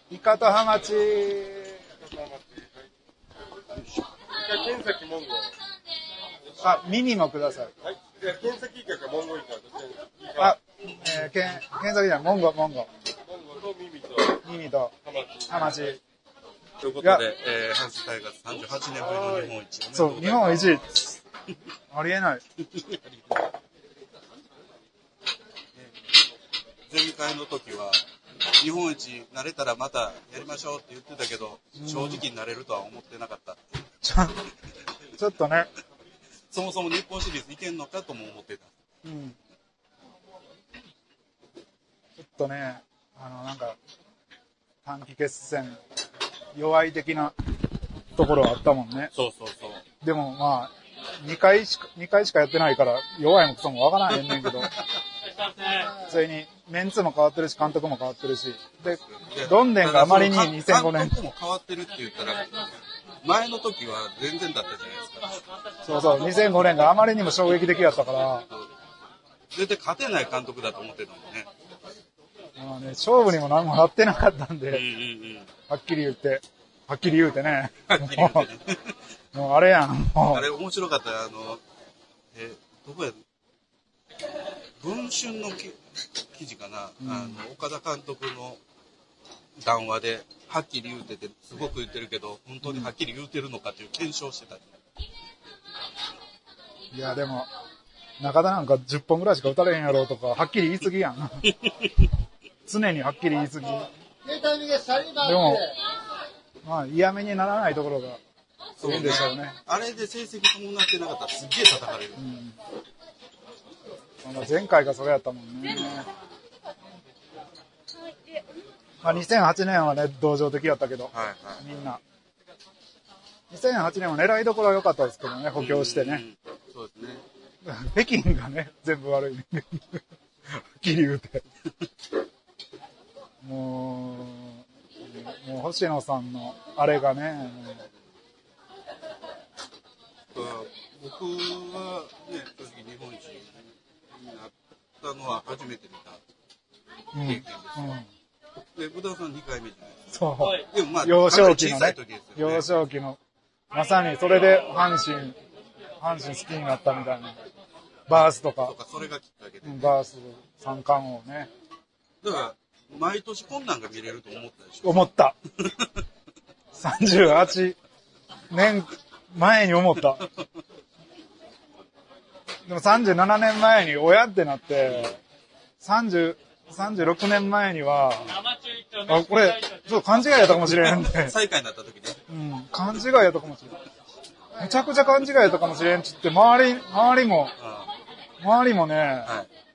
イカとハマチ。 剣先モンゴ。 あ、ミニもください。 はい。じゃあ、剣先イカかモンゴイカどっちがいいですか？ あ、剣先じゃない、モンゴ。 モンゴとミニとハマチ。 ということで、阪神タイガース38年ぶりの日本一。 そう、日本一。ありえない。 前回の時は、日本一なれたらまたやりましょうって言ってたけど、正直になれるとは思ってなかった。 ちょっとね。 そもそも日本シリーズいけんのかとも思ってた。 うん。ちょっとね、なんか、短期決戦、弱い的なところはあったもんね。 そうそうそう。 でもまあ、2回しかやってないから、弱いもクソもわからへんねんけど。それに、メンツも変わってるし、監督も変わってるし。で、どんでんがあまりに2005年。 監督も変わってるって言ったら、前の時は全然だったじゃないですか。 そうそう、2005年があまりにも衝撃的だったから。 絶対勝てない監督だと思ってたもんね。 まあね、勝負にも何もなってなかったんで、はっきり言うてね。 はっきり言うてね。 もうあれやん。 あれ面白かった。どこや、文春の記事かな、岡田監督の談話で、はっきり言うてて、すごく言ってるけど、本当にはっきり言うてるのかっていう検証してた。 いや、でも、中田なんか10本ぐらいしか打たれへんやろとか、はっきり言い過ぎやん。常にはっきり言い過ぎ。でも、まあ、嫌めにならないところが、いいんでしょうね。 あれで成績伴ってなかったらすっげえ叩かれる。 前回がそれやったもんね。まあ、2008年はね、同情的やったけど、みんな。2008年も狙いどころは良かったですけどね、補強してね。 そうですね。 北京がね、全部悪い。はっきり言うて。もう星野さんのあれがね、 僕はね、正直日本一になったのは初めて見た経験ですよ。で、ブダさん2回目じゃないですか。 そう。 でもまあ、 幼少期のね、 幼少期の、まさにそれで阪神好きになったみたいな。バースとか。 そうか、それがきっかけで、ね。 バース三冠王ね。 だから、毎年こんなんが見れると思ったでしょ。 思った。38年前に思った。でも37年前に親ってなって、36年前には、あ、これ、ちょっと勘違いやったかもしれんね。 最下位になった時ね。 勘違いやったかもしれん。めちゃくちゃ勘違いやったかもしれんちって、周りもね、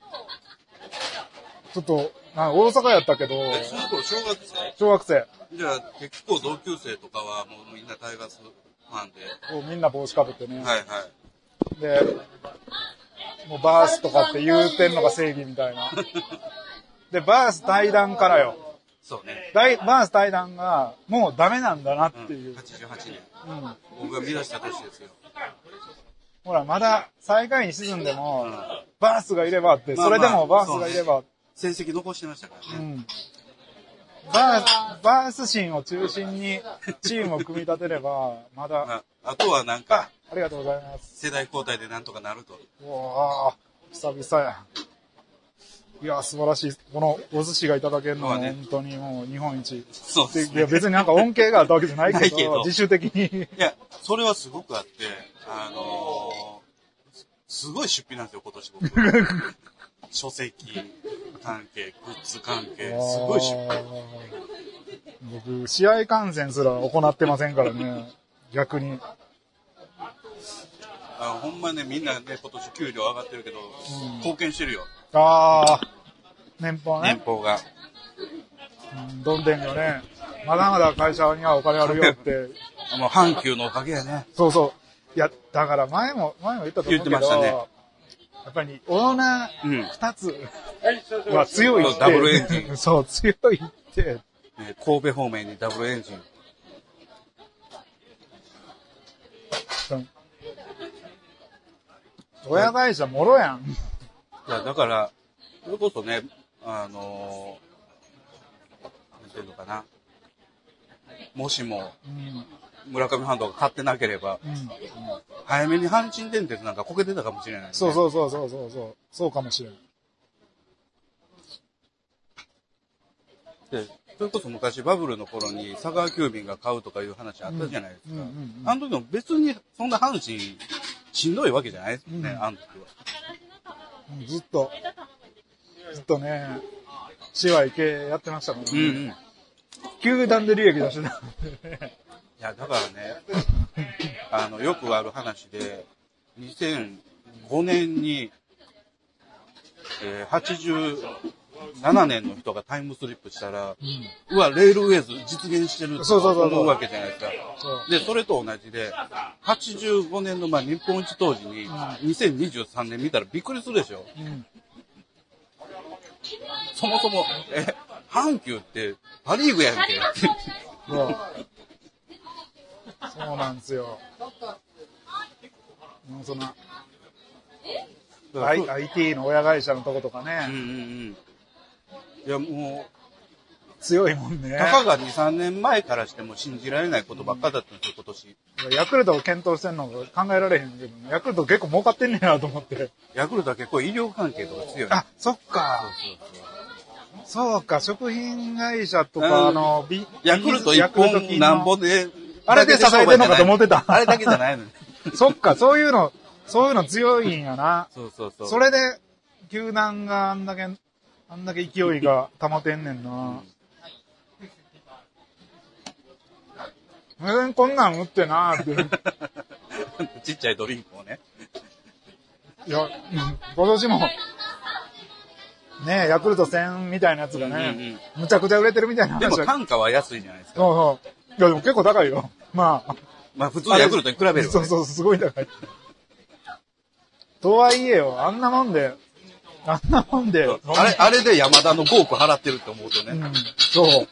ちょっと、大阪やったけど、 その頃小学生。 じゃあ、結構同級生とかはもうみんなタイガースファンで。 みんな帽子かぶってね。 はいはい。 で、もうバースとかって言うてんのが正義みたいな。で、バース対談からよ。 そうね。 バース対談がもうダメなんだなっていう。 88年。僕が見出した年ですよ。 ほら、まだ最下位に沈んでも、バースがいればって、それでもバースがいれば。 成績残してましたからね。 バース心を中心にチームを組み立てれば、まだ。 あとはなんか、 ありがとうございます。 世代交代でなんとかなると。 うわぁ、久々や。いや、素晴らしい。このお寿司がいただけるのは本当にもう日本一。 そうですね。 いや、別になんか恩恵があったわけじゃないけど、自主的に。 いや、それはすごくあって、すごい出費なんですよ、今年僕。書籍関係、グッズ関係、すごい出費。 僕、試合観戦すら行ってませんからね、逆に。 ほんまね、みんなね、今年給料上がってるけど、貢献してるよ。 年俸ね。 年俸が。 どんでんがね、まだまだ会社にはお金あるよって。 もう阪急のおかげやね。 そうそう。いや、だから前も言ったと思うけど、 言ってましたね。 やっぱり、オーナー二つは強いって。 ダブルエンジン。 そう、強いって。 神戸方面にダブルエンジン。 親会社もろやん。 いや、だから、それこそね、なんていうのかな。 もしも、 うん村上ファンドが買ってなければ、早めに阪神電鉄なんかこけてたかもしれない、ね。 そう。そうかもしれない。 で、それこそ昔バブルの頃に佐川急便が買うとかいう話あったじゃないですか。あの時も別にそんな阪神しんどいわけじゃないですよね、あの時は。 ずっとね、市は池やってましたからね。球団で利益出してた。 いや、だからね、よくある話で、2005年に、87年の人がタイムスリップしたら、うわ、レールウェイズ実現してるって思うわけじゃないですか。で、それと同じで、85年の日本一当時に、2023年見たらびっくりするでしょ。そもそも、阪急ってパリーグやんけ。 そうなんですよ。もうその、IT の親会社のとことかね。 いや、もう、 強いもんね。 たかが2、3年前からしても信じられないことばっかだったんですよ、今年。 ヤクルトを検討してんのが考えられへんけど、ヤクルト結構儲かってんねやなと思って。 ヤクルトは結構医療関係とか強い。 あ、そっか。そうか、食品会社とかヤクルト一本なんぼで、 あれで支えてんのかと思ってた。 あれだけじゃないのに。 そっか、そういうの強いんやな。 そう。 それで、球団があんだけ勢いが保てんねんな。こんなん打ってなーって。 ちっちゃいドリンクをね。 いや、今年も、ねヤクルト1000みたいなやつがね、むちゃくちゃ売れてるみたいな話。 でも単価は安いじゃないですか。 そう。いや、でも結構高いよ。まあ普通のヤクルトに比べるそう、すごい高い。とはいえよ、あんなもんで。 あれで山田の5億払ってるって思うとね。 そう。い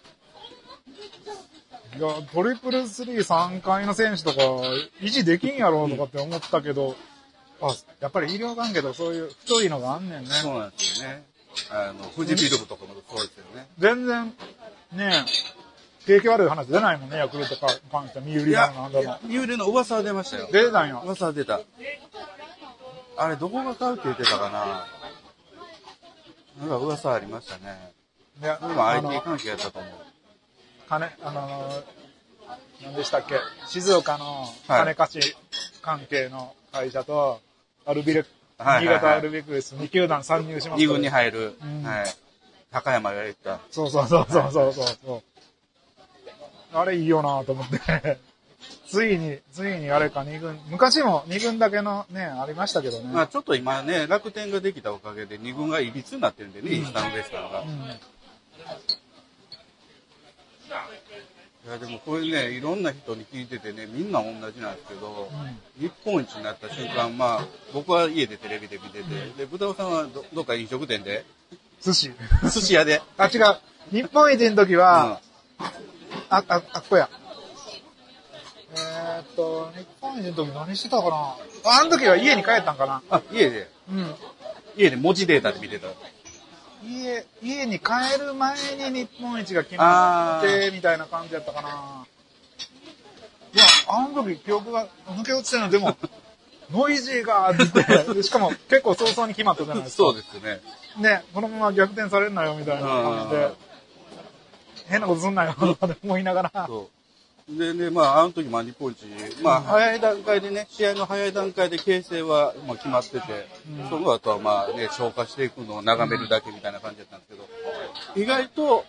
や、トリプルスリー3回の選手とか維持できんやろうとかって思ったけど、やっぱり医療関係とそういう太いのがあんねんね。 そうなんですよね。富士フィルムとかもそうですよね。 全然、ね景気悪い話出ないもんね、ヤクルトか関して、三浦なんだろう。 三浦の噂は出ましたよ。 出たんや。 噂は出た。あれ、どこが買うって言ってたかな。なんか噂ありましたね。 いや、 今 IT 関係やったと思う。 何でしたっけ、静岡の金貸し関係の会社と、新潟アルビレックス2球団参入します 2軍に入る。はい。高山が言った。 そう。あれいいよなと思って。ついにあれか2軍。昔も2軍だけのね、ありましたけどね。 ちょっと今ね、楽天ができたおかげで2軍がいびつになってるんでね、イースタンウエスタンが。いや、でもこれね、いろんな人に聞いててね、みんな同じなんですけど、日本一になった瞬間、僕は家でテレビで見てて、で、豚尾さんはどっか飲食店で寿司屋で違う。日本一の時は、ここや。日本一の時何してたかな。あの時は家に帰ったんかな。 家で。家で文字データで見てた。 家に帰る前に日本一が決まってみたいな感じだったかな。いや、あの時記憶が抜け落ちてるのでもノイジーがーって言ってしかも結構早々に決まったじゃないですか。 そうですね。 ね、このまま逆転されるなよみたいな感じで変なことすんなよと思いながら。 でね、あの時日本一、早い段階でね、試合の早い段階で形勢は決まってて、その後は消化していくのを眺めるだけみたいな感じだったんですけど、意外と、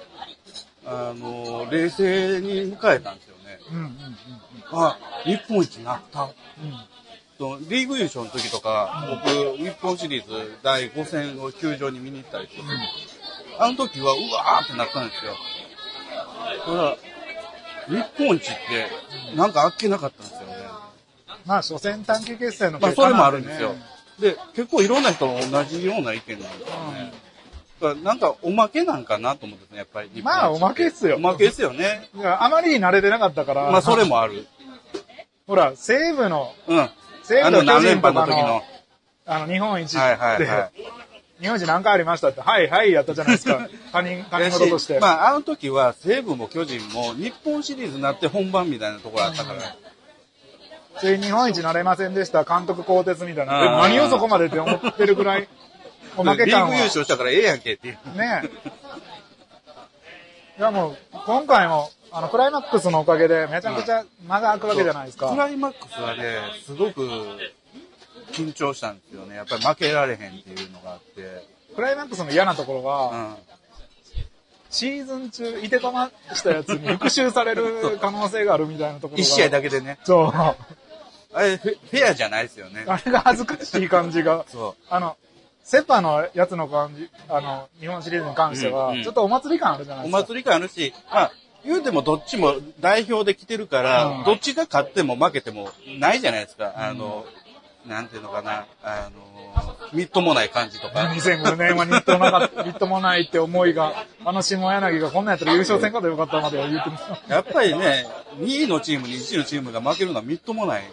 冷静に迎えたんですよね。日本一になった。リーグ優勝の時とか、僕、日本シリーズ第5戦を球場に見に行ったりして、あの時は、うわーってなったんですよ。だから日本一って、なんかあっけなかったんですよね。 初戦短期決戦の結果それもあるんですよ。で、結構いろんな人も同じような意見なんですよね。なんかおまけなんかなと思ってね、やっぱり。 おまけっすよ。 おまけっすよね。 あまりに慣れてなかったから。 それもある。 ほら、西武の、 西武の何連覇の時の。 日本一って、 日本一何回ありましたって、はいはいやったじゃないですか。他人事として。 まあ、あの時は西武も巨人も日本シリーズになって本番みたいなところあったから。 それ日本一なれませんでした、監督更迭みたいな。何をそこまでって思ってるぐらい、おまけ感は。 リーグ優勝したからええやんけっていう。 ねえ。いやもう、今回も、クライマックスのおかげでめちゃくちゃ間が空くわけじゃないですか。 クライマックスはね、すごく緊張したんですよね。やっぱり負けられへんっていうのがあって。 クライマックスの嫌なところは、シーズン中、いてこましたやつに復習される可能性があるみたいなところが。 一試合だけでね。 そう。 あれ、フェアじゃないですよね。 あれが恥ずかしい感じが。 そう。 セパのやつの感じ、日本シリーズに関しては、ちょっとお祭り感あるじゃないですか。 お祭り感あるし、まあ、言うてもどっちも代表で来てるから、どっちが勝っても負けてもないじゃないですか。なんていうのかな、みっともない感じとか。 2005年はみっともないって思いが、下柳がこんなんやったら優勝戦かとよかったまでは言ってました。 やっぱりね、2位のチームに1位のチームが負けるのはみっともない。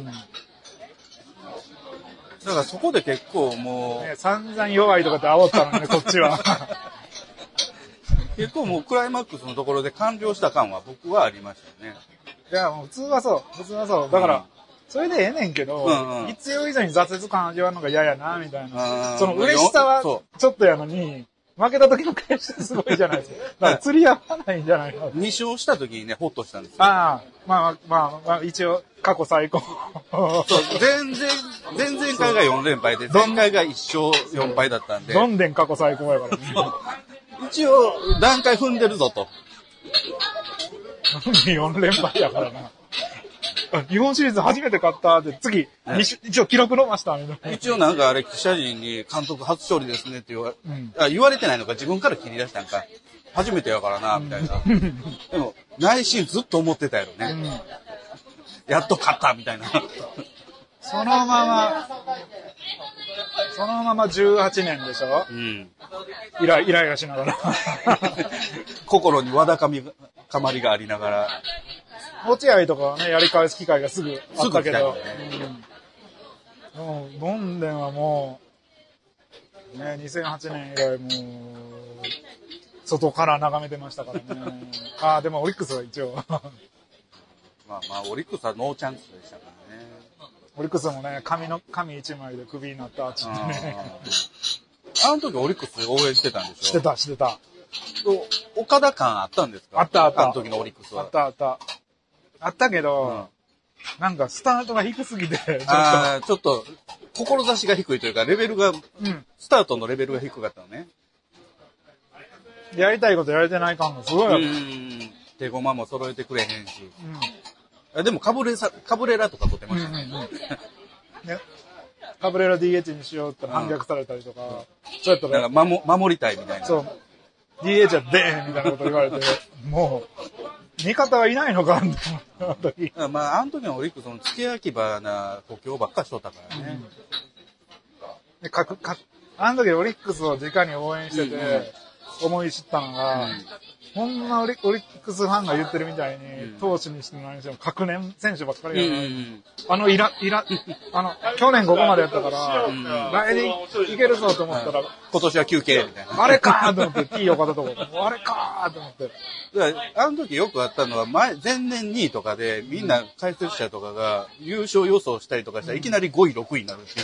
だからそこで結構もう、 散々弱いとかって煽ったのね、こっちは。 結構もうクライマックスのところで完了した感は僕はありましたね。 いや、もう普通はそう。だから、それでええねんけど、必要以上に挫折感味わうのが嫌やな、みたいな。その嬉しさはちょっとやのに、負けた時の返しすごいじゃないですか。だから釣り合わないんじゃないか。 2勝した時にね、ホッとしたんですよ。 まあ、一応、過去最高。 そう、前々回が4連敗で、前回が1勝4敗だったんで。 どんでん過去最高やからね。 一応、段階踏んでるぞと。 4連敗やからな。日本シリーズ初めて勝ったって、次、一応記録伸ばしたみたいな。 一応なんかあれ、記者陣に監督初勝利ですねって言われてないのか、自分から切り出したんか。初めてやからな、みたいな。でも、内心ずっと思ってたやろね。やっと勝った、みたいな。 そのまま18年でしょイライラしながら。 心にわだかまりがありながら。 落合とかはね、やり返す機会がすぐあったけど。どんでんはもう、ね、2008年以来もう、外から眺めてましたからね。でもオリックスは一応。 まあ、オリックスはノーチャンスでしたからね。 オリックスもね、紙一枚でクビになったってね。 あの時オリックス応援してたんでしょ？ してた。 岡田感あったんですか？ あった。 あの時のオリックスは。 あったけど、なんかスタートが低すぎて、ちょっと、志が低いというか、レベルが、スタートのレベルが低かったのね。 やりたいことやれてない感がすごいある。 手駒も揃えてくれへんし。でもカブレラとか取ってましたね。 カブレラ DH にしようって反逆されたりとか、そうやったら。 なんか守りたいみたいな。 そう。DH は出へんみたいなこと言われて、もう、味方はいないのかって思った時。 まあ、あの時のオリックスの付け焼き場な補強ばっかしとったからね。 あの時オリックスを直に応援してて、思い知ったのが、ほんまオリックスファンが言ってるみたいに、投手にしても何にしても各年選手ばっかりや去年ここまでやったから、来年いけるぞと思ったら、 今年は休憩みたいな。 あれかーと思って、T 岡田とか、あれかーと思って。 あの時よくあったのは、前年2位とかで、みんな解説者とかが優勝予想したりとかしたらいきなり5位、6位になるっていう。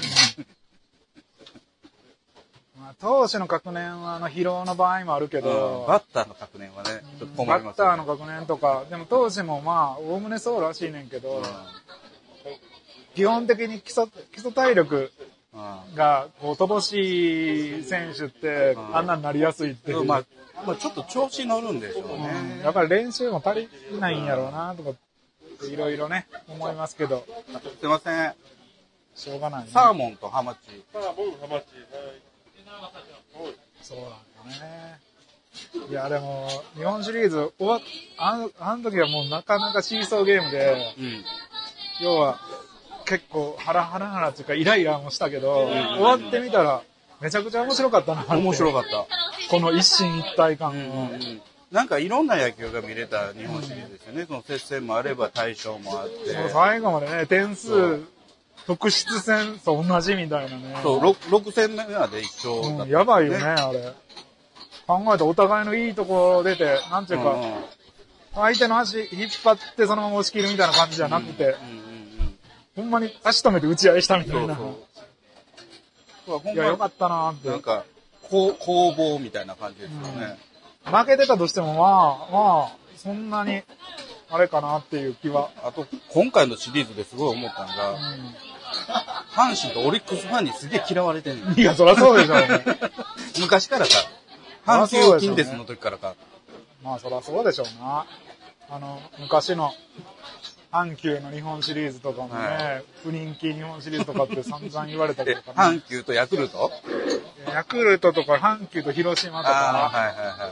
投手の確年は疲労の場合もあるけど、 バッターの確年はね、ちょっと困りますバッターの確年とか、でも投手もおおむねそうらしいねんけど、基本的に基礎体力が乏しい選手って、あんなになりやすいっていう。 まあちょっと調子乗るんでしょうね。 やっぱり練習も足りないんやろうなとか、いろいろね、思いますけど。 すいません。 しょうがない、ね。 サーモンとハマチ。 そうなんだね。いや、でも、日本シリーズあの時はもうなかなかシーソーゲームで、要は、結構ハラっていうかイライラもしたけど、終わってみたら、めちゃくちゃ面白かったな。 面白かった。 この一進一退感を。 なんかいろんな野球が見れた日本シリーズですよね。その接戦もあれば対象もあって。 最後までね、点数特質戦と同じみたいなね。 そう、6戦目まで一緒だった、 やばいよね、あれ。考えてお互いのいいとこ出て、なんていうか、相手の足引っ張ってそのまま押し切るみたいな感じじゃなくて、ほんまに足止めて打ち合いしたみたいな。いや、よかったなーって。 なんか、攻防みたいな感じですよね。 負けてたとしても、まあ、そんなに、あれかなっていう気は。 あと、今回のシリーズですごい思ったのが、阪神とオリックスファンにすげえ嫌われてるの。 いや、そりゃそうでしょうね。 昔からか。阪急近鉄の時からか。 まあ、そりゃそうでしょうな。昔の阪急の日本シリーズとかもね、不人気日本シリーズとかって散々言われたけど、 阪急とヤクルトヤクルトとか阪急と広島とか。 はいはいはい。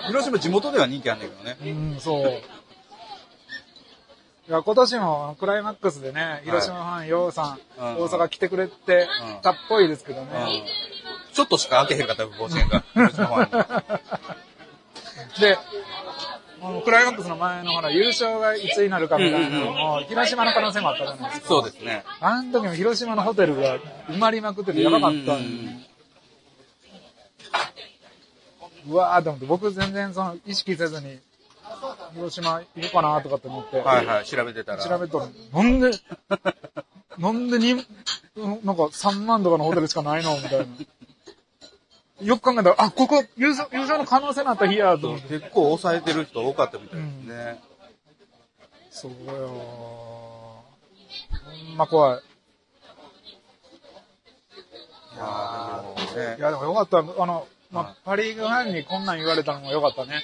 広島地元では人気あんだけどね。 そう。いや、今年もクライマックスでね、広島ファン、ヨウさん、大阪来てくれてたっぽいですけどね。 ちょっとしか開けへんかった甲子園が。広島ファンに。 で、クライマックスの前のほら、優勝がいつになるかみたいなのも、広島の可能性もあったじゃないですか。 そうですね。 あの時も広島のホテルが埋まりまくっててやばかったんで、うわーって思って、僕全然意識せずに、広島いるかなとかって思って。 はいはい、調べてたら。 なんでなんか3万とかのホテルしかないのみたいな。よく考えたら、あ、ここ優勝の可能性になった日やと思って。 結構抑えてる人多かったみたいですね。 そうよー。ほんま怖い。いやでもよかった。パリーグファンにこんなん言われたのもよかったね。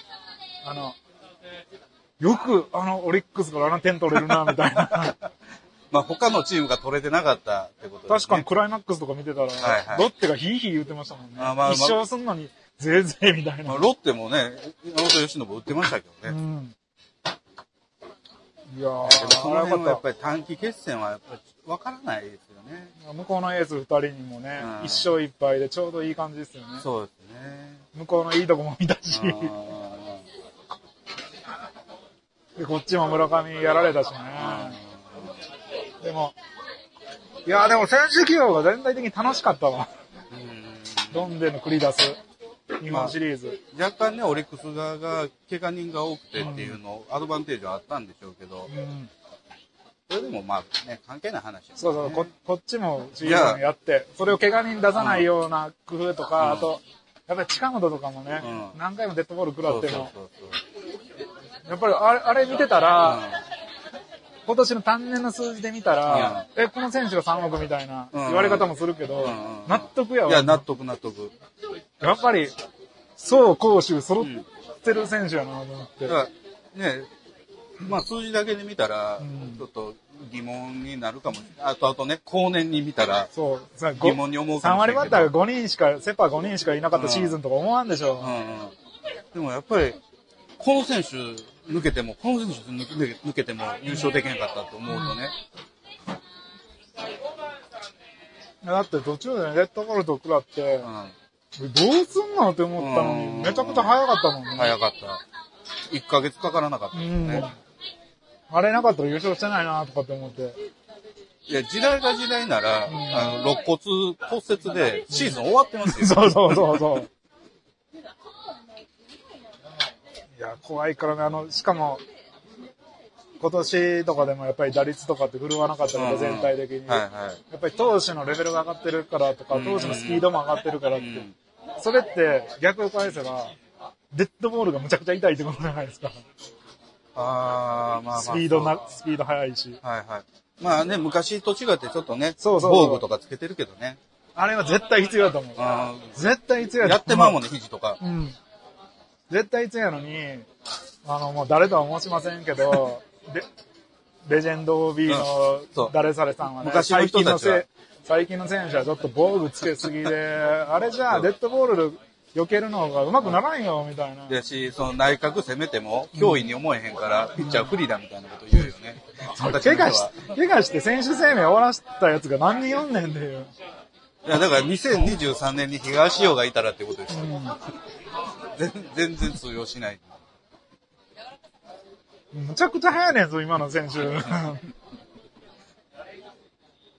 よくオリックスから点取れるな、みたいな。 まあ他のチームが取れてなかったってことですね。 確かにクライマックスとか見てたら、ロッテがヒーヒー言ってましたもんね。一勝すんのにぜいぜいみたいな。 ロッテもね、山本由伸打ってましたけどね。 いやー、 その辺はやっぱり短期決戦はやっぱり分からないですよね。 向こうのエース2人にもね、1勝1敗でちょうどいい感じですよね。 そうですね。 向こうのいいとこも見たし。で、こっちも村上やられたしね。でも選手起用が全体的に楽しかったわ。ロンデンの繰り出す日本シリーズ。 若干ね、オリックス側が怪我人が多くてっていうの、アドバンテージはあったんでしょうけど、それでもまあね、関係ない話ですね。 そう、こっちもシーズンやって、それを怪我人出さないような工夫とか、あと、やっぱり近本とかもね、何回もデッドボール食らっても、やっぱりあれ見てたら、今年の単年の数字で見たら、この選手が3億みたいな言われ方もするけど、納得やわ。 いや、納得。 やっぱり、走攻守揃ってる選手やなと思って。 ね、まあ数字だけで見たら、ちょっと疑問になるかもしれない。あとね、後年に見たら、疑問に思うかもしれない。 3割バッターがセパ5人しかいなかったシーズンとか思わんでしょ。 でもやっぱり、この選手抜けても優勝できなかったと思うとね。 だって途中でレッドボールと食らって、どうすんのって思ったのに、めちゃくちゃ早かったもんね。 早かった。1ヶ月かからなかったね。 あれなかったら優勝してないなとかって思って。 いや、時代が時代なら、肋骨骨折でシーズン終わってますよ。 そう。いや、怖いからね、しかも、今年とかでもやっぱり打率とかって振るわなかったから、全体的に。やっぱり投手のレベルが上がってるからとか、投手のスピードも上がってるからって。それって逆を返せば、デッドボールがむちゃくちゃ痛いってことじゃないですか。スピード速いし。 まあね、昔と違ってちょっとね、防具とかつけてるけどね。 あれは絶対必要だと思う。絶対必要だと思う。やってまうもんね、肘とか。 絶対必要やのに、もう誰とは申しませんけど、レジェンド OB の誰それさんはね、 昔の人たちは最近の選手はちょっと防具つけすぎで、あれじゃあデッドボール避けるのがうまくならんよ、みたいな。 だし、その内角攻めても、脅威に思えへんから、ピッチャー不利だみたいなこと言うよね。 怪我して選手生命終わらせたやつが何人おんねんっていう。 いや、だから2023年に東尾がいたらってことですよ。全然通用しない。 むちゃくちゃ速いねんぞ、今の選手。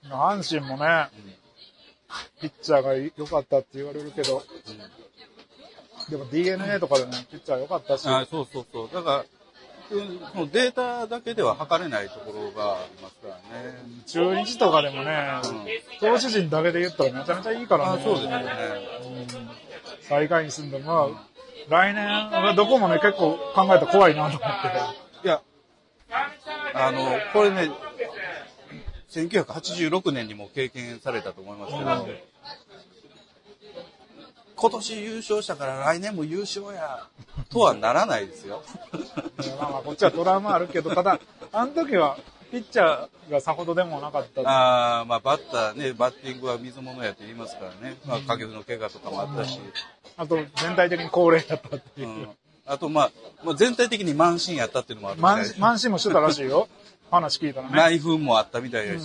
阪神もね、ピッチャーが良かったって言われるけど、でも DNA とかでね、ピッチャー良かったし。 そうそうそう。だから、そのデータだけでは測れないところがありますからね。 中日とかでもね、投手陣だけで言ったらめちゃめちゃいいからね。 そうですよね。 最下位に住んでも、来年はどこもね、結構考えたら怖いなと思って。 いや、これね、1986年にも経験されたと思いますけど、今年優勝したから来年も優勝や、とはならないですよ。 まあこっちはトラウマあるけど、ただ、あの時はピッチャーがさほどでもなかった。 まあバッターね、バッティングは水物やって言いますからね。まあ掛布の怪我とかもあったし。 あと、全体的に高齢だったっていう。 あと、まあ、全体的に満身やったっていうのもあるみたいです。 満身もしてたらしいよ。話聞いたらね。 内紛もあったみたいだし。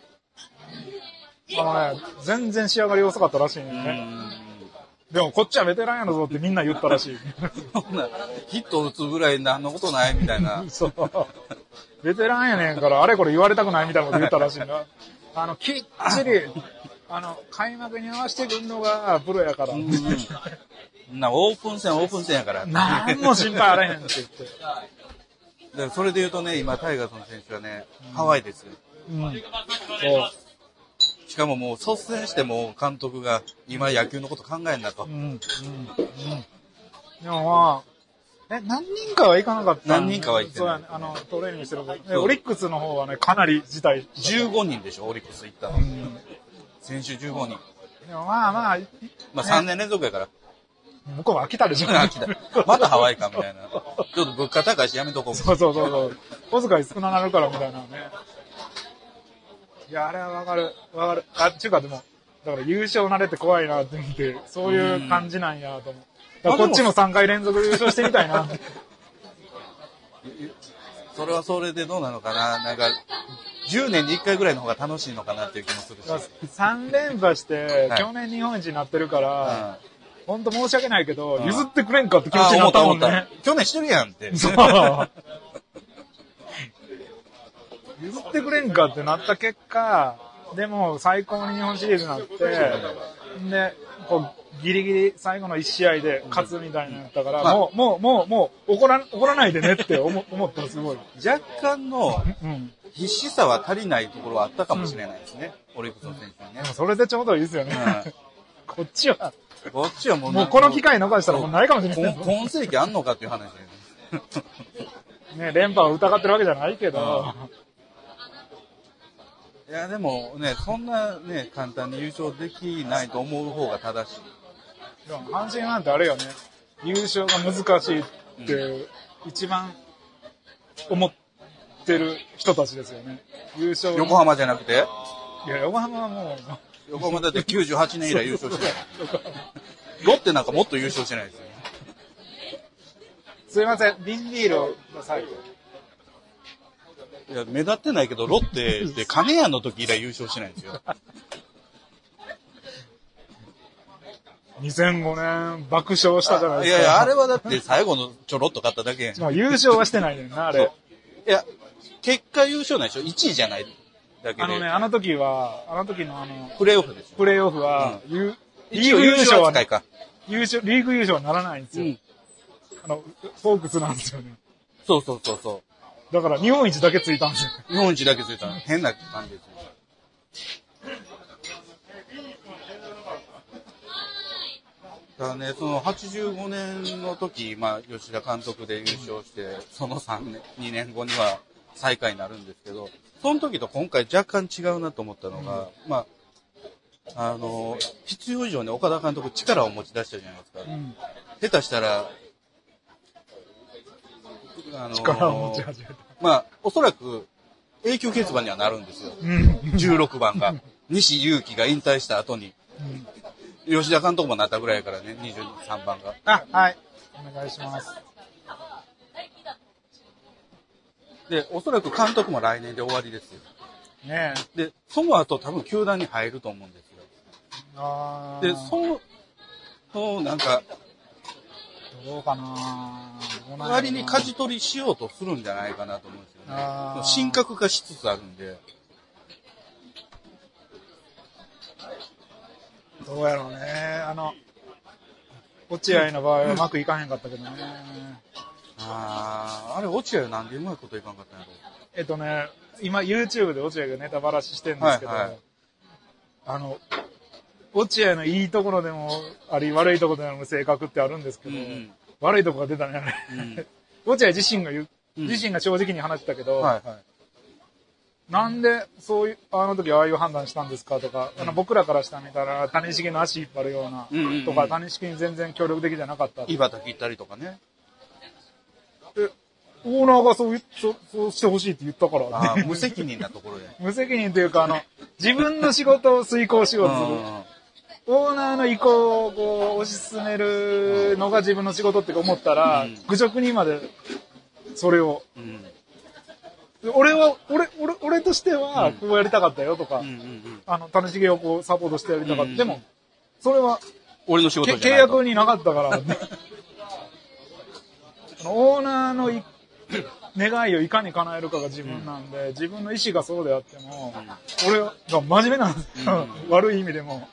全然仕上がり遅かったらしいね。でもこっちはベテランやろぞってみんな言ったらしい。 ヒット打つぐらい何のことないみたいな。 そう。ベテランやねんからあれこれ言われたくないみたいなこと言ったらしいな。きっちり、開幕に合わせてくるのがプロやから。オープン戦やから。 何も心配あらへんって言って。 でそれで言うとね、今タイガースの選手はね、ハワイですよ。そうしかももう率先しても監督が今野球のこと考えんなと。 でもまあ、何人かは行かなかった。 何人かは行ってない。 そうやね、トレーニングしてるオリックスの方はね、かなり辞退。 15人でしょ、オリックス行ったの。先週15人。 でもまあ 3年連続やから。 向こうは飽きたでしょ。 飽きた。またハワイかみたいな。ちょっと物価高いしやめとこう。 そう。小遣い少ななるからみたいなね。いや、あれはわかる。っていうかでも、だから優勝慣れて怖いなって思って、そういう感じなんやと思う。だからこっちも3回連続優勝してみたいなって。 それはそれでどうなのかな。なんか、10年に1回ぐらいの方が楽しいのかなっていう気もするし。 3連覇して、去年日本一になってるから、本当申し訳ないけど、譲ってくれんかって気持ちになったもんね。 去年してるやんって。 そう。譲ってくれんかってなった結果、でも最高に日本シリーズになって、で、ギリギリ最後の1試合で勝つみたいになったから、もう怒らないでねって思ったすごい。 若干の必死さは足りないところはあったかもしれないですね。オリックスの選手はね。 それでちょうどいいですよね。こっちはもうこの機会逃したらもうないかもしれない。 今世紀あんのかっていう話だよね。ね、連覇を疑ってるわけじゃないけど。 いや、でもね、そんなね、簡単に優勝できないと思う方が正しい。 でも阪神なんてあれよね、優勝が難しいって一番思ってる人たちですよね。優勝。 横浜じゃなくて？ いや、横浜はもう。 横浜だって98年以来優勝してない。ロッテなんかもっと優勝してないですよ。 すいません、瓶ビールをください。 いや、目立ってないけど、ロッテって金谷の時以来優勝してないんですよ。 2005年爆笑したじゃないですか。 いや、あれはだって最後のちょろっと勝っただけやん。 優勝はしてないねんな、あれ。 いや、結果優勝ないでしょ ?1 位じゃないだけで。 あの時のプレイオフでしょ。 プレイオフは、 リーグ優勝は、 リーグ優勝はならないんですよ。フォークスなんですよね。 そう。 だから日本一だけついたんですよ。 日本一だけついたの。変な感じですよ。だからね、その85年の時、吉田監督で優勝して、その2年後には最下位になるんですけど、その時と今回若干違うなと思ったのが、必要以上に岡田監督力を持ち出したじゃないですか。下手したら、 力を持ち始めた。 おそらく永久欠番にはなるんですよ。16番が。西勇輝が引退した後に。吉田監督もなったぐらいやからね、23番が。 はい。お願いします。 で、おそらく監督も来年で終わりですよ。 ねえ。で、その後多分球団に入ると思うんですよ。で、なんか、 どうかな割に舵取りしようとするんじゃないかなと思うんですよね。神格化しつつあるんで。 どうやろうね。落合の場合はうまくいかへんかったけどね。 あれ、落合なんでうまいこといかんかったんやろ。 今 YouTube で落合がネタばらししてるんですけど、 はいはい落合のいいところでもあり、悪いところでも性格ってあるんですけど、悪いところが出たね、あれ。落合自身が正直に話したけど、なんでそういう、あの時ああいう判断したんですかとか、僕らからしたら見たら、谷繁の足引っ張るような、とか、谷繁に全然協力的じゃなかった。 井端切ったりとかね。 オーナーがそうしてほしいって言ったから、 ね。無責任なところで。 無責任というか、自分の仕事を遂行しようとする。オーナーの意向をこう推し進めるのが自分の仕事って思ったら、愚直にまでそれを、俺としてはこうやりたかったよとか、谷繁をこうサポートしてやりたかった。でも、それは俺の仕事じゃないと。契約になかったから、オーナーの願いをいかに叶えるかが自分なんで、自分の意思がそうであっても、俺が真面目なんですよ。悪い意味でも。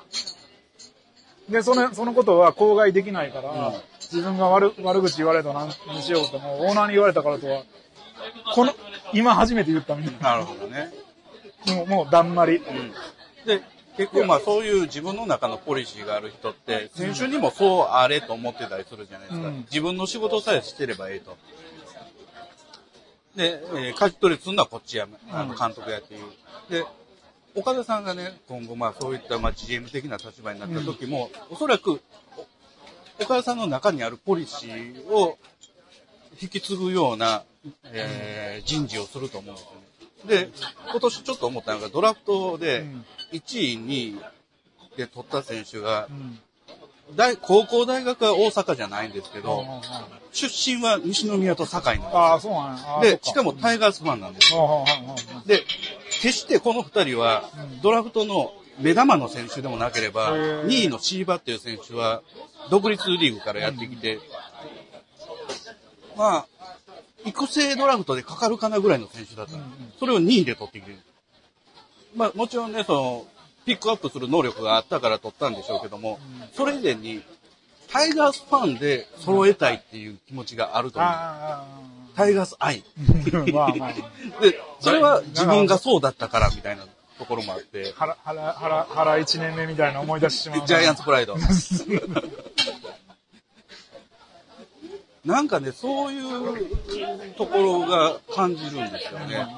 で、そのことは口外できないから、自分が悪口言われたら何しようとも、オーナーに言われたからとは、今初めて言ったみたいな。 なるほどね。 もうだんまり。 で、結構そういう自分の中のポリシーがある人って、選手にもそうあれと思ってたりするじゃないですか。自分の仕事さえしてればいいと。で、舵取りするのはこっちや、監督やっていう。で、岡田さんがね、今後そういったGM 的な立場になった時も、おそらく、岡田さんの中にあるポリシーを引き継ぐような、人事をすると思うんですよね。で、今年ちょっと思ったのが、ドラフトで1位、2位で取った選手が、高校大学は大阪じゃないんですけど、出身は西宮と堺なんですよ。 ああ、そうなんや。 で、しかもタイガースファンなんですよ。で、決してこの2人は、ドラフトの目玉の選手でもなければ、2位のシーバっていう選手は、独立リーグからやってきて、育成ドラフトでかかるかなぐらいの選手だった。それを2位で取ってきてる。もちろんね、ピックアップする能力があったから取ったんでしょうけども、それ以前に、タイガースファンで揃えたいっていう気持ちがあると思う。タイガース愛。で、それは自分がそうだったからみたいなところもあって。 腹1年目みたいな思い出してしまう。 ジャイアンツプライド。なんかね、そういうところが感じるんですよね。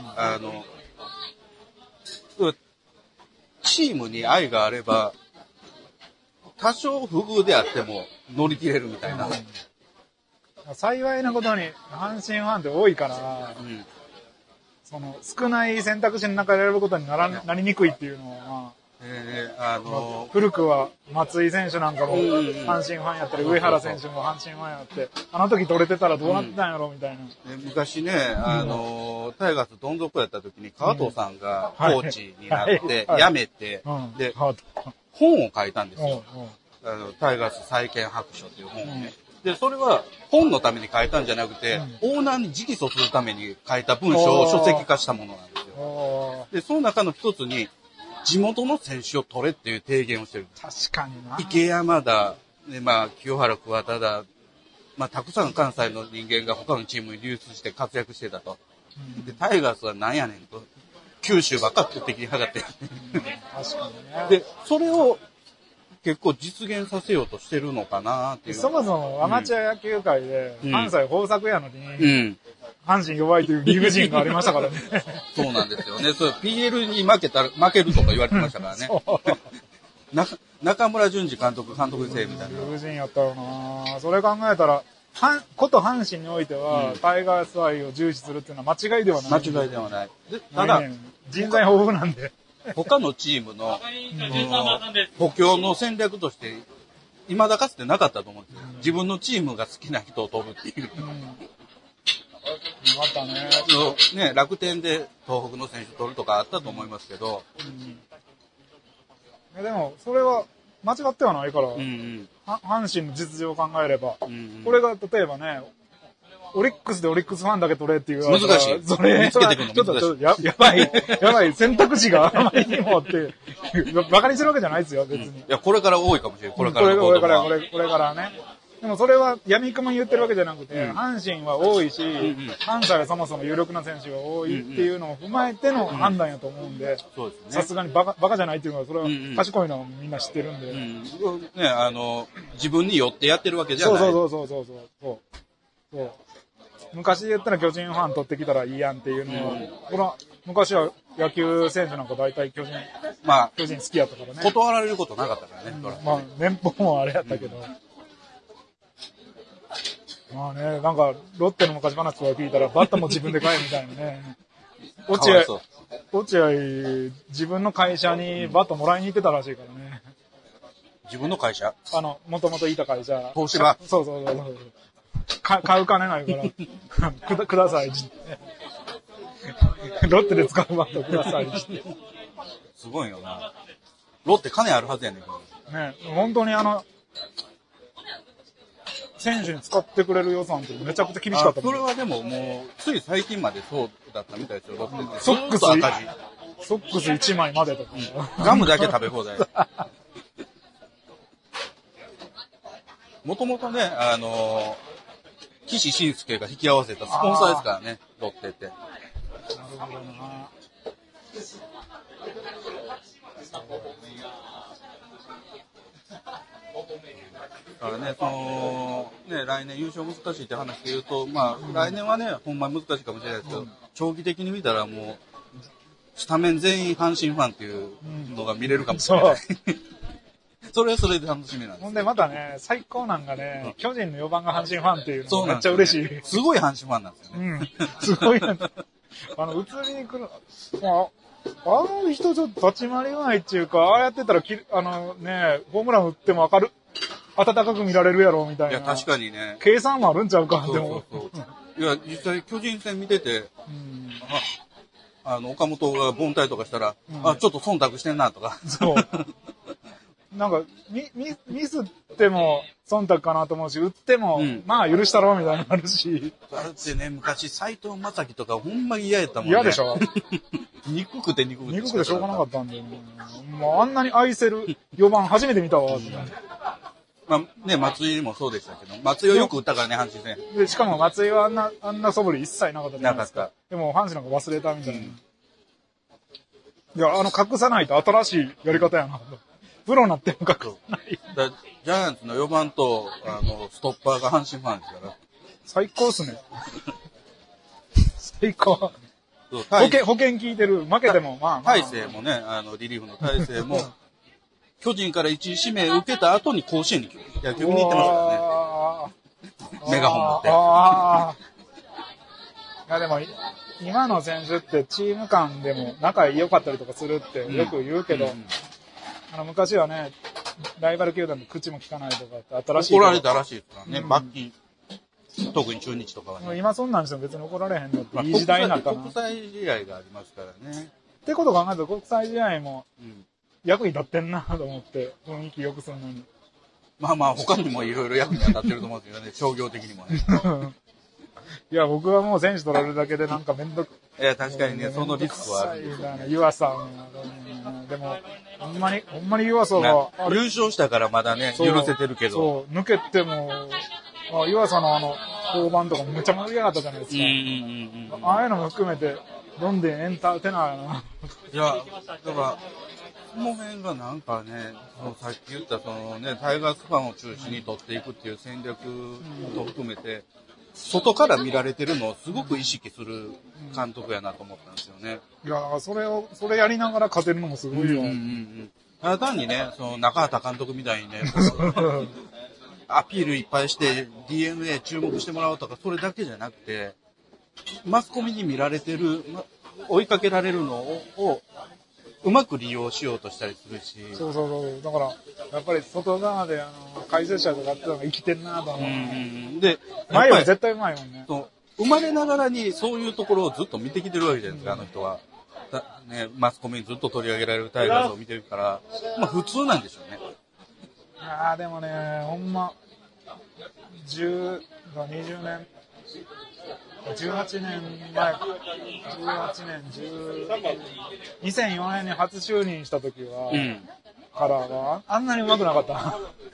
チームに愛があれば、多少不遇であっても乗り切れるみたいな。 幸いなことに阪神ファンって多いから、少ない選択肢の中で選ぶことになりにくいっていうのは、古くは松井選手なんかも阪神ファンやったり、上原選手も阪神ファンやって、あの時取れてたらどうなってたんやろみたいな。 昔ね、タイガースどん底やった時に川藤さんがコーチになって辞めて、で、本を書いたんですよ。タイガース再建白書という本をね。で、それは本のために書いたんじゃなくて、オーナーに直訴するために書いた文章を書籍化したものなんですよ。で、その中の一つに、地元の選手を取れっていう提言をしてる。 確かにな。 池山だ、清原桑田だ、たくさん関西の人間が他のチームに流出して活躍してたと。で、タイガースは何やねんと。九州ばっかり敵にはがって。 確かにね。 で、それを結構実現させようとしてるのかなっていう。 そもそもアマチュア野球界で、関西豊作やのに、阪神弱いという理不尽がありましたからね。 そうなんですよね。PL に負けるとか言われてましたからね。中村淳二監督にせえみたいな。 理不尽やったよな。それ考えたら、こと阪神においては、タイガース愛を重視するっていうのは間違いではない。 間違いではない。ただ、 人材豊富なんで。 他のチームの補強の戦略として、未だかつてなかったと思うんですよ。自分のチームが好きな人を取るっていう。 よかったね。 ね、楽天で東北の選手取るとかあったと思いますけど。 でも、それは間違ってはないから、阪神の実情を考えれば、これが例えばね、 オリックスでオリックスファンだけ取れっていう。 難しい。 それ、 見つけてくるのちょっと、やばい、選択肢があまりにもって、バカにするわけじゃないですよ、別に。いや、これから多いかもしれない。これからね。でもそれは闇雲に言ってるわけじゃなくて、阪神は多いし、関西はそもそも有力な選手が多いっていうのを踏まえての判断やと思うんで、さすがにバカじゃないっていうのは、それは賢いのはみんな知ってるんで。 ね、自分に寄ってやってるわけじゃない。 そう。昔言ったら巨人ファン取ってきたらいいやんっていうのを、この昔は野球選手なんか大体巨人好きやったからね。 断られることなかったからね。 まあ、年俸もあれやったけど。まあね、なんか、ロッテの昔話とか聞いたら、バッタも自分で買えみたいなね。落合、自分の会社にバットもらいに行ってたらしいからね。 自分の会社？ もともといた会社。 東芝？ そう。買う金ないから、くださいって。ロッテで使うバットくださいって。 すごいよな。ロッテ金あるはずやねんけど。 ね、本当に選手に使ってくれる予算ってめちゃくちゃ厳しかった。 それはでももう、つい最近までそうだったみたいですよ、ロッテって。 ソックス1枚までとか。 ガムだけ食べ放題。もともとね、岸信介が引き合わせたスポンサーですからね、ロッテって。なるほどな。だからね、来年優勝難しいって話で言うと、まあ、来年はね、ほんま難しいかもしれないですけど、長期的に見たらもう、スタメン全員阪神ファンっていうのが見れるかもしれない。それはそれで楽しみなんです。 ほんでまたね、最高なんがね、巨人の4番が阪神ファンっていうのがめっちゃ嬉しい。 すごい阪神ファンなんですよね。 すごい。映りに来る、あの人ちょっと立ち回りがないっていうか、ああやってたらホームラン打っても暖かく見られるやろみたいな。 いや、確かにね。 計算もあるんちゃうかって思う。いや、実際巨人戦見てて、岡本が凡退とかしたら、ちょっと忖度してんなとか。 そう。なんか、ミスっても忖度かなと思うし、打っても、まあ許したろみたいになるし。 だってね、昔、斎藤正樹とかほんま嫌やったもんね。 嫌でしょ憎くてしょうがなかったんで、もうあんなに愛せる4番初めて見たわ。 まあね、松井もそうでしたけど、松井はよく打ったからね、阪神戦。 で、しかも松井はあんな素振り一切なかったじゃないですか。でも阪神なんか忘れたみたいな。いや、隠さないと新しいやり方やな。プロになっても隠さない。 ジャイアンツの4番と、ストッパーが阪神ファンですから。 最高っすね。最高。保険聞いてる。負けても、まあ。 大勢もね、リリーフの大勢も、巨人から1位指名受けた後に甲子園に野球見に行ってますからね。メガホン持って。 いやでも、今の選手ってチーム間でも仲良かったりとかするってよく言うけど、昔はね、ライバル球団で口も聞かないとかって新しい。 怒られたらしいですからね、罰金。特に中日とかはね。 今そんなんしても別に怒られへんのっていい時代になったな。 国際試合がありますからね。 ってことを考えると国際試合も役に立ってんなと思って、雰囲気良くするのに。 まあまあ他にもいろいろ役には立ってると思うんですけどね、商業的にもね。 いや、僕はもう選手取られるだけでなんかめんどく。 いや、確かにね、そのリスクはある。 湯浅さん、でも、ほんまに湯浅が。 優勝したからまだね、許せてるけど。 そう、抜けても、湯浅の登板とかめっちゃ盛り上がったじゃないですか。ああいうのも含めて、どんでエンターテイナーやな。 いや、だから、その辺がなんかね、さっき言ったタイガースファンを中心に取っていくっていう戦略と含めて、外から見られてるのをすごく意識する監督やなと思ったんですよね。 いや、それやりながら勝てるのもすごいよ。 単にね、中畑監督みたいにね、アピールいっぱいして DNA 注目してもらおうとか、それだけじゃなくて、マスコミに見られてる、追いかけられるのをうまく利用しようとしたりするし。 そう。だから、やっぱり外側で解説者とかってのが生きてんなと思う。で、前は絶対うまいもんね。 生まれながらにそういうところをずっと見てきてるわけじゃないですか、あの人は。マスコミにずっと取り上げられるタイガースを見てるから、まあ普通なんでしょうね。 でもね、ほんま、20年、 18年前、2004年に初就任した時は、からは、あんなに上手くなかった。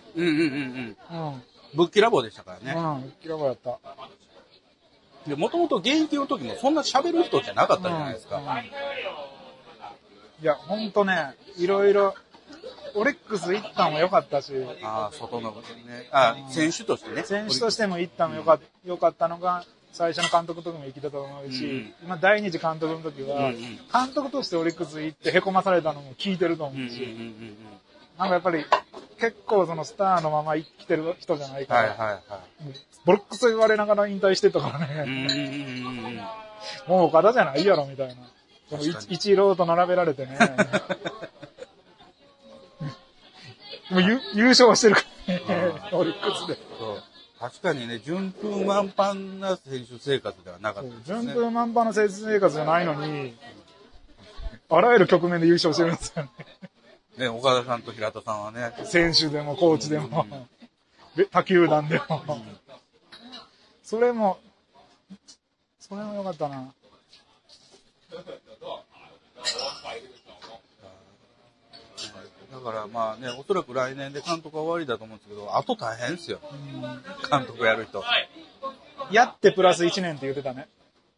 ぶっきらぼうでしたからね。 ぶっきらぼうやった。 で、もともと現役の時もそんな喋る人じゃなかったじゃないですか。 いや、ほんとね、いろいろ、オリックス行ったのも良かったし。 外のね。選手としてね。 選手としても行ったのも良かったのが、最初の監督の時も生きたと思うし、今第二次監督の時は、監督としてオリックス行って凹まされたのも聞いてると思うし、なんかやっぱり結構そのスターのまま生きてる人じゃないから、ボロックス言われながら引退してたからね、もう岡田じゃないやろみたいな。その一郎と並べられてね。もう優勝してるからね、オリックスで。 確かにね、順風満帆な選手生活ではなかったですね。 順風満帆な選手生活じゃないのに、あらゆる局面で優勝してるんですよね。 ね、岡田さんと平田さんはね。 選手でもコーチでも、他球団でも。それも良かったな。 だからまあね、おそらく来年で監督は終わりだと思うんですけど、あと大変ですよ。監督やる人。 やってプラス1年って言ってたね。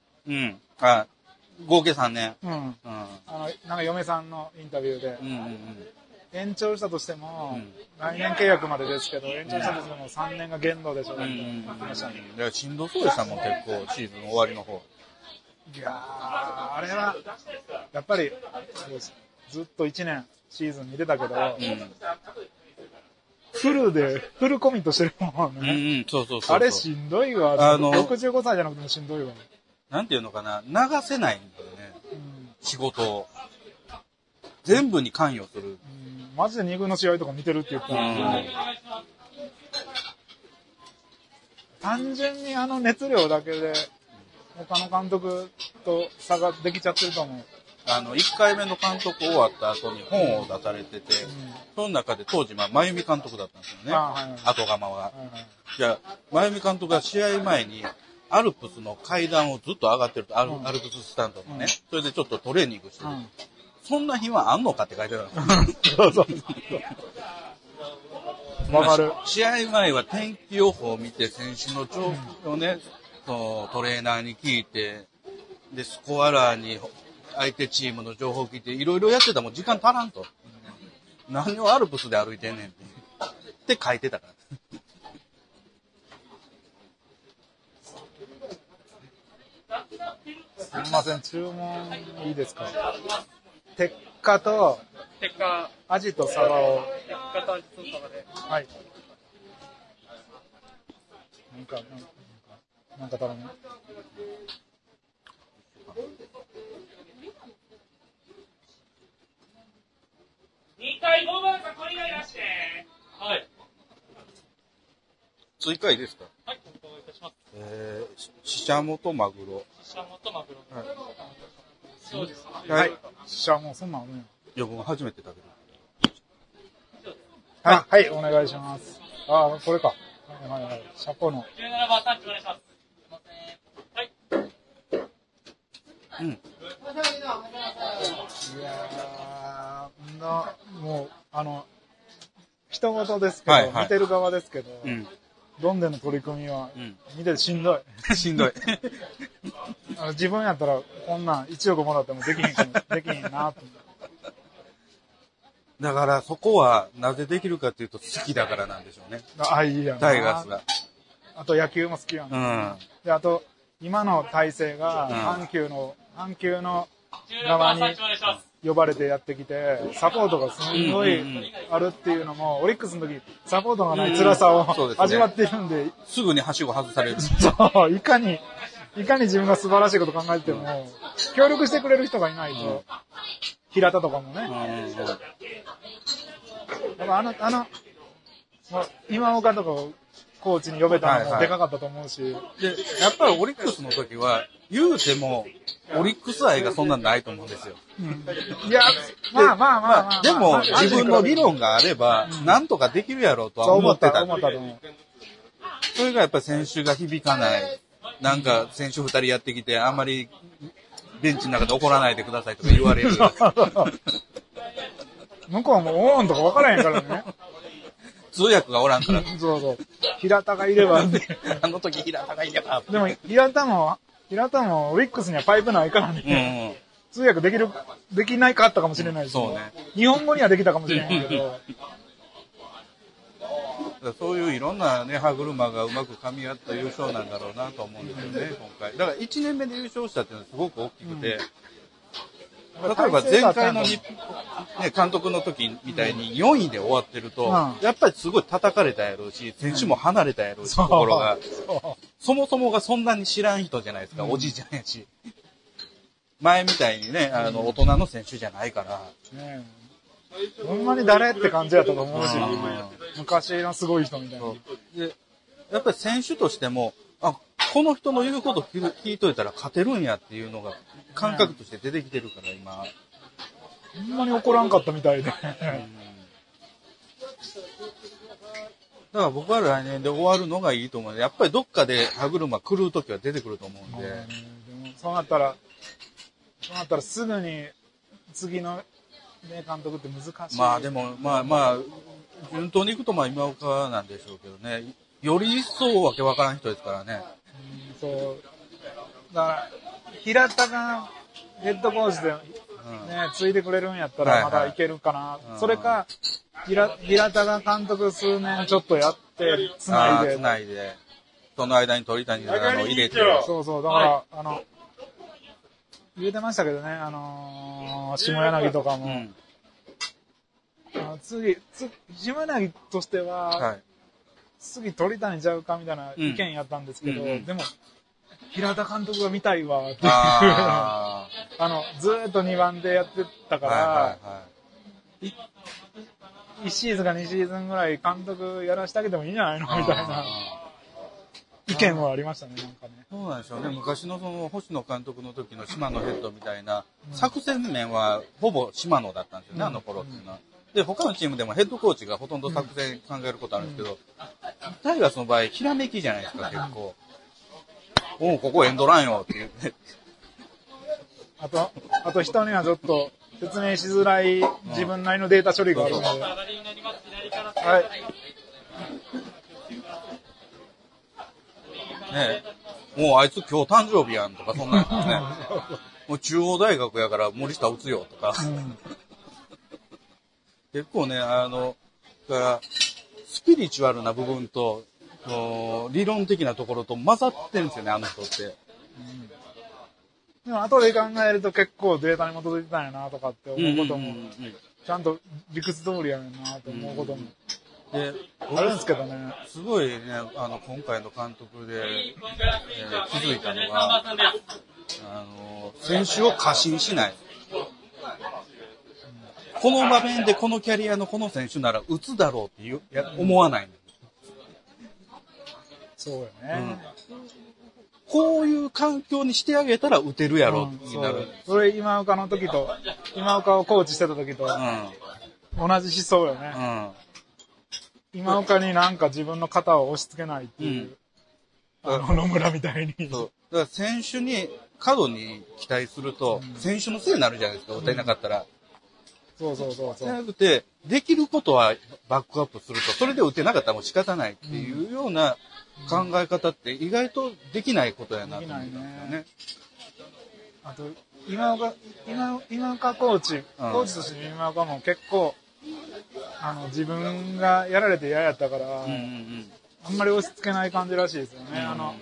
合計3年。 なんか嫁さんのインタビューで。延長したとしても、来年契約までですけど、延長したとしても3年が限度でしょうって言ってましたね。 いや、しんどそうでしたもん、結構、シーズン終わりの方。 いやー、あれは、やっぱり、ずっと1年、シーズン見てたけど、フルコミットしてるもんね。 そうあれしんどいわ。65歳じゃなくてもしんどいわ。 なんていうのかな、流せないんだよね。仕事を。全部に関与する。 マジで2軍の試合とか見てるって言ったら、単純に熱量だけで、他の監督と差ができちゃってると思う。 1回目の監督終わった後に本を出されてて、その中で当時、真由美監督だったんですよね。後釜は。じゃあ、真由美監督が試合前に、アルプスの階段をずっと上がってると、アルプススタンドのね、それでちょっとトレーニングしてる。そんな暇あんのかって書いてあるんですよ。そう。 わかる。 試合前は天気予報を見て、選手の状況をね、トレーナーに聞いて、で、スコアラーに相手チームの情報を聞いて、いろいろやってたらもう時間足らんと。何をアルプスで歩いてんねんって書いてたから。 すみません、注文いいですか？鉄火とアジとサバを。 鉄火とアジとサバで。 はい。なんか頼む。 2回5番さん、これがいらして。はい。 追加いいですか？ はい、お願いいたします。 シシャモとマグロ。 シシャモとマグロ。はい。そうですね。 はい。シシャモ、そんなんあるんや。 いや、僕初めて食べる。 はい、お願いします。これか。はい。シャコの。 17番3お願いします。すいません。はい。 いやー、もう、人事ですけど、見てる側ですけど、ロンデンの取り組みは、見ててしんどい。 しんどい。 自分やったら、こんなん1億もらってもできへんなと。 だからそこはなぜできるかっていうと好きだからなんでしょうね。 いいやな。 タイガースが。 あと野球も好きやん。で、あと、今の体制が、阪急の側に呼ばれてやってきて、サポートがすごいあるっていうのも、オリックスの時、サポートがない辛さを味わってるんで。 すぐにはしご外される。 そう、いかに自分が素晴らしいこと考えても、協力してくれる人がいないと、平田とかもね。だから今岡とかをコーチに呼べたのもでかかったと思うし。 で、やっぱりオリックスの時は、言うても、オリックス愛がそんなないと思うんですよ。 いや、まあ。 でも、自分の理論があれば、なんとかできるやろうとは思ってた。 思ったと思う。 それがやっぱり選手が響かない。 なんか選手2人やってきて、あんまりベンチの中で怒らないでくださいとか言われる。 向こうもオーンとか分からへんからね。 通訳がおらんから。 そうそう。平田がいれば。 あの時平田がいれば。 でも、平田も、ウィックスにはパイプないからね。通訳できないかったかもしれないし。 そうね。 日本語にはできたかもしれないけど。 そういういろんなね、歯車がうまく噛み合った優勝なんだろうなと思うんですよね、今回。だから1年目で優勝したっていうのはすごく大きくて、例えば前回の監督の時みたいに4位で終わってると、やっぱりすごい叩かれたやろうし、選手も離れたやろうし、ところが、そもそもがそんなに知らん人じゃないですか、おじいちゃんやし。前みたいにね、大人の選手じゃないから。 ほんまに誰って感じやったと思うし、昔のすごい人みたいな。 で、やっぱり選手としても、この人の言うこと聞いといたら勝てるんやっていうのが感覚として出てきてるから今。 ほんまに怒らんかったみたいで。だから僕は来年で終わるのがいいと思う。やっぱりどっかで歯車狂う時は出てくると思うんで。 でもそうなったらすぐに次のね、監督って難しい。 まあでも、まあ、順当にいくと今岡なんでしょうけどね。より一層わけわからん人ですからね。 そう。だから、平田がヘッドコーチでね、ついてくれるんやったらまだいけるかな。それか、平田が監督数年ちょっとやって、つないで。 その間に鳥谷が入れて。 そうそう。だから、言うてましたけどね、下柳とかも。下柳としては、次鳥谷ちゃうかみたいな意見やったんですけど、でも、平田監督が見たいわ、っていう。ずーっと2番でやってたから、1シーズンか2シーズンぐらい監督やらせてあげてもいいんじゃないのみたいな意見はありましたね、なんかね。 そうなんですよね。昔のその星野監督の時の島野ヘッドみたいな、作戦面はほぼ島野だったんですよね、あの頃っていうのは。で、他のチームでもヘッドコーチがほとんど作戦考えることあるんですけど、タイガースの場合、ひらめきじゃないですか、結構。ここエンドランよって言って。あと人にはちょっと説明しづらい自分なりのデータ処理があるので。はい。 ねえ、もうあいつ今日誕生日やんとかそんなんですね。もう中央大学やから森下打つよとか。結構ね、スピリチュアルな部分と、理論的なところと混ざってるんですよね、あの人って。 でも後で考えると結構データに基づいてたんやなとかって思うことも、ちゃんと理屈通りやねんなと思うことも。あるんですけどね。 すごいね、今回の監督で、気づいたのが、選手を過信しない。この場面でこのキャリアのこの選手なら打つだろうって思わない。 そうよね、 こういう環境にしてあげたら打てるやろってなる。 それ今岡をコーチしてた時と、同じ思想よね。今岡になんか自分の肩を押し付けないっていう、野村みたいに。 そう。だから選手に過度に期待すると、選手のせいになるじゃないですか、打てなかったら。 そう。 じゃなくて、できることはバックアップすると、それで打てなかったらもう仕方ないっていうような考え方って意外とできないことやなと思うんですよね。 あと、今岡コーチとして今岡も結構、自分がやられて嫌やったから、あんまり押し付けない感じらしいですよね。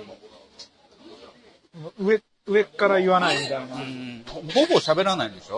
上から言わないみたいな。 ほぼ喋らないんでしょ、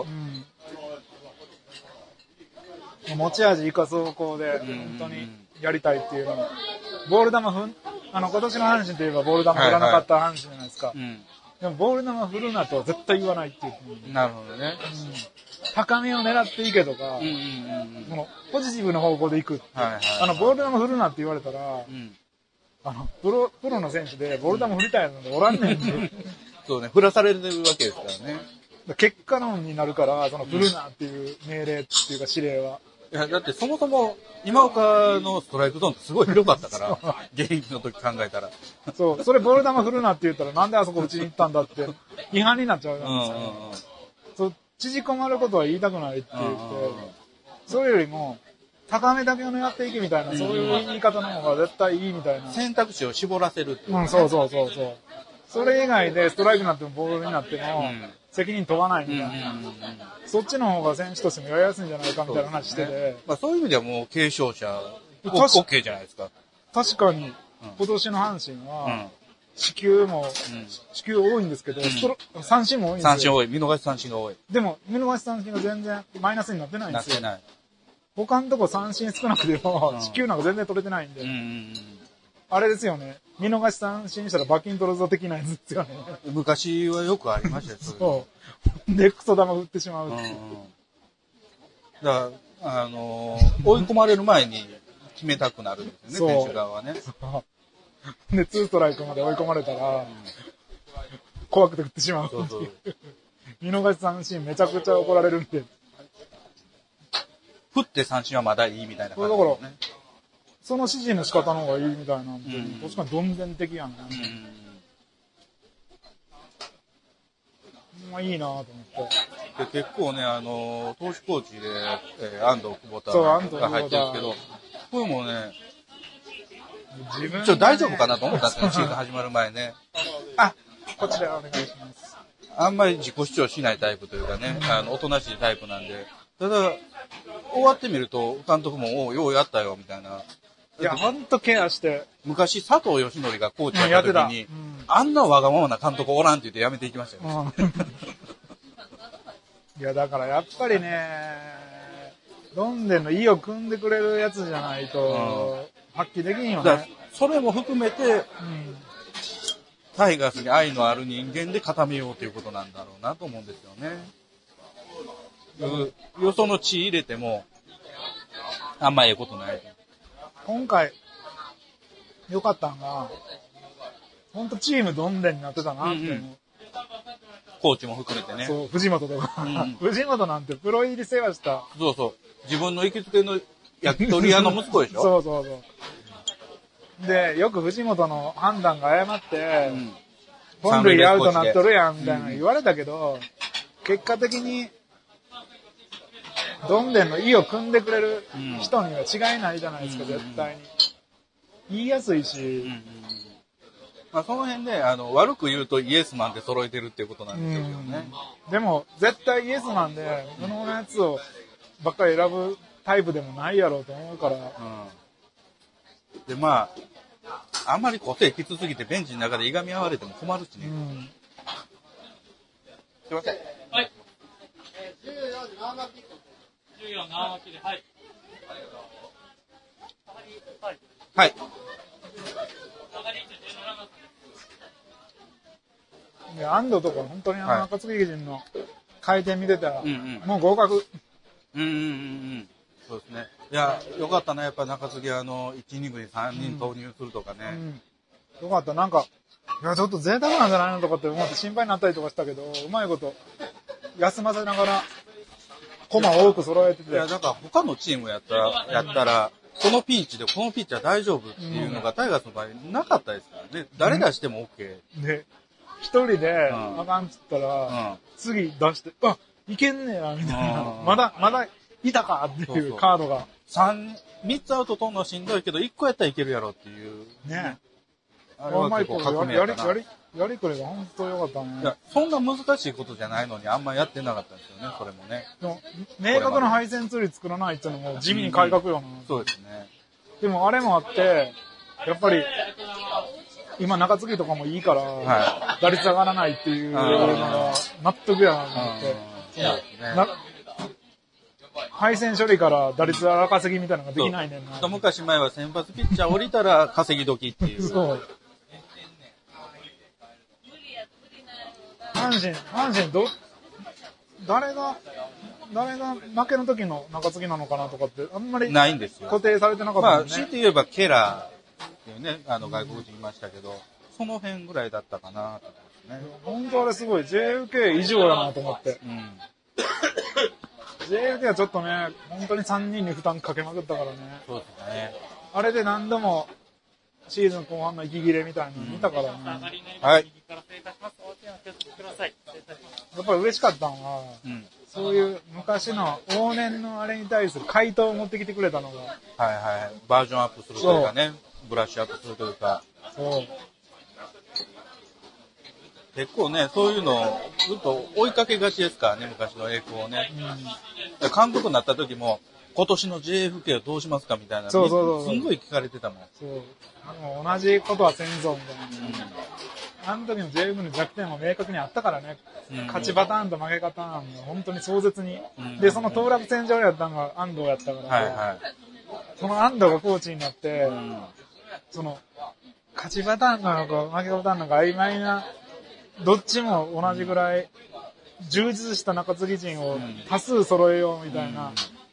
持ち味生かす方向で、本当にやりたいっていうのを。ボール球今年の阪神といえばボール球振らなかった阪神じゃないですか。でもボール球振るなとは絶対言わないっていう。 なるほどね。 高めを狙っていけとか、ポジティブな方向でいくって。ボール球振るなって言われたら、プロの選手でボール球振りたいのでおらんねんで。 そうね、振らされるわけですからね。 結果論になるから、振るなっていう命令っていうか指令は。 いや、だってそもそも、今岡のストライクゾーンってすごい広かったから、現役の時考えたら。 そう、それボール球振るなって言ったら、なんであそこ打ちに行ったんだって、違反になっちゃうじゃないですか。そう、縮こまることは言いたくないって言って、それよりも、高めだけを狙っていけみたいな、そういう言い方の方が絶対いいみたいな。 選択肢を絞らせるっていう、 ね。そう。それ以外でストライクになってもボールになっても、責任問わないみたいな。そっちの方が選手としてもやりやすいんじゃないかみたいな話してて。 まあそういう意味ではもう継承者、OK じゃないですか。 確かに、今年の阪神は、四球多いんですけど、三振も多いんですよ。 三振多い。見逃し三振が多い。 でも、見逃し三振が全然マイナスになってないんですよ。 なってない。 他のとこ三振少なくても、四球なんか全然取れてないんで。あれですよね。見逃し三振したら罰金取るぞ的なやつですよね。 昔はよくありましたよ、 そう。で、クソ球打ってしまう。 だから、追い込まれる前に決めたくなるんですよね、選手側はね。 で、ツーストライクまで追い込まれたら、怖くて打ってしまうっていう。見逃し三振めちゃくちゃ怒られるんで。 振って三振はまだいいみたいな感じですね。だから、 その指示の仕方の方がいいみたいなんで、確かにどんでん的やんね。まあいいなと思って。 で結構ね、投手コーチで、安藤久保田が入ってるんですけど、これもね、大丈夫かなと思ったんですよ、シーズン始まる前ね。 あ、こちらお願いします。 あんまり自己主張しないタイプというかね、おとなしいタイプなんで、ただ、終わってみると、監督も、ようやったよ、みたいな。 いや、ほんとケアして。 昔、佐藤義則がコーチやった時に、あんなわがままな監督おらんって言ってやめていきましたよ。 いや、だからやっぱりね、どんでんの意を組んでくれるやつじゃないと、発揮できんよね。 それも含めて、タイガースに愛のある人間で固めようということなんだろうなと思うんですよね。よその血入れても、あんまええことない。 今回、良かったんが、ほんとチームどんでんになってたなって思う。 コーチも含めてね。 そう、藤本とか。藤本なんてプロ入り世話した。 そうそう。自分の行きつけの焼き鳥屋の息子でしょそう。で、よく藤本の判断が誤って、本塁アウトなっとるやん、みたいな言われたけど、結果的に、どんでんの意を組んでくれる人には違いないじゃないですか、絶対に。言いやすいし。 まあ、その辺で、悪く言うとイエスマンって揃えてるっていうことなんですけどね。 でも、絶対イエスマンで、無能なやつをばっかり選ぶタイプでもないやろうと思うから。 で、まあ、あんまり個性きつすぎてベンチの中でいがみ合われても困るしね。すいません。 はい。14生巻きで、はい。 はい。 いや、安藤とか本当に中継ぎ陣の回転見てたら、もう合格。 そうですね。いや、よかったね。やっぱ中継ぎ1イニングに3人投入するとかね。 よかった。なんか、いや、ちょっと贅沢なんじゃないのとかって思って心配になったりとかしたけど、うまいこと、休ませながら、コマ多く揃えてて。 いや、だから他のチームやったら、このピンチでこのピッチャー大丈夫っていうのがタイガースの場合なかったですからね。誰出しても OK。 で、一人で、あかんっつったら、次出して、あ、いけんねや、みたいな。まだ、いたかっていうカードが。 3つアウト取るのはしんどいけど、1個やったらいけるやろっていう。 ね。 あれは結構革命やったな。 やりくりが本当良かったね。 いや、そんな難しいことじゃないのにあんまやってなかったんですよね、それもね。 でも、明確な配線ツーリ作らないっていうのも地味に改革よな。 そうですね。 でもあれもあって、やっぱり、今中継ぎとかもいいから、打率上がらないっていうのが納得やなと思って。配線処理から打率荒稼ぎみたいなのができないねんな。 一昔前は先発ピッチャー降りたら稼ぎ時っていう。 そう。阪神、誰が負けの時の中継ぎなのかなとかって、あんまりないんですよ。 固定されてなかったもんね。 まあ、強いて言えばケラーっていうね、外国人いましたけど、その辺ぐらいだったかなと思いますね。 本当あれすごい、JFK 以上やなと思って。 JFK はちょっとね、本当に3人に負担かけまくったからね。 そうですね。 あれで何度もシーズン後半の息切れみたいなの見たからね。 はい。 やっぱり嬉しかったのは、そういう昔の往年のあれに対する回答を持ってきてくれたのが。 はいはい。バージョンアップするというかね、ブラッシュアップするというか。 そう。 結構ね、そういうのをずっと追いかけがちですからね、昔の栄光をね。監督になった時も、今年の JFK をどうしますかみたいな。 そう。 すんごい聞かれてたもん。 そう。もう同じことはせんぞ、みたいな。あの時の JFK の弱点も明確にあったからね。勝ちパターンと負けパターンが本当に壮絶に。で、その当落戦場やったのが安藤やったから、その安藤がコーチになって、その、勝ちパターンなのか負けパターンなのか曖昧な、どっちも同じぐらい充実した中継ぎ陣を多数揃えようみたいな、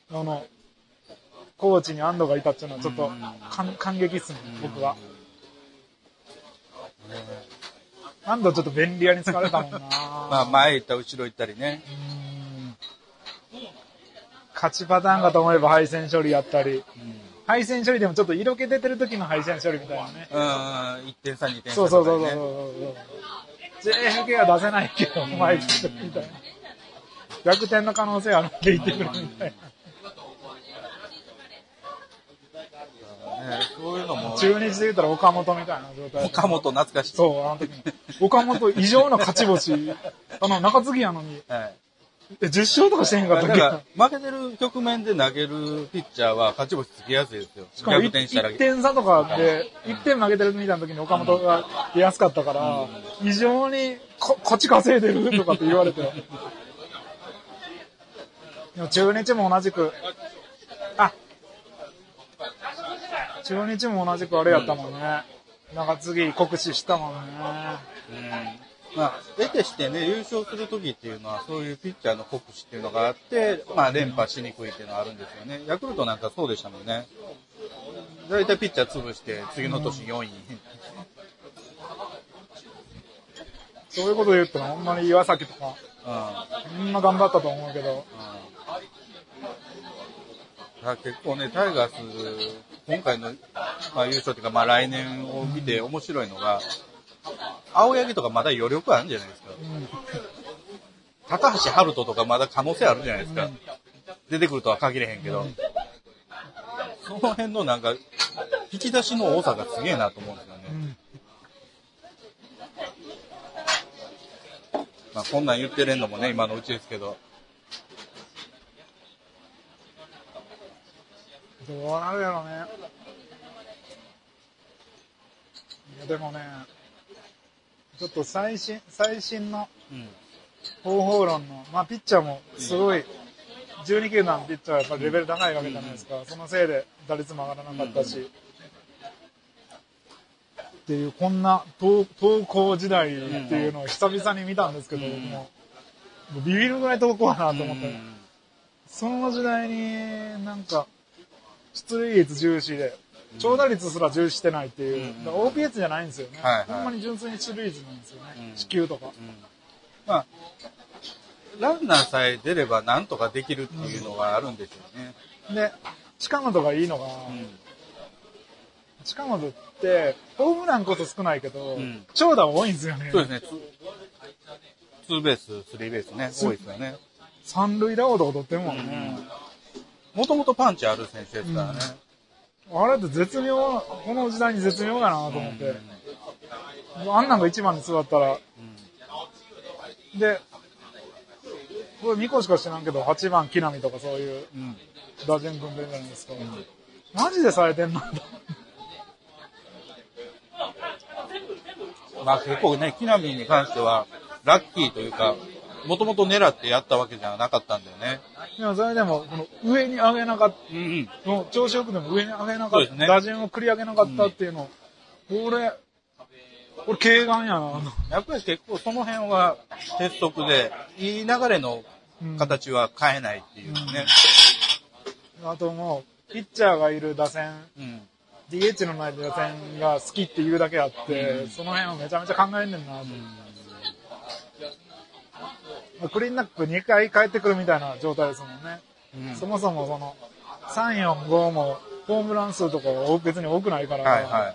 コーチに安藤がいたっていうのはちょっと感激っすね、僕は。安藤ちょっと便利屋に疲れたもんなまあ前行った後ろ行ったりね。 勝ちパターンかと思えば敗戦処理やったり、敗戦処理でもちょっと色気出てる時の敗戦処理みたいなね。 1点差2点差、 そう。JFK は出せないけど、敗戦処理みたいな。逆転の可能性あるって言ってくるみたいな。 そういうのも。 中日で言ったら岡本みたいな状態。 岡本懐かしい。 そう、あの時に。岡本異常な勝ち星。中継ぎやのに。10勝とかしてへんかったっけ？ だから負けてる局面で投げるピッチャーは勝ち星つきやすいですよ。 しかも1点差とかで、1点負けてるみたいな時に岡本が出やすかったから、異常に勝ち稼いでるとかって言われて。でも中日も同じく、中日も同じくあれやったもんね。中継ぎ酷使したもんね。 まあ、得てしてね、優勝するときっていうのは、そういうピッチャーの酷使っていうのがあって、まあ、連覇しにくいっていうのはあるんですよね。ヤクルトなんかそうでしたもんね。だいたいピッチャー潰して、次の年4位。 そういうこと言ったら、ほんまに岩崎とか、みんな頑張ったと思うけど。 結構ね、タイガース、今回の、まあ、優勝っていうか、まあ、来年を見て面白いのが、青柳とかまだ余力あるんじゃないですか。高橋遥人とかまだ可能性あるじゃないですか。出てくるとは限れへんけど。その辺のなんか、引き出しの多さがすげえなと思うんですよね。まあ、こんなん言ってれんのもね、今のうちですけど。 どうなるやろうね。いやでもね、ちょっと最新の方法論の、まあピッチャーもすごい、12球団のピッチャーはやっぱりレベル高いわけじゃないですか。そのせいで打率も上がらなかったし。っていう、こんな投稿時代っていうのを久々に見たんですけど、もうビビるぐらい投稿やなと思って。その時代になんか、出塁率重視で、長打率すら重視してないっていう、OPS じゃないんですよね。ほんまに純粋に出塁率なんですよね。四球とか。 まあ、ランナーさえ出ればなんとかできるっていうのがあるんですよね。 で、近本がいいのが、近本って、ホームランこそ少ないけど、長打多いんですよね。 そうですね。2ベース、3ベースね、多いですよね。 三塁打王とか取ってるもんね。 もともとパンチある選手ですからね。 あれって絶妙、この時代に絶妙やなと思って。あんなんが1番に座ったら。で、これ2個しかしてないけど、8番木浪とかそういう打順組んでるじゃないですか。マジでされてんのまあ結構ね、木浪に関しては、ラッキーというか、もともと狙ってやったわけじゃなかったんだよね。 でもそれでも、この上に上げなかった、もう調子よくでも上に上げなかった、打順を繰り上げなかったっていうの、俺、軽眼やな。 やっぱり結構その辺は鉄則で、いい流れの形は変えないっていうね。 あともう、ピッチャーがいる打線、DH のない打線が好きっていうだけあって、その辺をめちゃめちゃ考えんねんなと。 クリーンナップ2回帰ってくるみたいな状態ですもんね。 うん、 そもそもその、3、4、5も、ホームラン数とかは別に多くないから。 はいはい。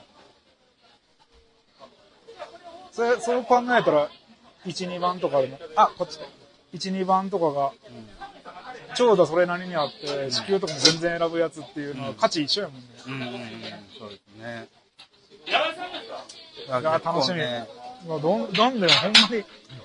そう考えたら、1、2番とかでも、あ、こっち、1、2番とかが、長打それなりにあって、四球とかも全然選ぶやつっていうのは価値一緒やもんね。 そうですね。 いや、楽しみ。どんどんほんまに、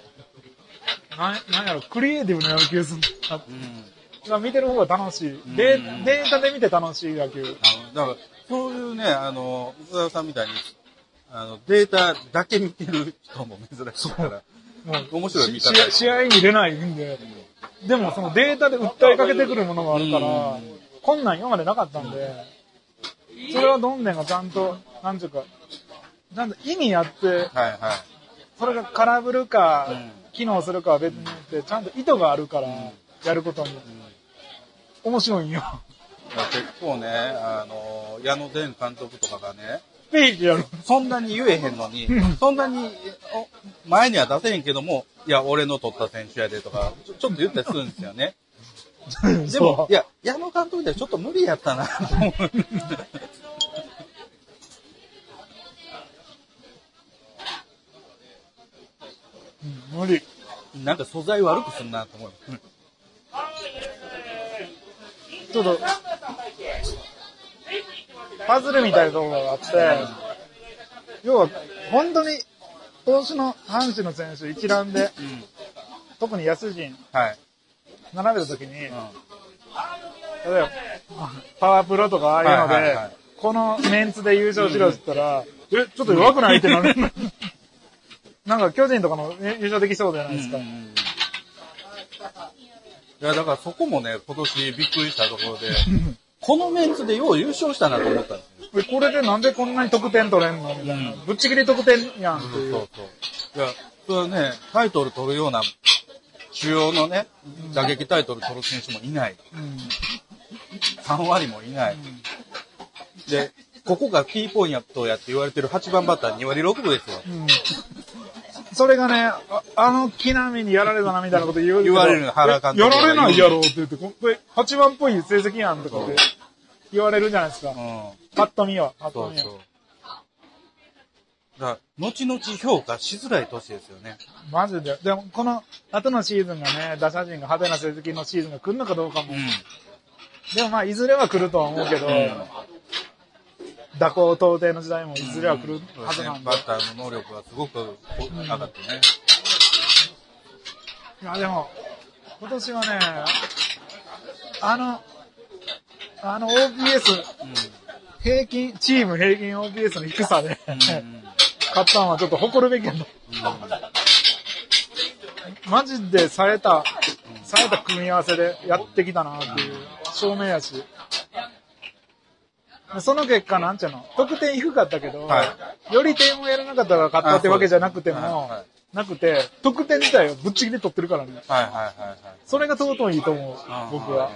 なんやろ、クリエイティブな野球する。見てる方が楽しい。データで見て楽しい野球。 だから、そういうね、岡田さんみたいに、データだけ見てる人も珍しいから、面白い見方。 試合に入れないんで、でもそのデータで訴えかけてくるものがあるから、こんなん今までなかったんで、それはどんでんがちゃんと、なんていうか、なんと意味あって、それが空振るか、機能するかは別に言って、ちゃんと意図があるから、やることに。面白いんよ。 結構ね、矢野前監督とかがね、そんなに言えへんのに、そんなに前には出せへんけども、いや、俺の取った選手やでとか、ちょっと言ったりするんですよね。でも、いや、矢野監督ではちょっと無理やったな、と思う。 無理。 なんか素材悪くすんなと思う。 ちょっと、パズルみたいなところがあって、要は、本当に、投手の阪神の選手一覧で、特に野手陣、並べたときに、例えば、パワープロとかああいうので、このメンツで優勝しろって言ったら、ちょっと弱くないってなる。なんか巨人とかの優勝できそうじゃないですか。 いや、だからそこもね、今年びっくりしたところで、このメンツでよう優勝したなと思ったんですよ。 これでなんでこんなに得点取れんのみたいな。ぶっちぎり得点やんっていう。 そう。いや、それはね、タイトル取るような、主要のね、打撃タイトル取る選手もいない。3割もいない。で、ここがキーポイントやって言われてる8番バッター2割6分ですよ。 それがね、木浪にやられたなみたいなこと言われる原監督。 やられないやろって言って、これ8番っぽい成績やんとかって言われるじゃないですか。パッと見は。 そう。だから、後々評価しづらい年ですよね。 マジで。でも、この後のシーズンがね、打者陣が派手な成績のシーズンが来るのかどうかも。でもまあ、いずれは来るとは思うけど、蛇行到底の時代もいずれは来るはずなんで。 バッターの能力がすごく上がってね。 いや、でも、今年はね、OPS、チーム平均 OPS の低さで、勝ったのはちょっと誇るべきやと。マジで冴えた組み合わせでやってきたなっていう証明やし。その結果、なんちゅうの、得点低かったけど、より点をやらなかったから勝ったってわけじゃなくても、得点自体をぶっちぎり取ってるからね。それが尊いと思う、僕は。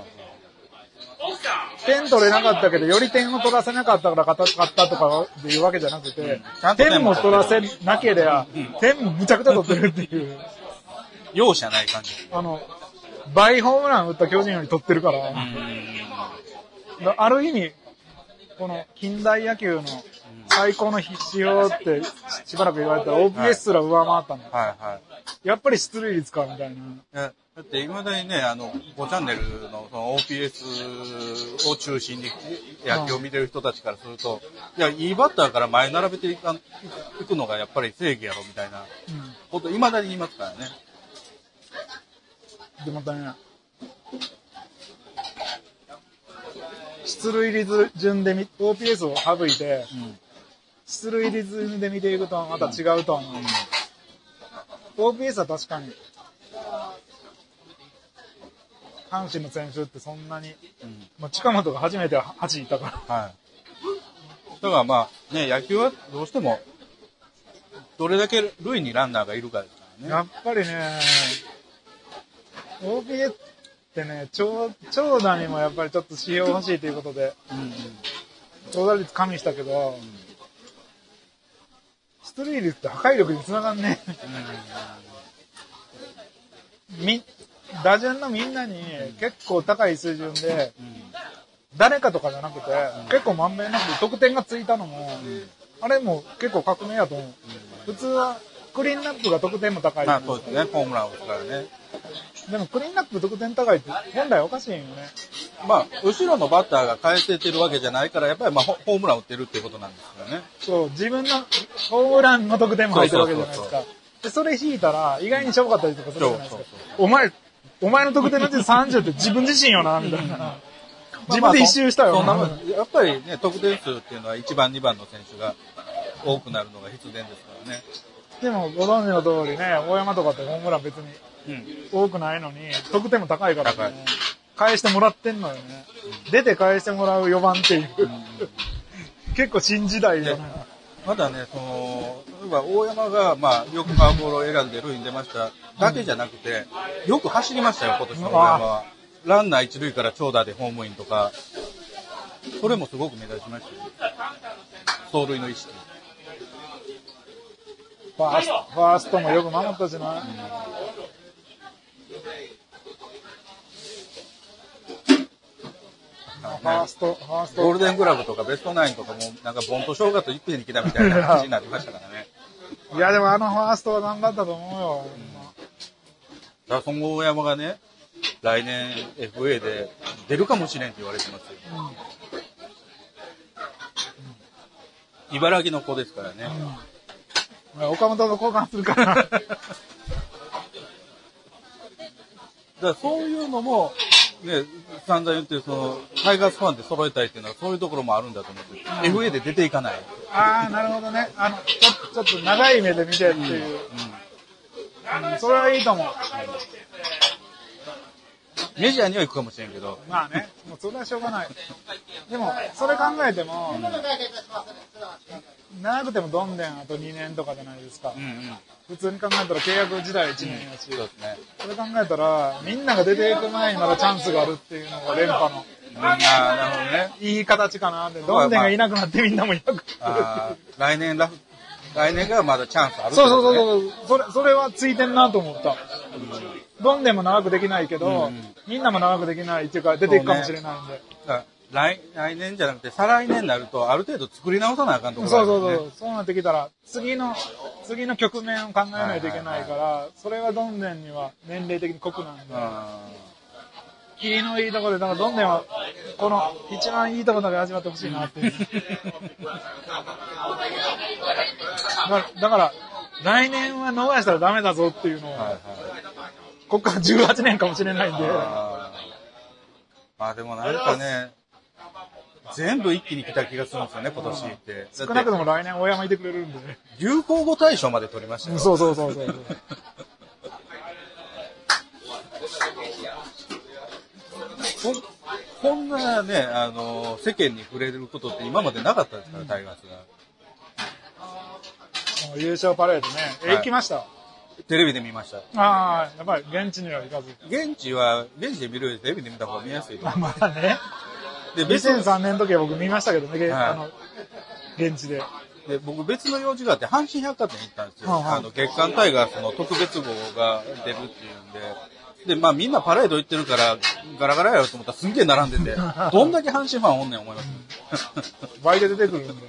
点取れなかったけど、より点を取らせなかったから勝ったとかっていうわけじゃなくて、点も取らせなければ、点もむちゃくちゃ取ってるっていう。 容赦ない感じ。 倍ホームラン打った巨人より取ってるから、ある意味、この近代野球の最高の指標ってしばらく言われたら OPS すら上回ったの。やっぱり出塁率かみたいな。 だって今だにね、5チャンネルのその OPS を中心に野球を見てる人たちからすると、いや、いいバッターから前並べていくのがやっぱり正義やろみたいなこと、未だに言いますからね。 で、またね、出塁率順でOPS を省いて、出塁率順で見ていくとまた違うと思う。OPS は確かに、阪神の選手ってそんなに、近本が初めて8位いたから。 だからまあ、ね、野球はどうしても、どれだけ塁にランナーがいるかですからね。 やっぱりね、OPS ってね、長打にもやっぱりちょっと指標欲しいということで、長打率加味したけど、出塁率って破壊力につながんね。 打順のみんなに結構高い水準で、誰かとかじゃなくて、結構まんべんなく得点がついたのも、あれも結構革命やと思う。普通はクリーンナップが得点も高い。 まあそうですね、ホームランを打つからね。 でもクリーンナップ得点高いって本来おかしいよね。 まあ、後ろのバッターが返せてるわけじゃないから、やっぱりまあホームラン打ってるっていうことなんですよね。 そう、自分のホームランの得点も入ってるわけじゃないですか。で、それ引いたら意外にしょぼかったりとかするじゃないですか。お前の得点のうち30って自分自身よな、みたいな。自分で一周したよな。 やっぱりね、得点数っていうのは1番、2番の選手が多くなるのが必然ですからね。 でも、ご存知の通りね、大山とかってホームラン別に多くないのに、得点も高いからね。返してもらってんのよね。出て返してもらう4番っていう。結構新時代よね。 まだね、例えば大山が、まあ、よくフォアボールを選んで塁に出ましただけじゃなくて、よく走りましたよ、今年の大山は。ランナー一塁から長打でホームインとか、それもすごく目立ちましたよ。走塁の意識。 ファーストもよく守ったしな。ファースト。 ゴールデングラブとかベストナインとかも、なんかボンと正月一遍に来たみたいな感じになってましたからね。 いや、でもファーストは頑張ったと思うよ。 だからその大山がね、来年 FA で出るかもしれんって言われてますよ。茨城の子ですからね。 岡本と交換するから。だからそういうのも、ね、散々言ってるタイガースファンで揃えたいっていうのはそういうところもあるんだと思って、FA で出ていかない。 ああ、なるほどね。ちょっと長い目で見てっていう。それはいいと思う。 メジャーには行くかもしれんけど。 まあね、もうそれはしょうがない。でも、それ考えても、長くてもどんでんあと2年とかじゃないですか。普通に考えたら契約自体1年やし、 そうですね。 それ考えたら、みんなが出ていく前にまだチャンスがあるっていうのが連覇の。 なるほどね。 いい形かなって。どんでんがいなくなってみんなもいなくなる。 来年がまだチャンスある、ね。 そう。それはついてんなと思った。どんでんも長くできないけど、みんなも長くできないっていうか、出ていくかもしれないんで。 来年じゃなくて、再来年になると、ある程度作り直さなあかんところがある、ね。 そうなってきたら、次の局面を考えないといけないから、それはどんでんには年齢的に濃くなんで。霧のいいところで、だからどんでんは、この一番いいところだけ味わってほしいなっていう。だから、来年は逃したらダメだぞっていうのを、こっから18年かもしれないんで。 まあでもなんかね、全部一気に来た気がするんですよね、今年って。 少なくとも来年大山いてくれるんでね。 流行語大賞まで取りましたよ。 そう。 こんなね、世間に触れることって今までなかったですから、タイガースが。 優勝パレードね。行きました。 テレビで見ました。 ああ、やっぱり現地には行かず。 現地で見るよりテレビで見た方が見やすい。 まあね。 で、 2003年の時は僕見ましたけどね、現地で。 で、僕別の用事があって、阪神百貨店行ったんですよ。月刊タイガースの特別号が出るっていうんで。で、まあみんなパレード行ってるから、ガラガラやろと思ったらすんげえ並んでて、どんだけ阪神ファンおんねん思います。 倍で出てくるんで。い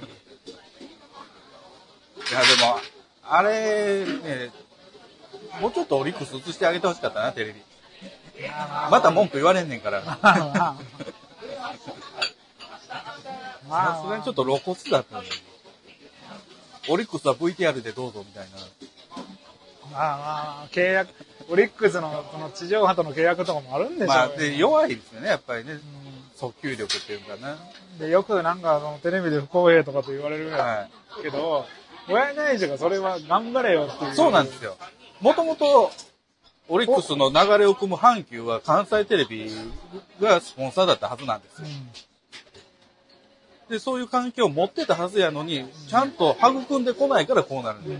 や、でも、あれ、ね、もうちょっとオリックス映してあげてほしかったな、テレビ。また文句言われんねんから。さすがにちょっと露骨だったんで。オリックスは VTR でどうぞみたいな。契約、オリックスのこの地上波との契約とかもあるんでしょうね。 まあ、で、弱いですよね、やっぱりね。訴求力っていうかな。 で、よくなんかテレビで不公平とかと言われるけど、親会社がそれは頑張れよっていう。 そうなんですよ。もともと、オリックスの流れを組む阪急は関西テレビがスポンサーだったはずなんですよ。で、そういう環境を持ってたはずやのに、ちゃんと育んでこないからこうなるんですよ。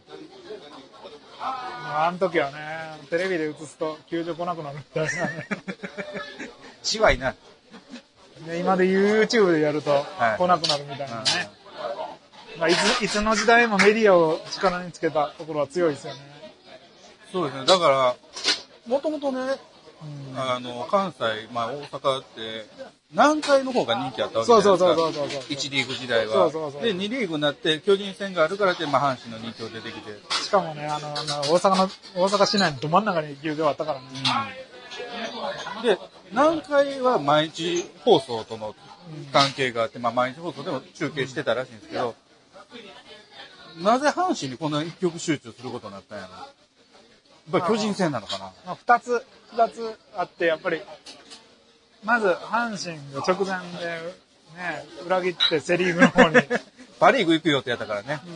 あの時はね、テレビで映すと球場来なくなるみたいなね。 しわいな。 今で YouTube でやると来なくなるみたいなね。まあ、いつの時代もメディアを力につけたところは強いですよね。 そうですね。だから、 もともとね、関西、まあ大阪って、南海の方が人気あったわけじゃないですか。 そう。 1リーグ時代は。 そう。 で、2リーグになって、巨人戦があるからって、まあ阪神の人気を出てきて。 しかもね、大阪市内のど真ん中に球場あったからね。 で、南海は毎日放送との関係があって、まあ毎日放送でも中継してたらしいんですけど、なぜ阪神にこんな一極集中することになったんやろ。やっぱり巨人戦なのかな。 まあ、二つあって、やっぱり、まず阪神が直前で、ね、裏切ってセリーグの方に。 パリーグ行くよってやったからね。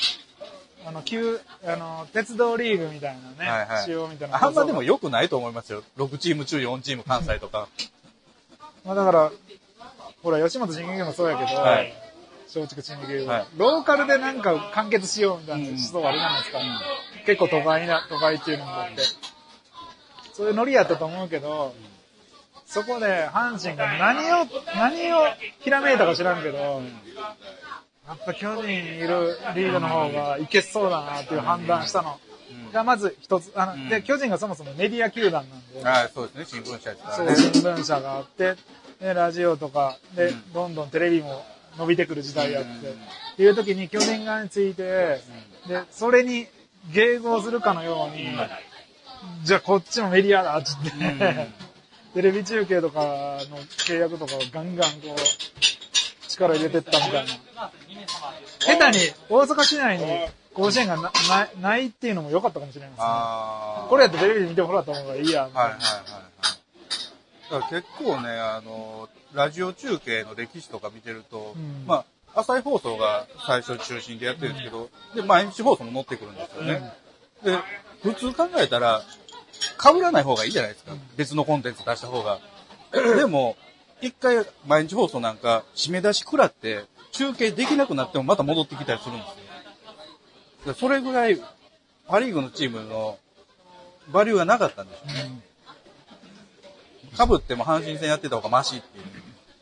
鉄道リーグみたいなね、仕様みたいな。 あんまでも良くないと思いますよ。6チーム中4チーム関西とか。 まあだから、ほら、吉本新喜劇もそうやけど、松竹新喜劇、ローカルでなんか完結しようみたいな思想あるじゃないですか。結構都会っていうのもあって。そういうノリやったと思うけど、そこで阪神が何をひらめいたか知らんけど、やっぱ巨人いるリーグの方がいけそうだなっていう判断したのがまず一つ。で、巨人がそもそもメディア球団なんで。 そうですね、新聞社ですからね。そう、新聞社があって、で、ラジオとか、で、どんどんテレビも伸びてくる時代やって、っていう時に巨人側について、で、それに迎合するかのように、じゃあこっちもメディアだって言って、テレビ中継とかの契約とかをガンガンこう、力入れてったみたいな。下手に大阪市内に甲子園がないっていうのも良かったかもしれないですね。これやってテレビで見てもらった方がいいや。 だから結構ね、ラジオ中継の歴史とか見てると、まあ、朝日放送が最初中心でやってるんですけど、で、毎日放送も乗ってくるんですよね。で、普通考えたら、被らない方がいいじゃないですか。別のコンテンツ出した方が。でも、一回毎日放送なんか締め出し食らって中継できなくなってもまた戻ってきたりするんですよ。それぐらいパリーグのチームのバリューがなかったんですよね。被っても阪神戦やってた方がマシっていう。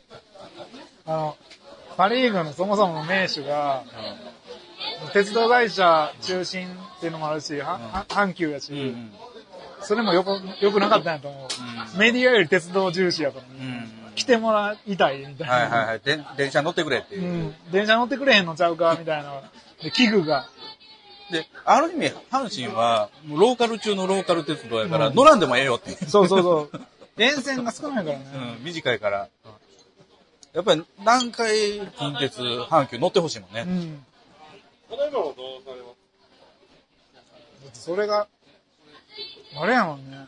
パリーグのそもそもの名手が、鉄道会社中心っていうのもあるし、阪急やし、それもよくなかったんやと思う。メディアより鉄道重視やからね。来てもらいたいみたいな。 電車乗ってくれっていう。 電車乗ってくれへんのちゃうかみたいな。で、器具が。 で、ある意味、阪神は、ローカル中のローカル鉄道やから、乗らんでもええよって。 そう。沿線が少ないからね。 短いから。やっぱり、南海、近鉄、阪急乗ってほしいもんね。 この今もどうされます？それが、あれやもんね。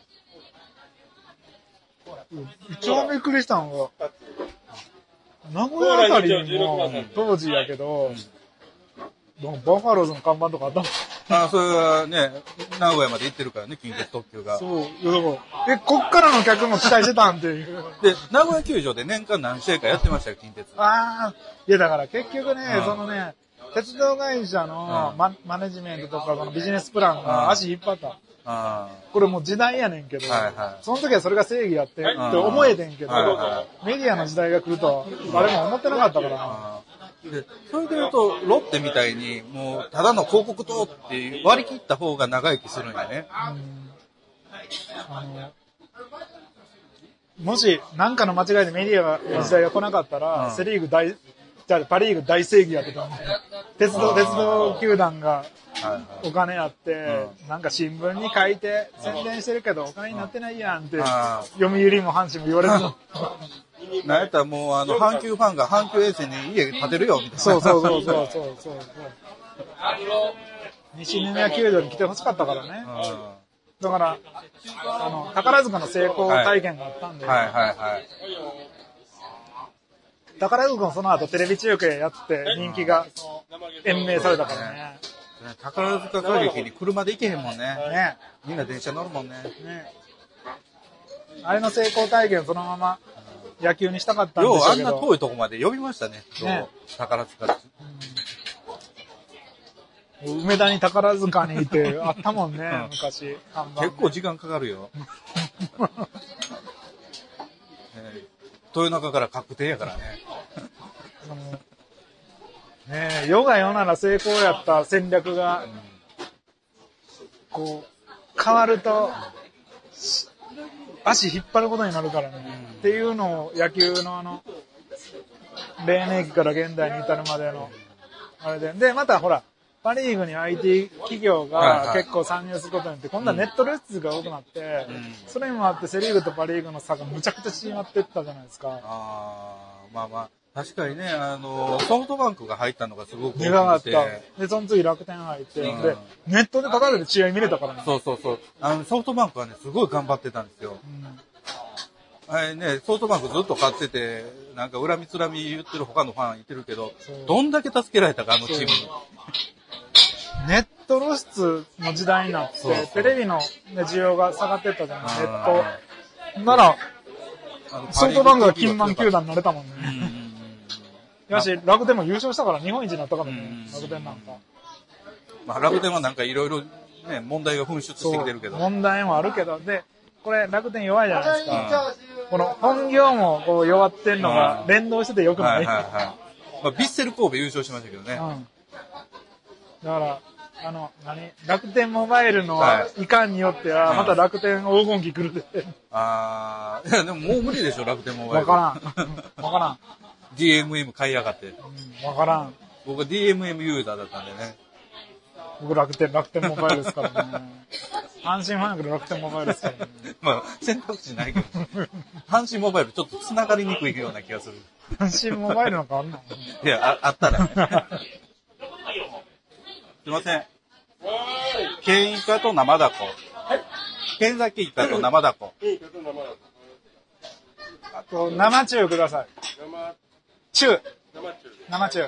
一番びっくりしたのが、名古屋あたりにも、当時やけど、バファローズの看板とかあったもん。 それはね、名古屋まで行ってるからね、近鉄特急が。 そう。こっからの客も期待してたんっていう。 で、名古屋球場で年間何試合かやってましたよ、近鉄。 いやだから結局ね、鉄道会社のマネジメントとかこのビジネスプランが足引っ張った。これもう時代やねんけど、その時はそれが正義やってって思えてんけど、メディアの時代が来ると誰も思ってなかったから。 で、それで言うと、ロッテみたいに、もう、ただの広告塔って割り切った方が長生きするんやね。 もし、なんかの間違いでメディアの時代が来なかったら、パリーグ大正義やってたんで、鉄道球団がお金あって、なんか新聞に書いて宣伝してるけどお金になってないやんって、読売も阪神も言われてた。 なんやったらもう阪急ファンが阪急沿線に家建てるよみたいな。 そう。西宮球場に来てほしかったからね。だから、宝塚の成功体験があったんで。宝塚もその後テレビ中継やって人気が延命されたからね。 宝塚歌劇に車で行けへんもんね。みんな電車乗るもんね。 あれの成功体験をそのまま野球にしたかったんでしょうけど。 あんな遠いとこまで呼びましたね。宝塚。 梅田に宝塚にいてあったもんね、昔。 結構時間かかるよ。豊中から確定やからね。 世が世なら成功やった戦略が、こう、変わると、 足引っ張ることになるからね。っていうのを野球の黎明期から現代に至るまでの、あれで。で、またほら、パリーグに IT 企業が結構参入することによって、今度はネット露出が多くなって、それにもあってセリーグとパリーグの差がむちゃくちゃ縮まっていったじゃないですか。 まあまあ、確かにね、ソフトバンクが入ったのがすごく大きくて。で、その次楽天入って、で、ネットでタダで試合見れたからね。 そう。ソフトバンクはね、すごい頑張ってたんですよ。あれね、ソフトバンクずっと勝ってて、なんか恨みつらみ言ってる他のファンいてるけど、どんだけ助けられたか、あのチームに。 ネット露出の時代になって、テレビの、ね、需要が下がってったじゃん。ネット。なら、ソフトバンクが金満球団になれたもんね。やし、楽天も優勝したから日本一になったからね、楽天なんか。 まあ、楽天はなんかいろいろね、問題が噴出してきてるけど。 問題もあるけど、で、これ楽天弱いじゃないですか。この本業もこう弱ってんのが連動しててよくない？ まあ、ヴィッセル神戸優勝しましたけどね。 だから、楽天モバイルのいかんによっては、また楽天黄金期来るで。 いや、でももう無理でしょ、楽天モバイル。 わからん。 DMM 買いやがって。 わからん。 僕は DMM ユーザーだったんでね。 僕楽天モバイルですからね。阪神ファンやけど楽天モバイルですからね。 まあ、選択肢ないけど。阪神モバイルちょっと繋がりにくいような気がする。 阪神モバイルなんかあんの？ いや、あったらね。すいません。ケンイカと生ダコ。ケンザキイカと生ダコ。 あと、生中ください。生中。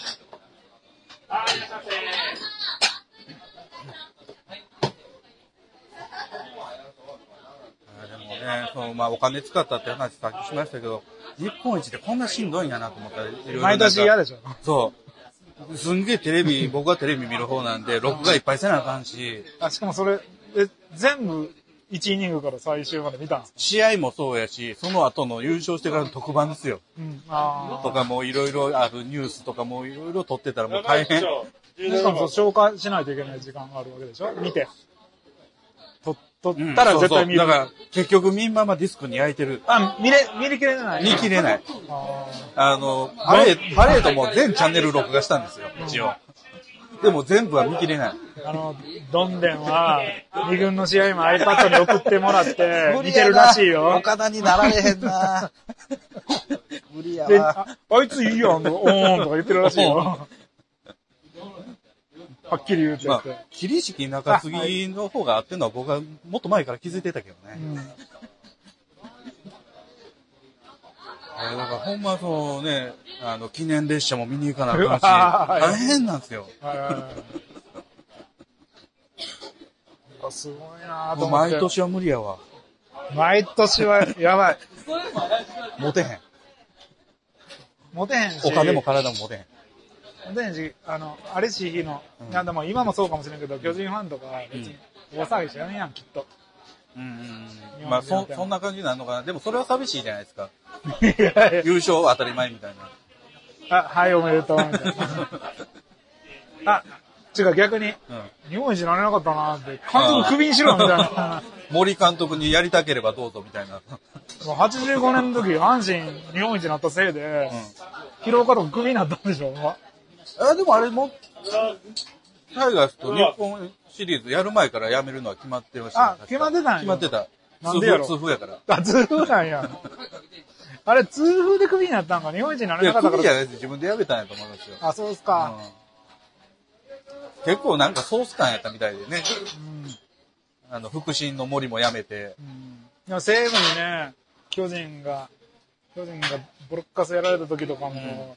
でもね、まあお金使ったって話さっきしましたけど、日本一ってこんなしんどいんやなと思ったら、 毎年嫌でしょ。 そう。すんげえ僕はテレビ見る方なんで、録画いっぱいせなあかんし。 しかもそれ、全部1イニングから最終まで見たんですか？ 試合もそうやし、その後の優勝してからの特番ですよ。とかもいろいろあるニュースとかもいろいろ撮ってたらもう大変。 しかも消化しないといけない時間があるわけでしょ？見て。撮ったら絶対見る。 だから、結局ミンママディスクに焼いてる。 見きれない。 見切れない。パレードも全チャンネル録画したんですよ、一応。でも全部は見切れない。 どんでんは、2軍の試合も iPad に送ってもらって、見てるらしいよ。 岡田になられへんな無理やわ。 あいついいよ、おーんとか言ってるらしいよ。はっきり言うて。 桐敷中継ぎの方があってんのは僕はもっと前から気づいてたけどね。だからほんまそうね、記念列車も見に行かなあかんし、大変なんですよ。 すごいなと思って。 毎年は無理やわ。 毎年はやばい。 モテへんし。お金も体もモテへん。 あれし日の、でも今もそうかもしれんけど、巨人ファンとか別に大騒ぎしやんやん、きっと。 まあそんな感じになるのかな。でもそれは寂しいじゃないですか。優勝当たり前みたいな。はい、おめでとう、みたいな。違う、逆に、日本一になれなかったなって、監督クビにしろ、みたいな。 森監督にやりたければどうぞ、みたいな。 85年の時、阪神日本一になったせいで、広岡とかクビになったんでしょ？ でもあれも、タイガースと日本シリーズやる前から辞めるのは決まってました。 決まってたんや。 決まってた。 なんでやろ？ 痛風やから。 痛風なんや。あれ、痛風でクビになったんか、日本一になれなかったから。 クビじゃないです。自分で辞めたんやと思いますよ。 そうですか。 結構なんかソース感やったみたいでね。腹心の森も辞めて。 でも西武にね、巨人がボロッカスやられた時とかも、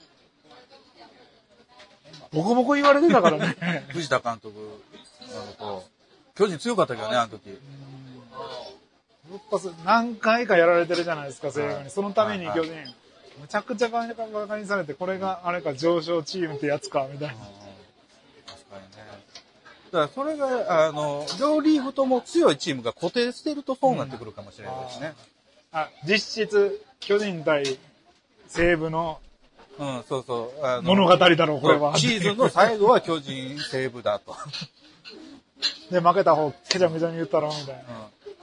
ボコボコ言われてたからね。 藤田監督、巨人強かったけどね、あの時。 ボロッカス何回かやられてるじゃないですか、西武に。そのために巨人、むちゃくちゃバカにされて、これがあれか上昇チームってやつか、みたいな。 確かにね。だからそれが、両リーグとも強いチームが固定してるとそうなってくるかもしれないですね。 実質、巨人対西武の、 そうそう。 物語だろう、これは。 シーズンの最後は巨人、西武だと。 で、負けた方、けちゃめちゃに言ったろ、みたいな。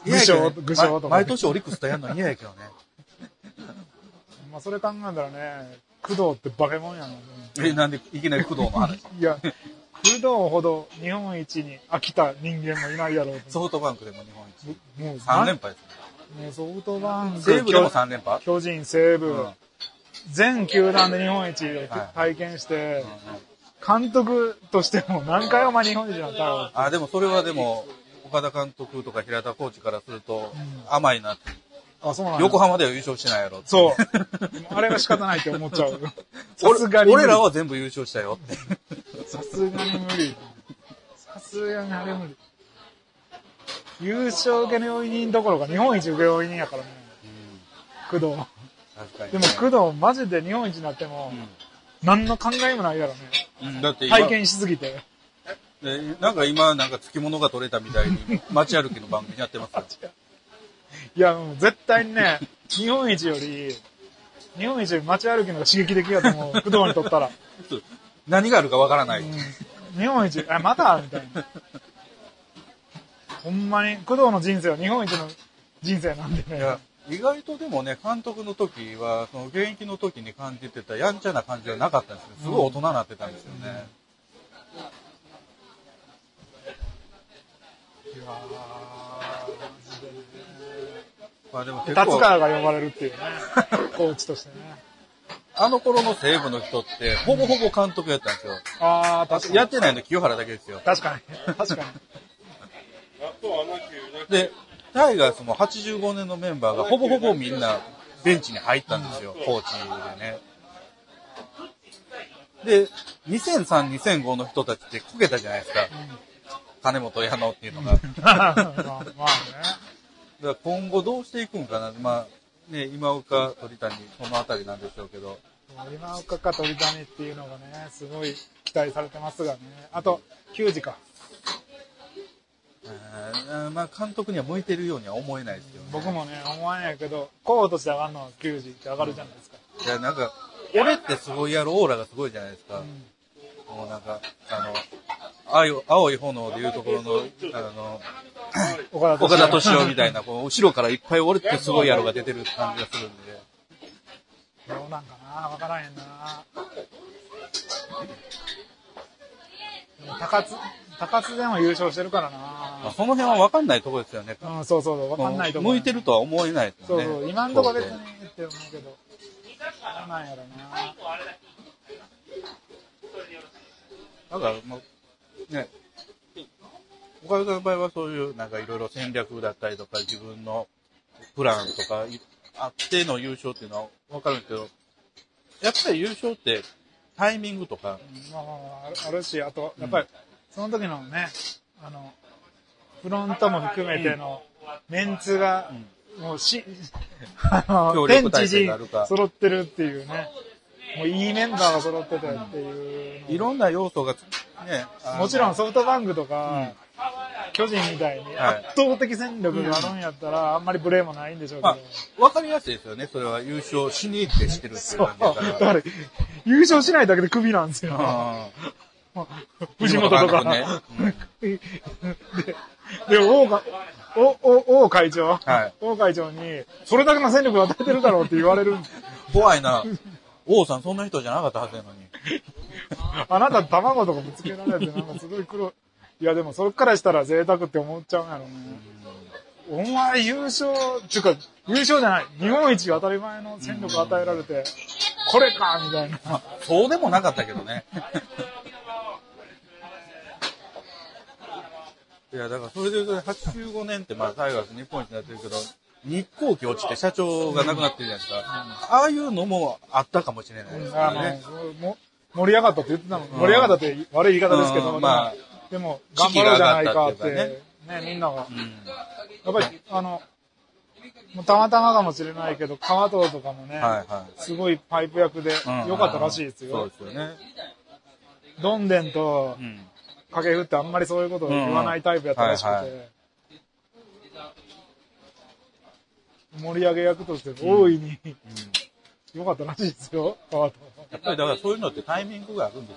具象とか。 毎年オリックスとやるの嫌やけどね。 まあ、それ考えたらね、工藤ってバケモンやのなんでいきなり工藤の話。 いや、工藤ほど日本一に飽きた人間もいないやろうと。 ソフトバンクでも日本一。 もう 3連敗ですね。ソフトバンク。 西武でも3連敗巨人、西武、全球団で日本一を体験して、監督としても何回お前日本一になったろう。 でもそれはでも、岡田監督とか平田コーチからすると、甘いなって。 そうなん横浜では優勝してないやろって。 そう。あれは仕方ないって思っちゃう。さすがに。 俺らは全部優勝したよって。 さすがに無理。さすがにあれ無理。優勝請負人どころか日本一請負人やからね。工藤。 確かに、 でも工藤マジで日本一になっても、何の考えもないやろね。 だって体験しすぎて。 なんか今、付き物が取れたみたいに、街歩きの番組やってますよ。 いや、もう絶対にね、日本一より街歩きの方が刺激的やと思う。工藤にとったら。 何があるかわからない。 日本一、またみたいな。ほんまに、工藤の人生は日本一の人生なんでね。 いや、意外とでもね、監督の時は、その現役の時に感じてたやんちゃな感じはなかったんですよ。すごい大人になってたんですよね。 いやマジでね。 でも結構達川が呼ばれるっていうね、コーチとしてね。 あの頃の西武の人って、ほぼほぼ監督やったんですよ。 確かに。 やってないの清原だけですよ。 確かに。確かに。 で、タイガースも85年のメンバーがほぼほぼみんなベンチに入ったんですよ、コーチでね。で、2003、2005の人たちってこけたじゃないですか。金本矢野っていうのが。 まあね。 だから今後どうしていくんかな。まあ、ね、今岡、鳥谷、そのあたりなんでしょうけど。 今岡か鳥谷っていうのがね、すごい期待されてますがね。あと、球児か。 まあ、監督には向いてるようには思えないですよね。 僕もね、思えないけど、候補として上がるのは球児って上がるじゃないですか。 いや、なんか、俺ってすごいやるオーラがすごいじゃないですか。もうなんか、青い炎でいうところの、岡田敏夫みたいな、こう後ろからいっぱい俺ってすごいやろが出てる感じがするんで。 どうなんかな、わからへんな。でも高津でも優勝してるからな。 その辺は分かんないところですよね。 そう、分かんないところ。 向いてるとは思えないですよね。 そう、今んとこ別にって思うけど。そうなんやろな。 だからもう、ね、岡田さんの場合はそういうなんかいろいろ戦略だったりとか自分のプランとかあっての優勝っていうのは分かるんですけど、やっぱり優勝ってタイミングとか。 あるし、あと、やっぱりその時のね、フロントも含めてのメンツが、もう天地人揃ってるっていうね。もういいメンバーが揃ってたっていう。 いろんな要素がね。 もちろんソフトバンクとか、巨人みたいに圧倒的戦力があるんやったら、あんまりブレーもないんでしょうけど。 わかりやすいですよね。それは優勝しに行ってしてるっていう感じだから。 だから、優勝しないだけでクビなんですよ。藤本とか。ね、で、王会長、王会長に、それだけの戦力を与えてるだろうって言われる。 怖いな。王さんそんな人じゃなかったはずなのに。 あなた卵とかぶつけられてなんかすごい黒いやでもそっからしたら贅沢って思っちゃうんやろね。お前優勝っていうか優勝じゃない日本一当たり前の戦力与えられてこれかみたいな。 そうでもなかったけどね。いやだからそれで85年ってまあタイガース日本一になってるけど。日航機落ちて社長が亡くなってるじゃないですか。ああいうのもあったかもしれないですね。 盛り上がったって言ってたの。盛り上がったって悪い言い方ですけど、でも頑張ろうじゃないかってねみんなが。やっぱりたまたまかもしれないけど川藤とかもね、すごいパイプ役で良かったらしいですよ。 そうですよね。 どんでんと掛布ってあんまりそういうことを言わないタイプやったらしくて。盛り上げ役として大いに良かったらしいですよ、川藤。 やっぱりだからそういうのってタイミングがあるんです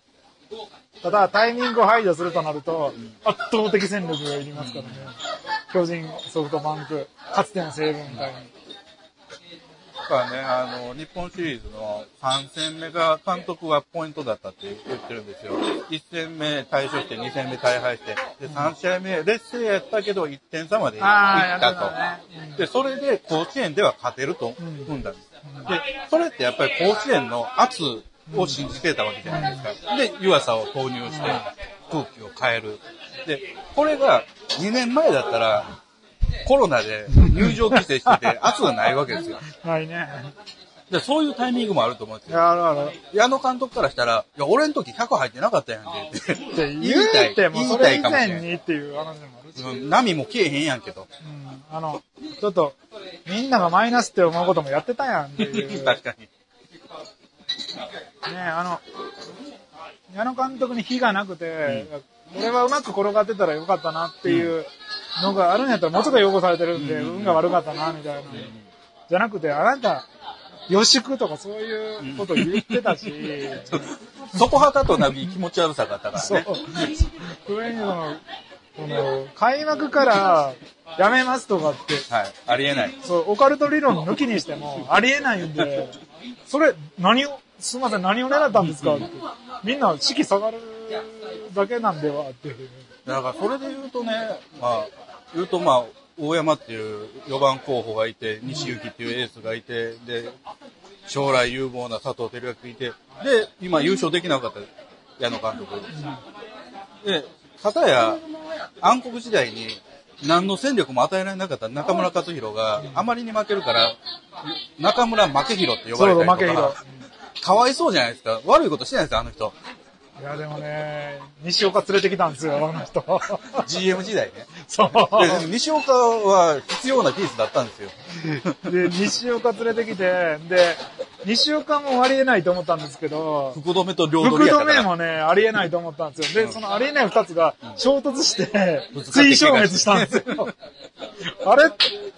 よ。 ただタイミングを排除するとなると、圧倒的戦力がいりますからね。 巨人、ソフトバンク、かつての西武みたいに。 だからね、日本シリーズの3戦目が監督はポイントだったって言ってるんですよ。1戦目大勝して2戦目大敗して、で、3試合目劣勢やったけど1点差まで行ったと。で、それで甲子園では勝てると踏んだんです。で、それってやっぱり甲子園の圧を信じてたわけじゃないですか。で、湯浅を投入して空気を変える。で、これが2年前だったら、コロナで入場規制してて圧がないわけですよ。 ないね。 で、そういうタイミングもあると思うんですよ。 あるある。 矢野監督からしたら、いや、俺の時100入ってなかったやんって言いたい。もうそれ以前にっていう話もあるし。 波も消えへんやんけど。 ちょっと、みんながマイナスって思うこともやってたやんっていう。 確かに。 ね矢野監督に非がなくて、俺はうまく転がってたらよかったなっていうのがあるんやったらもうちょっと汚されてるんで、運が悪かったなみたいな。じゃなくて、あなた、予祝とかそういうこと言ってたし、 そこはかとなび気持ち悪さがあったからね。 そう。それに開幕からやめますとかって、 はい、ありえない。 そう、オカルト理論抜きにしてもありえないんで、それすみません、何を狙ったんですかって。みんな士気下がるだけなんではって。 だからそれで言うとね、大山っていう4番候補がいて、西行っていうエースがいて、で、将来有望な佐藤輝明がいて、で、今優勝できなかった矢野監督。で、片や暗黒時代に何の戦力も与えられなかった中村克弘があまりに負けるから、中村負け弘って呼ばれたりとか、かわいそうじゃないですか。悪いことしてないですよ、あの人。 いや、でもね、西岡連れてきたんですよ、あの人。 GM 時代ね。 そう。 で西岡は必要なピースだったんですよ。 で、西岡連れてきて、で、西岡もありえないと思ったんですけど、 福留と両取りやったから。 福留もね、ありえないと思ったんですよ。で、そのありえない二つが衝突して、追消滅したんですよ。あれって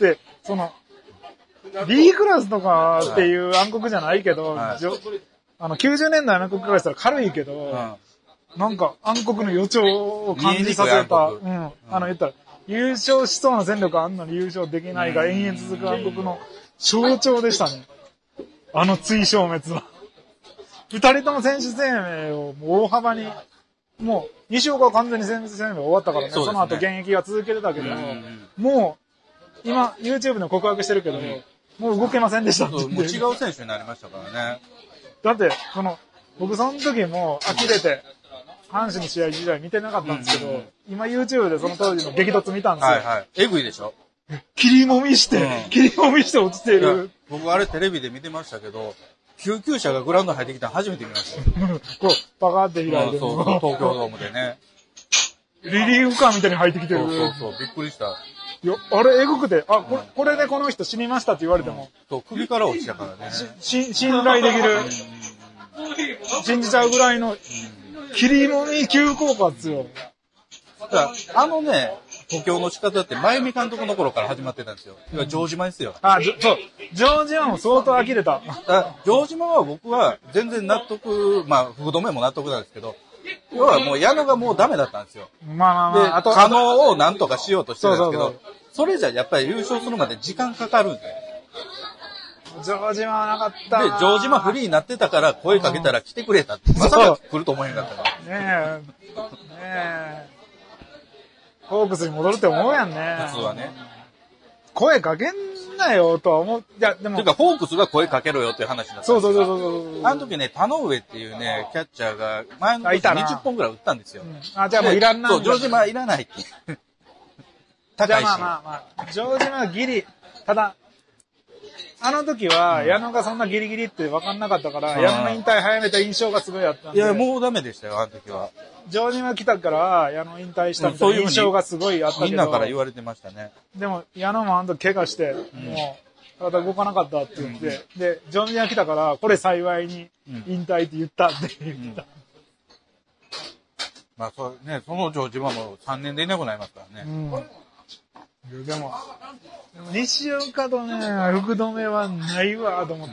、B クラスとかっていう暗黒じゃないけど、90年代の暗黒からしたら軽いけど、なんか暗黒の予兆を感じさせた。言ったら、優勝しそうな戦力あんのに優勝できないが延々続く暗黒の象徴でしたね。あの追消滅は。二人とも選手生命を大幅に、もう、西岡は完全に選手生命終わったからね。その後現役は続けてたけど、もう、今、YouTube で告白してるけど、もう動けませんでしたって。 もう違う選手になりましたからね。 だって、僕その時も呆れて、阪神の試合自体見てなかったんですけど、今 YouTube でその当時の激突見たんですよ。 はいはい。えぐいでしょ？ 切りもみして落ちている。 僕あれテレビで見てましたけど、救急車がグラウンド入ってきたの初めて見ましたよ。 こう、パカって開いて。 そう、東京ドームでね。 リリーフカーみたいに入ってきてる。 そう、びっくりした。 いや、あれ、えぐくて、これでこの人死にましたって言われても。 そう、首から落ちたからね。 信頼できる。信じちゃうぐらいの、切りもみ急降下っすよ。 だから補強の仕方って前見監督の頃から始まってたんですよ。城島ですよ。 そう。城島も相当呆れた。 城島は僕は全然納得、福留も納得なんですけど、要はもう矢野がもうダメだったんですよ。で、可能をなんとかしようとしてたんですけど、それじゃやっぱり優勝するまで時間かかるんで。 城島はなかったで、城島フリーになってたから声かけたら来てくれたって。まさか来ると思えへんかったから。 ねえ。ホークスに戻るって思うやんね。 普通はね。 声かけんなよとは思う。いや、でも。 ていうか、ホークスが声かけろよっていう話だったんですよ。 そう。 あの時ね、田上っていうね、キャッチャーが前の時20本ぐらい打ったんですよ。 じゃあもういらんな。 そう、城島いらないって。高いし。 城島はギリ。ただ、あの時は、矢野がそんなギリギリって分かんなかったから、矢野の引退早めた印象がすごいあったんで。 いや、もうダメでしたよ、あの時は。 城島来たから、矢野引退したみたいな印象がすごいあったけど。 みんなから言われてましたね。 でも、矢野もあの時怪我して、もう、体動かなかったって言って、で、城島来たから、これ幸いに引退って言ったって言ってた。 そうね、その城島も3年でいなくなりますからね。 でも西岡とね、福留はないわと思った。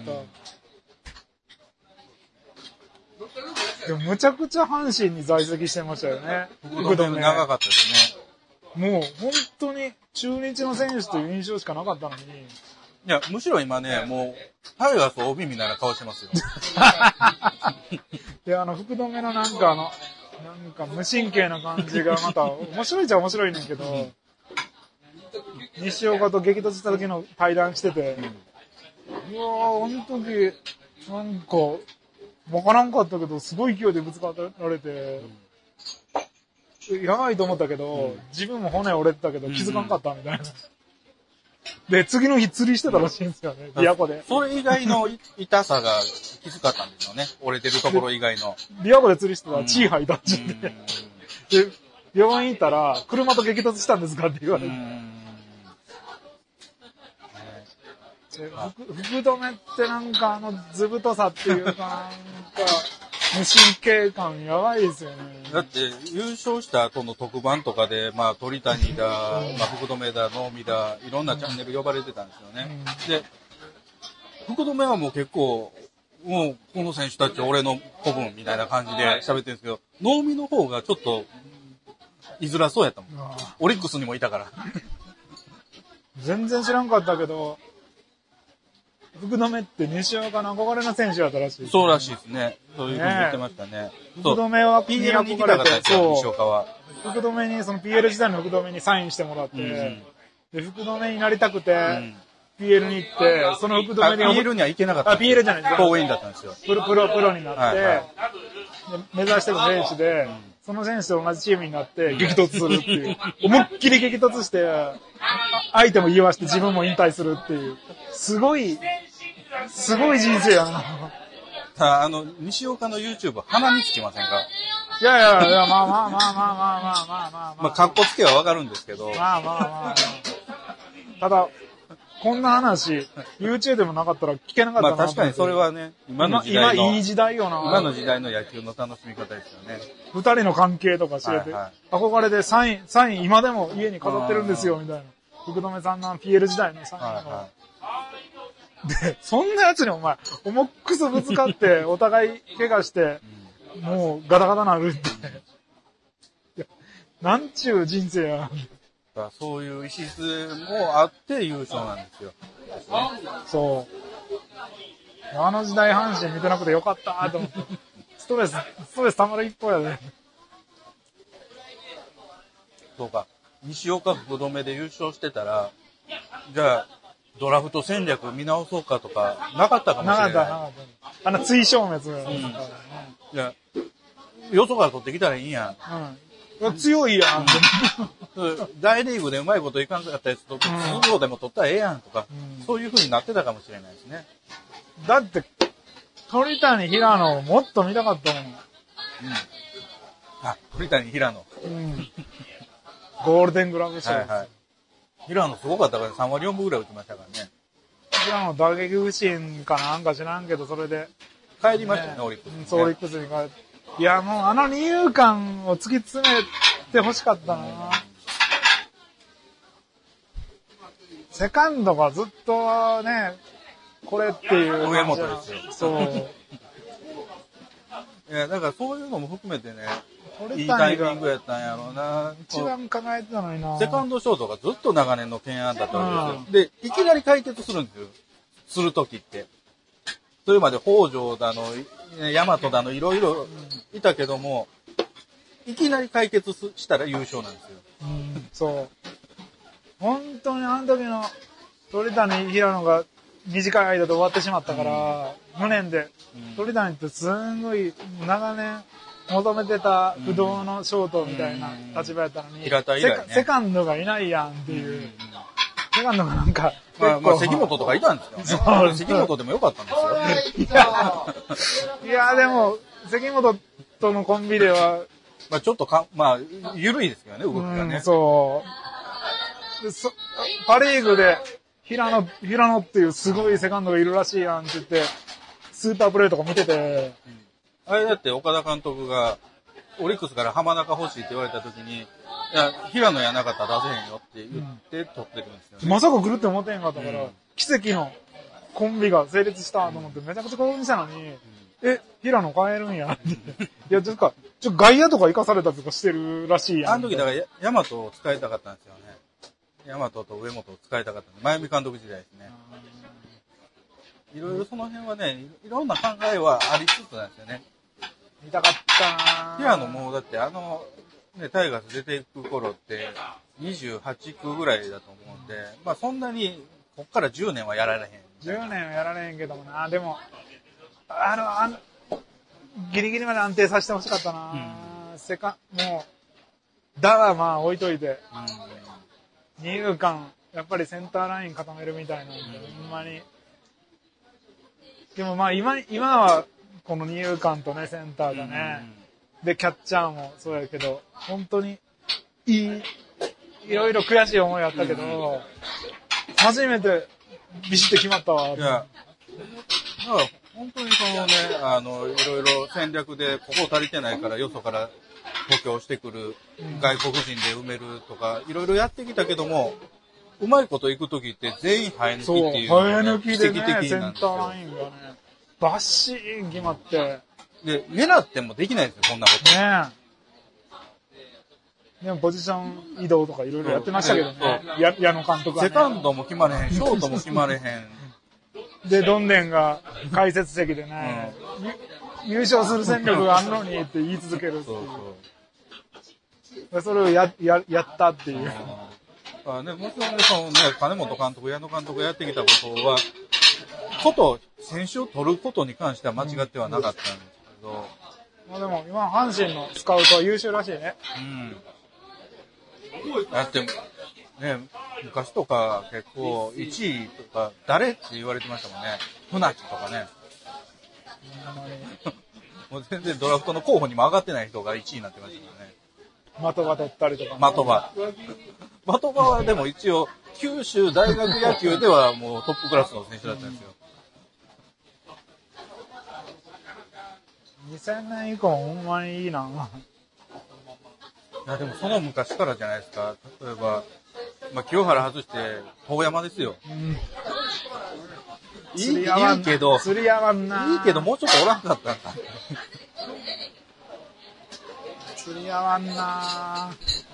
でもむちゃくちゃ阪神に在籍してましたよね。 福留長かったですね。 もう本当に中日の選手という印象しかなかったのに。 いや、むしろ今ね、もう、タイガース OB みたいな顔してますよ。 で、福留のなんか無神経な感じがまた、面白いっちゃ面白いねんけど、西岡と激突した時の対談してて、うわぁ、あの時、なんか、わからんかったけど、すごい勢いでぶつかられて、やばいと思ったけど、自分も骨折れてたけど気づかんかったみたいな。で、次の日釣りしてたらしいんですよね、琵琶湖で。 それ以外の痛さがきつかったんですよね。折れてるところ以外の。 琵琶湖で釣りしてたら血吐いたって言って。で、病院行ったら、車と激突したんですかって言われて。福留ってなんか図太さっていうかなんか、無神経感やばいですよね。 だって優勝した後の特番とかで、まあ鳥谷だ、まあ福留だ、能見だ、いろんなチャンネル呼ばれてたんですよね。で、福留はもう結構、もうこの選手たち俺の子分みたいな感じで喋ってるんですけど、能見の方がちょっと居づらそうやったもん。オリックスにもいたから。 全然知らんかったけど、福留って西岡の憧れの選手だったらしい、 そうらしいですね。そういうふうに言ってましたね。 福留は PL に行きたかったですよ、西岡は。 福留に、その PL 時代の福留にサインしてもらって、で、福留になりたくて、PL に行って、その福留に。 PL には行けなかった。 PL じゃないです。 公園だったんですよ。 プロになって、で目指してる選手で、その選手と同じチームになって激突するっていう。思いっきり激突して、相手も言わして自分も引退するっていう。すごい人生やな。 西岡の YouTube 鼻につきませんか？ いや、まあ。 まあ、格好つけはわかるんですけど。 まあ。ただ、こんな話、YouTube でもなかったら聞けなかったな。 まあ確かにそれはね、今いい時代よな。 今の時代の野球の楽しみ方ですよね。 二人の関係とか知れて、憧れでサイン今でも家に飾ってるんですよ、みたいな。福留さんの PL 時代のサインを。で、そんな奴にお前、重くそぶつかって、お互い怪我して、もうガタガタなるって。いや、なんちゅう人生や。 そういう意思もあって優勝なんですよ。 そう。あの時代阪神見てなくてよかったと思って。ストレス溜まる一方やで。 そうか。西岡福留で優勝してたら、じゃあ、ドラフト戦略見直そうかとか、なかったかもしれない。 なかった。追消滅ですからね。 いや、よそから取ってきたらいいやん。強いやん。 大リーグでうまいこといかんかったやつと、通常でも取ったらええやんとか、そういう風になってたかもしれないですね。 だって、鳥谷平野もっと見たかったもん。 鳥谷平野。 ゴールデングラブ賞。 平野すごかったから3割4分ぐらい打ちましたからね。 平野打撃不振かなんか知らんけど、それで。 帰りましたよね、オリックス。 オリックスに帰って。いや、もう二遊間を突き詰めて欲しかったな。セカンドがずっとね、これっていう。 上本ですよ。 そう。 いや、だからそういうのも含めてね、いいタイミングやったんやろうな。 一番考えてたのにな。 セカンドショートがずっと長年の懸案だったわけですよ。で、いきなり解決するんですよ。するときって。それまで北条だの、大和だの、いろいろいたけども、いきなり解決したら優勝なんですよ。 そう。本当にあの時の鳥谷平野が短い間で終わってしまったから、無念で。鳥谷ってすんごい長年求めてた不動のショートみたいな立場やったのに、セカンドがいないやんっていう。セカンドがなんか、 まあ、関本とかいたんですよね。関本でもよかったんですよ。いや、でも、関本とのコンビでは、 まあちょっとまあ、緩いですけどね、動きがね。 そうで。パリーグで、平野っていうすごいセカンドがいるらしいやんって言って、スーパープレーとか見てて。 あれだって岡田監督が、オリックスから浜中欲しいって言われた時に、いや、平野やなかったら出せへんよって言って取ってるんですよね。 まさか来るって思ってへんかったから、奇跡のコンビが成立したと思ってめちゃくちゃ興奮したのに、 平野変えるんやって。いや、ちょっと外野とか行かされたりとかしてるらしいやん。 あの時だから、ヤマトを使いたかったんですよね。ヤマトと上本を使いたかったんで、真由美監督時代ですね。いろいろその辺はね、いろんな考えはありつつなんですよね。 見たかったな平野もだってね、タイガース出ていく頃って、28区ぐらいだと思うんで、まあそんなに、こっから10年はやられへん。 10年はやられへんけどもな。でも、ギリギリまで安定させてほしかったな、もう、だはまあ置いといて、二遊間、やっぱりセンターライン固めるみたいなんで、ほんまに。でもまあ今は、この二遊間とね、センターがね、で、キャッチャーもそうやけど、本当に、いろいろ悔しい思いあったけど、初めてビシッと決まったわ。 いや、だから本当にそのね、いろいろ戦略で、ここ足りてないからよそから補強してくる、外国人で埋めるとか、いろいろやってきたけども、うまいこといくときって全員生え抜きっていうのが、ね、 生え抜きでね、 奇跡的センタなんですよ。 ーラインがね、バッシーン決まって。 で、狙ってもできないですよ、こんなこと。 ねえ。でもポジション移動とかいろいろやってましたけどね。矢野監督は、ね。 セカンドも決まれへん、ショートも決まれへん。 で、どんでんが解説席でね、優勝する戦力があんのにって言い続けるっていう。それをやったっていう。 ね、もちろんね、そのね、金本監督、矢野監督がやってきたことは、選手を取ることに関しては間違ってはなかったんですけど。 まあでも、今、阪神のスカウトは優秀らしいね。 だって、ね、昔とか結構1位とか、誰って言われてましたもんね。船木とかね。もう全然ドラフトの候補にも上がってない人が1位になってましたからね。 的場取ったりとか、ね。 的場はでも一応、九州大学野球ではもうトップクラスの選手だったんですよ。 2000年以降ほんまにいいな。 いやでもその昔からじゃないですか。例えば、まあ、清原外して遠山ですよ。いいけど、 釣り合わんな。 いいけどもうちょっとおらんかったんだ。 釣り合わんな。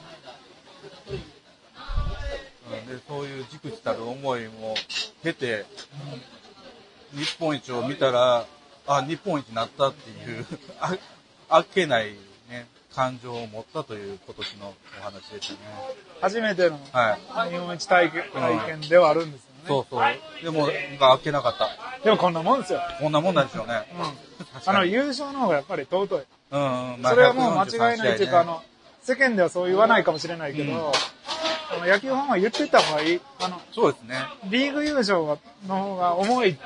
で、そういうじくじたる思いも経て、日本一を見たら、日本一になったっていうあっけないね、感情を持ったという今年のお話でしたね。 初めての日本一体験ではあるんですよね。 そうそう。でも、あっけなかった。 でもこんなもんですよ。 こんなもんなんでしょうね。 優勝の方がやっぱり尊い。 まあ、 それはもう間違いないというか、世間ではそう言わないかもしれないけど、野球ファンは言ってた方がいい。 そうですね。 リーグ優勝の方が重いって。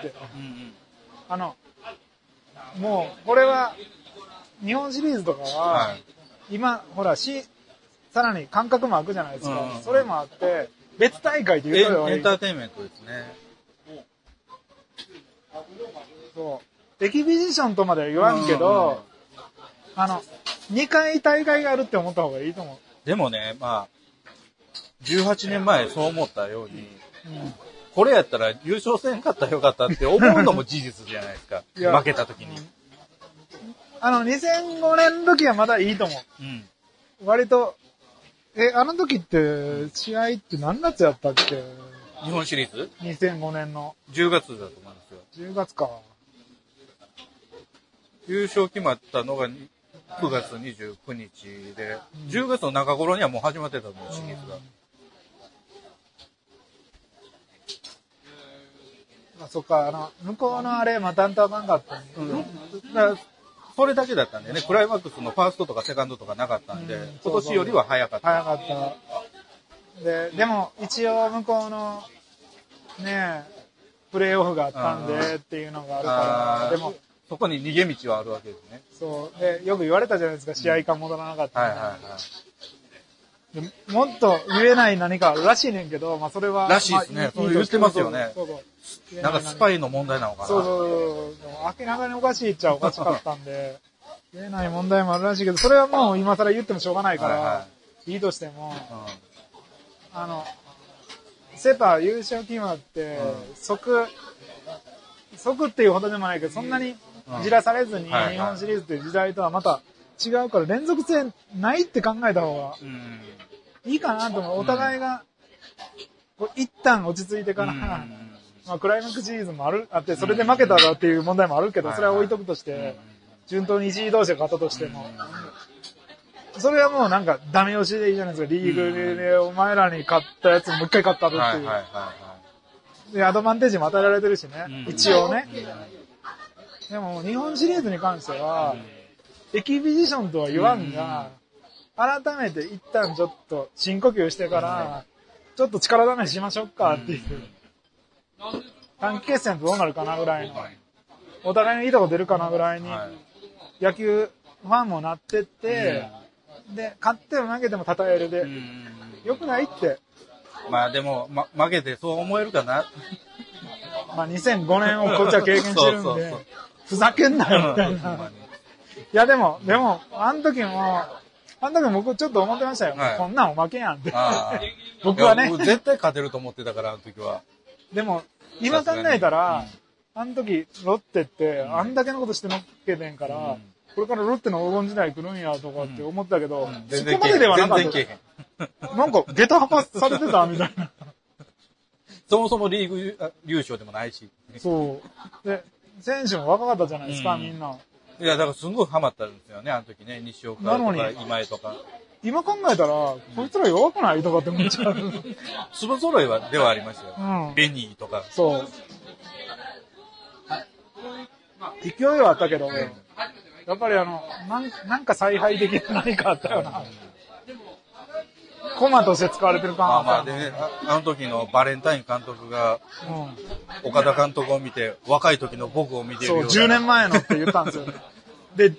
もう、これは、日本シリーズとかは、今、ほら、さらに間隔も空くじゃないですか。それもあって、別大会って言うとエンターテインメントですね。 そう。エキビジションとまでは言わんけど、2回大会があるって思った方がいいと思う。 でもね、まあ、18年前そう思ったように、これやったら優勝せんかったらよかったって思うのも事実じゃないですか。負けた時に。 2005年の時はまだいいと思う。割と、あの時って、試合って何月やったっけ？ 日本シリーズ ?2005 年の。 10月だと思うんですよ。 10月か。 優勝決まったのが9月29日で、10月の中頃にはもう始まってたと思う、シリーズが。 そっか、向こうのあれ、またんとあかんかったんだそれだけだったんでね、クライマックスのファーストとかセカンドとかなかったんで、今年よりは早かった。 早かった。でも、一応向こうの、ね、プレーオフがあったんでっていうのがあるから、でも、 そこに逃げ道はあるわけですね。 そう。で、よく言われたじゃないですか、試合感戻らなかった。もっと言えない何かあるらしいねんけど、まあそれは。 らしいですね。そう言ってますよね。なんかスパイの問題なのかな。 そう。明らかにおかしいっちゃおかしかったんで、言えない問題もあるらしいけど、それはもう今更言ってもしょうがないから、いいとしても、セパ優勝決まって、即っていうほどでもないけど、そんなにじらされずに日本シリーズっていう時代とはまた違うから連続性ないって考えた方がいいかなと思う。お互いがこう一旦落ち着いてから、まあクライマックスシリーズもあって、それで負けたらっていう問題もあるけど、それは置いとくとして、順当に1位同士が勝ったとしても、それはもうなんかダメ押しでいいじゃないですか。リーグでお前らに勝ったやつもう一回勝ったっていう。で、アドバンテージも与えられてるしね。一応ね。でも日本シリーズに関しては、エキビジションとは言わんが、改めて一旦ちょっと深呼吸してから、ちょっと力試ししましょうかっていう。短期決戦とどうなるかなぐらいの。お互いのいいとこ出るかなぐらいに、野球ファンもなってって、で、勝っても負けても称えるで、よくないって。 まあでも、負けてそう思えるかな。 まあ2005年をこっちは経験してるんで、ふざけんなよみたいな。いやでも、あの時も僕ちょっと思ってましたよ。こんなんおまけやんって。僕はね。 絶対勝てると思ってたから、あの時は。 でも、今考えたら、あの時、ロッテって、あんだけのことしてのっけてんから、これからロッテの黄金時代来るんやとかって思ったけど、そこまでではなかった。なんか、下駄履かされてたみたいな。 そもそもリーグ優勝でもないし。 そう。で、選手も若かったじゃないですか、みんな。 いや、だからすごいハマったんですよね、あの時ね。西岡とか今江とか。 今考えたら、こいつら弱くないとかって思っちゃう。 粒揃いではありましたよ。ベニーとか。 そう。勢いはあったけど、やっぱりなんか采配的な何かあったよな。コマとして使われてる感あったよね。あの時のバレンタイン監督が、岡田監督を見て、若い時の僕を見てるような。 そう、10年前のって言ったんですよね。で、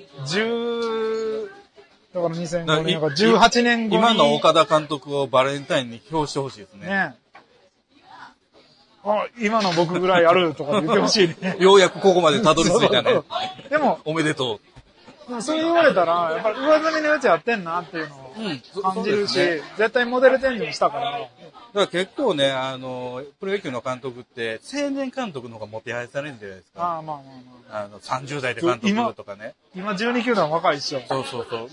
だから2005年とか18年後に。 今の岡田監督をバレンタインに表してほしいですね。 ね。今の僕ぐらいあるとか言ってほしいね。 ようやくここまでたどり着いたね。 でも、 おめでとう。そう言われたら、やっぱり上積みのやつやってんなっていうのを感じるし、絶対モデルチェンジもしたから。 だから結構ね、プロ野球の監督って、青年監督の方がもてはやされるんじゃないですか。30代で監督とかね。 今12球団若いっしょ。 そう。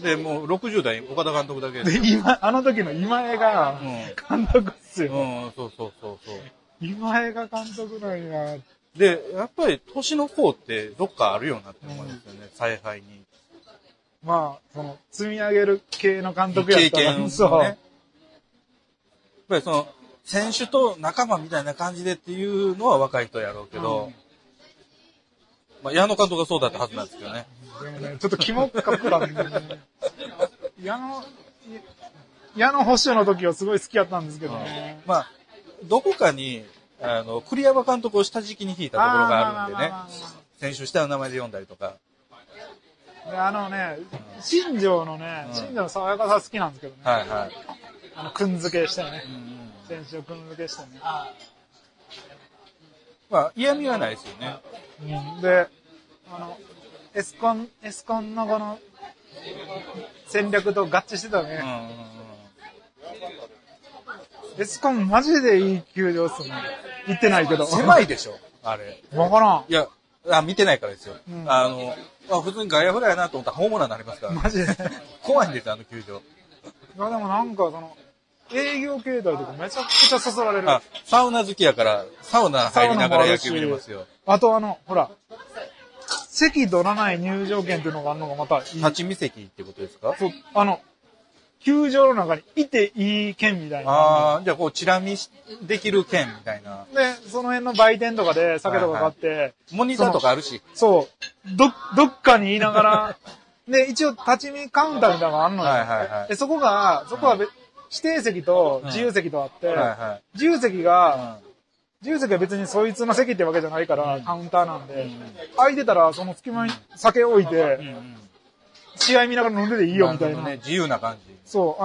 で、もう60代、岡田監督だけで。あの時の今江が監督っすよ。 そう。 今江が監督なんや。 で、やっぱり年の方ってどっかあるよなって思いますよね、采配に。 まあ、積み上げる系の監督やったら。 経験をね。やっぱり選手と仲間みたいな感じでっていうのは若い人やろうけど、まあ、矢野監督がそうだったはずなんですけどね。 でもね、ちょっとキモかったんでね。矢野捕手の時はすごい好きやったんですけどね。 まあ、どこかに、栗山監督を下敷きに引いたところがあるんでね。選手下の名前で読んだりとか。 で新庄の爽やかさ好きなんですけどね。くんづけしてね。選手をくんづけしてね。 まあ、嫌味はないですよね。 で、エスコンのこの戦略と合致してたね。エスコンマジでいい球場っすね。行ってないけど。 狭いでしょあれ。 わからん。 いや、見てないからですよ。普通に外野フライやなと思ったらホームランになりますから。 マジで。 怖いんですよ、あの球場。 いや、でもなんか営業形態とかめちゃくちゃそそられる。 サウナ好きやから、サウナ入りながら野球見れますよ。 あとほら、席取らない入場券っていうのがあるのがまたいい。 立ち見席ってことですか？ そう、球場の中にいていい券みたいな。 じゃあチラ見できる券みたいな。 で、その辺の売店とかで酒とか買って、 モニターとかあるし。 そう、どっかに言いながら、で、一応立ち見カウンターみたいなのがあるのよ。で、そこは指定席と自由席とあって、自由席は別にそいつの席ってわけじゃないから、カウンターなんで、空いてたらその隙間に酒置いて、試合見ながら飲んでていいよみたいな。 自由な感じ。 そう、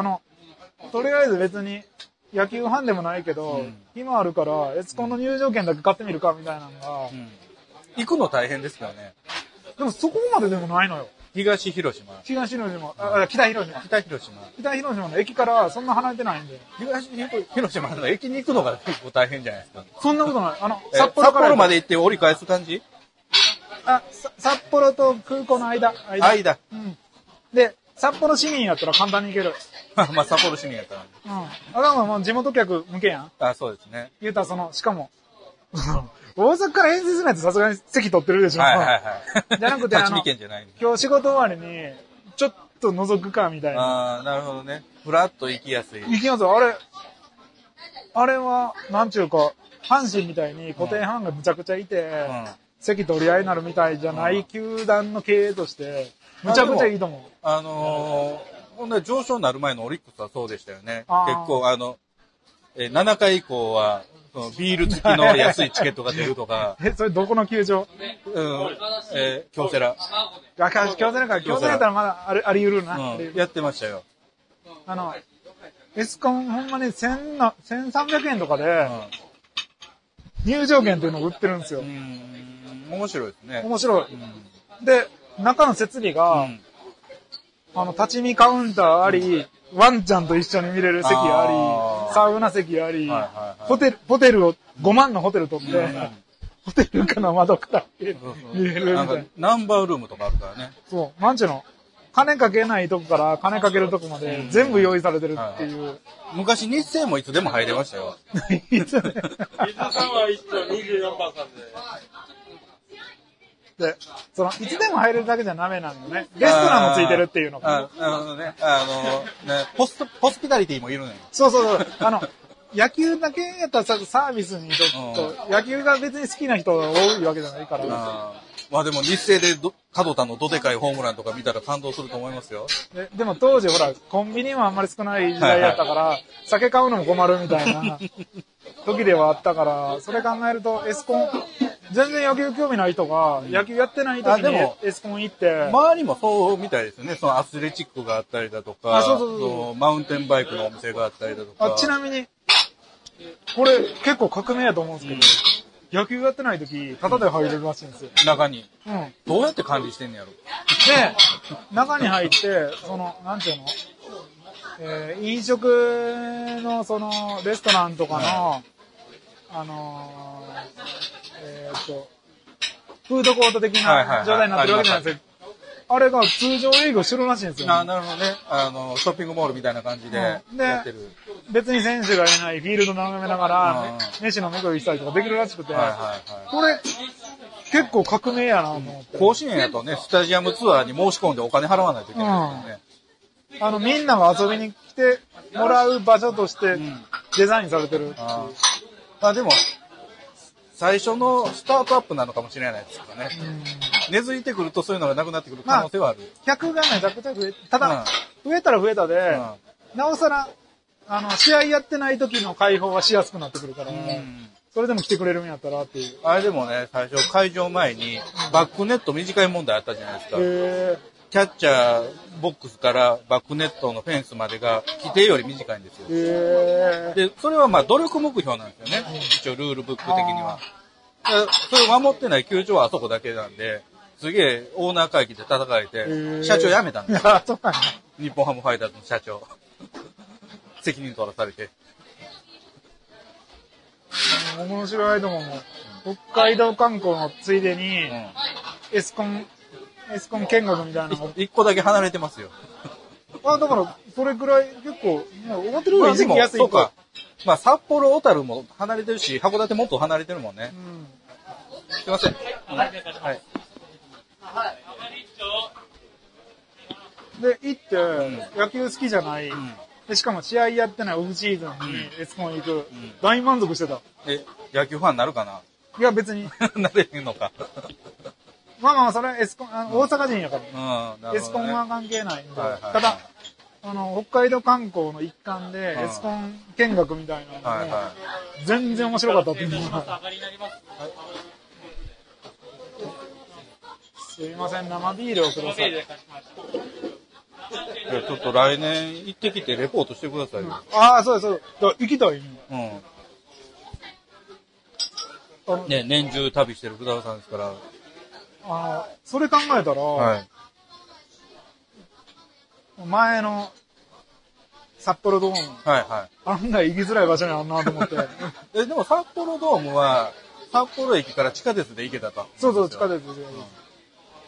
とりあえず別に野球ファンでもないけど、今あるから、エスコンの入場券だけ買ってみるかみたいなのが。 行くの大変ですからね。 でもそこまででもないのよ。 東広島。 北広島の駅からそんな離れてないんで。 東広島の駅に行くのが結構大変じゃないですか。 そんなことない。 札幌まで行って折り返す感じ？ 札幌と空港の間。 間。 うん。で、札幌市民やったら簡単に行ける。 まあ、札幌市民やったら。 うん。あかんはもう地元客向けやん。 あ、そうですね。 言うたらしかも、大阪から遠征するやつさすがに席取ってるでしょ。 はいはいはい。 じゃなくて、 栃木県じゃない、 今日仕事終わりに、ちょっと覗くかみたいな。 ああ、なるほどね。ふらっと行きやすい。 行きやすい。あれは、なんちゅうか、阪神みたいに固定ファンがむちゃくちゃいて、席取り合いになるみたいじゃない球団の経営として、むちゃくちゃいいと思う。 ほんで上昇になる前のオリックスはそうでしたよね。結構7回以降は、ビール付きの安いチケットが出るとか。 それどこの球場？ 京セラ。 京セラか。京セラやったらまだあり得るな。 やってましたよ。 エスコンほんまに1300円とかで、入場券っていうのを売ってるんですよ。 面白いですね。 面白い。で、中の設備が、立ち見カウンターあり、ワンちゃんと一緒に見れる席あり、サウナ席あり、ホテルを、5万のホテル取って、ホテルかな窓から見れるみたいな。 ナンバールームとかあるからね。 そう、なんちゅうの金かけないとこから金かけるとこまで全部用意されてるっていう。 昔日生もいつでも入れましたよ。 いつね。 水さんは一丁24%さんで、いつでも入れるだけじゃダメなんよね。レストランもついてるっていうのが。 なるほどね。ホスピタリティもいるのよ。 そう。野球だけやったらサービスにちょっと、野球が別に好きな人が多いわけじゃないから。 まあでも日生で門田のどでかいホームランとか見たら感動すると思いますよ。 でも当時ほら、コンビニもあんまり少ない時代やったから、酒買うのも困るみたいな時ではあったから、それ考えるとエスコン、全然野球興味ない人が、野球やってない時にエスコン行って。 周りもそうみたいですよね。そのアスレチックがあったりだとか、マウンテンバイクのお店があったりだとか。 ちなみに、これ結構革命やと思うんですけど、野球やってない時、タダで入れるらしいんですよ。 中に。どうやって管理してんねやろ。で、 中に入って、なんていうの？飲食のレストランとかの、フードコート的な状態になってるわけじゃないですか。あれが通常営業してるらしいんですよ、 なるほどね。ショッピングモールみたいな感じでやってる。 別に選手がいないフィールド眺めながら、飯飲み食いしたりとかできるらしくて、これ、結構革命やなと思って。 甲子園やとね、スタジアムツアーに申し込んでお金払わないといけないですよね。 みんなが遊びに来てもらう場所としてデザインされてる。 でも、最初のスタートアップなのかもしれないですけどね。根付いてくるとそういうのがなくなってくる可能性はある。 客がめちゃくちゃ増え、ただ、増えたら増えたで、なおさら、試合やってない時の開放はしやすくなってくるから、それでも来てくれるんやったらっていう。 あれでもね、最初会場前にバックネット短い問題あったじゃないですか。キャッチャーボックスからバックネットのフェンスまでが規定より短いんですよ。で、それはまあ努力目標なんですよね。一応ルールブック的には。それを守ってない球場はあそこだけなんで、すげえオーナー会議で叩かれて、社長辞めたんですよ。日本ハムファイターズの社長。責任取らされて。 面白いと思う。北海道観光のついでに、エスコン見学みたいなの一個だけ離れてますよ。 だから、それくらい結構、思ってるより行きやすい。 そうか。まあ、札幌、小樽も離れてるし、函館もっと離れてるもんね。すいません。はい。 で、行って、野球好きじゃない。で、しかも試合やってないオフシーズンにエスコン行く。大満足してた。 野球ファンになるかな？ いや、別に。 なれへんのか。 まあ、それはエスコン、大阪人やから。エスコンは関係ないんで。ただ、北海道観光の一環で、エスコン見学みたいなのも、全然面白かったっていうのが。すいません、生ビールをください。 ちょっと来年行ってきてレポートしてくださいよ。 そうです。行きたい。 ね、年中旅してる福田さんですから。 それ考えたら、前の札幌ドーム、案外行きづらい場所にあるなと思って。 でも札幌ドームは、札幌駅から地下鉄で行けたと。 そう、地下鉄で。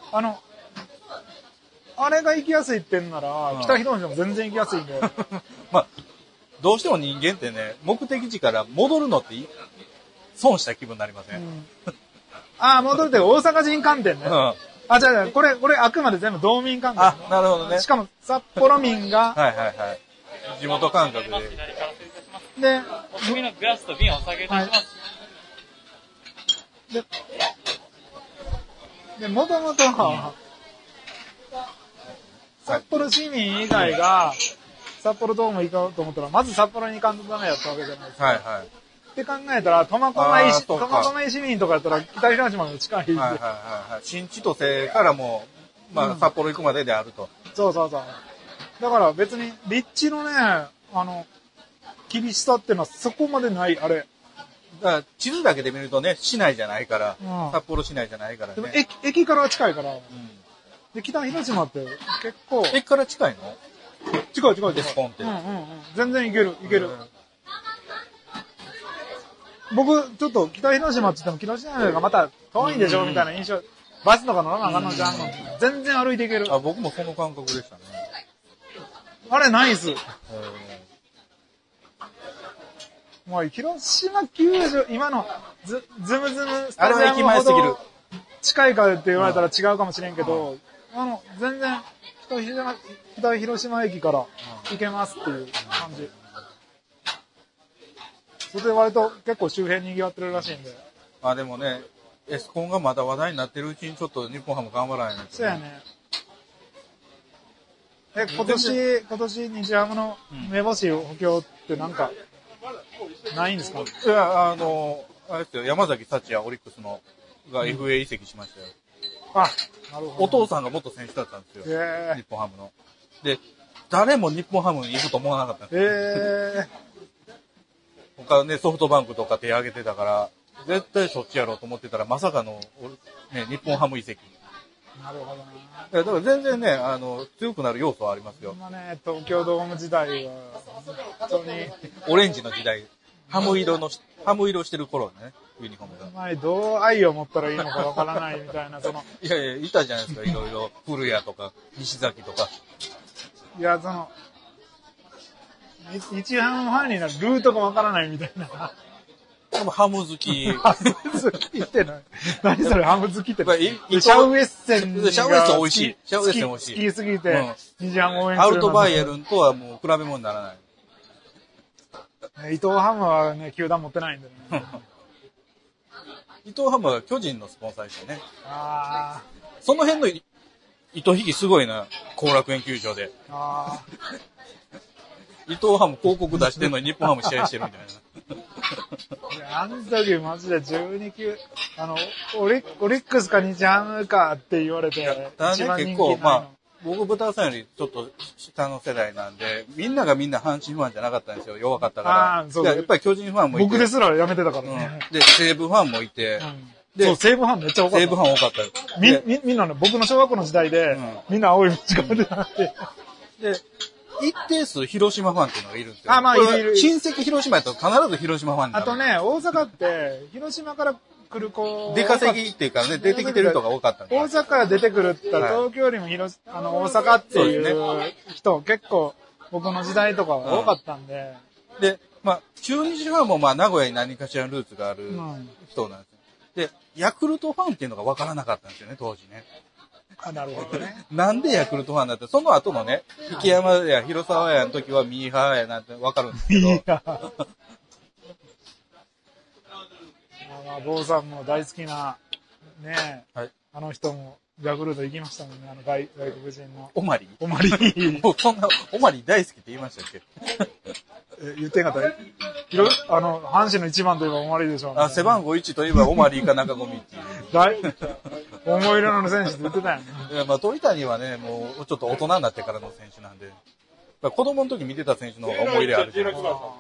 あれが行きやすいってんなら、北広島も全然行きやすいんで。 まあ、どうしても人間ってね、目的地から戻るのって損した気分になりません？ 戻るって大阪人観点ね。あ、じゃあ、これあくまで全部道民観点。 あ、なるほどね。 しかも、札幌民が。 はいはいはい。地元感覚で。 で、 お飲みのグラスと瓶をお下げいたします。 で、もともと、札幌市民以外が、札幌ドーム行こうと思ったら、まず札幌に行かんとダメやったわけじゃないですか。 はいはい。 って考えたら、苫小牧市民とかやったら、北広島の近いんで。 はいはいはい。新千歳からも、札幌行くまでであると。 そう。だから別に、立地のね、厳しさっていうのはそこまでない、あれ。 だから地図だけで見るとね、市内じゃないから、札幌市内じゃないからね。 でも駅からは近いから、で、北広島って結構。 駅から近いの？ 近いデスポンって。 全然行ける。僕、ちょっと北広島って言っても、北広島がまた遠いんでしょみたいな印象。バスとか乗らなあかんのじゃんの。全然歩いて行ける。 あ、僕もその感覚でしたね。 あれ、ナイス。もう、広島球場、今のズムズムスタジアムほど近いかって言われたら違うかもしれんけど、全然、北広島駅から行けますっていう感じ。それで割と結構周辺に賑わってるらしいんで。 でもね、エスコンがまだ話題になってるうちにちょっと日本ハム頑張らないと。 そうやね。今年日ハムの目星補強ってなんか、ないんですか？ いや、あれですよ、山崎幸也オリックスのが FA 移籍しましたよ。 なるほど。 お父さんが元選手だったんですよ。日本ハムの。で、誰も日本ハムに行くと思わなかったんですよ。他ね、ソフトバンクとか手挙げてたから、絶対そっちやろうと思ってたら、まさかの、ね、日本ハム移籍。 なるほどな。 だから全然ね、強くなる要素はありますよ。 今ね、東京ドーム時代は、本当に。 オレンジの時代、ハム色してる頃ね、ユニフォームが。 どう愛を持ったらいいのかわからないみたいな、 いや、いたじゃないですか、いろいろ。古谷とか、西崎とか。 いや、日ハムファンになるルートがわからないみたいな。 でもハム好き。 ハム好きって何それハム好きって。シャウエッセンが。 シャウエッセン美味しい。シャウエッセン美味しい。 好きすぎて、日ハム応援する。 アウトバイエルンとはもう比べ物にならない。 伊藤ハムはね、球団持ってないんでね。 伊藤ハムは巨人のスポンサーでしたね。その辺の糸引きすごいな、後楽園球場で。伊藤ハム広告出してんのに日本ハム試合してるみたいな。 あの時マジで12球、オリックスか日ハムかって言われて、 ただね、結構、僕、豚さんよりちょっと下の世代なんで、みんながみんな阪神ファンじゃなかったんですよ。弱かったから。やっぱり巨人ファンもいて。 僕ですらやめてたからね。 で、西武ファンもいて。 そう、西武ファンめっちゃ多かった。 西武ファン多かった。 みんなね、僕の小学校の時代で、みんな青い道が出てなって。 で、一定数広島ファンっていうのがいるんですよ。 いる。 親戚広島やと必ず広島ファンになる。 あとね、大阪って、広島から来る子。 出稼ぎっていうかね、出てきてる人が多かったんで。 大阪から出てくるって言ったら、東京よりも大阪っていう人、結構、僕の時代とか多かったんで。 で、中日ファンも名古屋に何かしらのルーツがある人なんですよ。で、ヤクルトファンっていうのが分からなかったんですよね、当時ね。 なるほどね。 なんでヤクルトファンだって、その後のね、池山や広沢やの時はミーハーやなんて分かるんですけど。ミーハー。坊さんも大好きな、ね、あの人もヤクルト行きましたもんね、外国人の。 オマリもうそんな、オマリ大好きって言いましたっけ？ 言ってんかった阪神の一番といえばオマリでしょう、ね。 背番号1といえばオマリか中込っていう。 思い入れのある選手って言ってたよね。 いや、鳥谷はね、もうちょっと大人になってからの選手なんで。子供の時見てた選手の方が思い入れあるじゃないです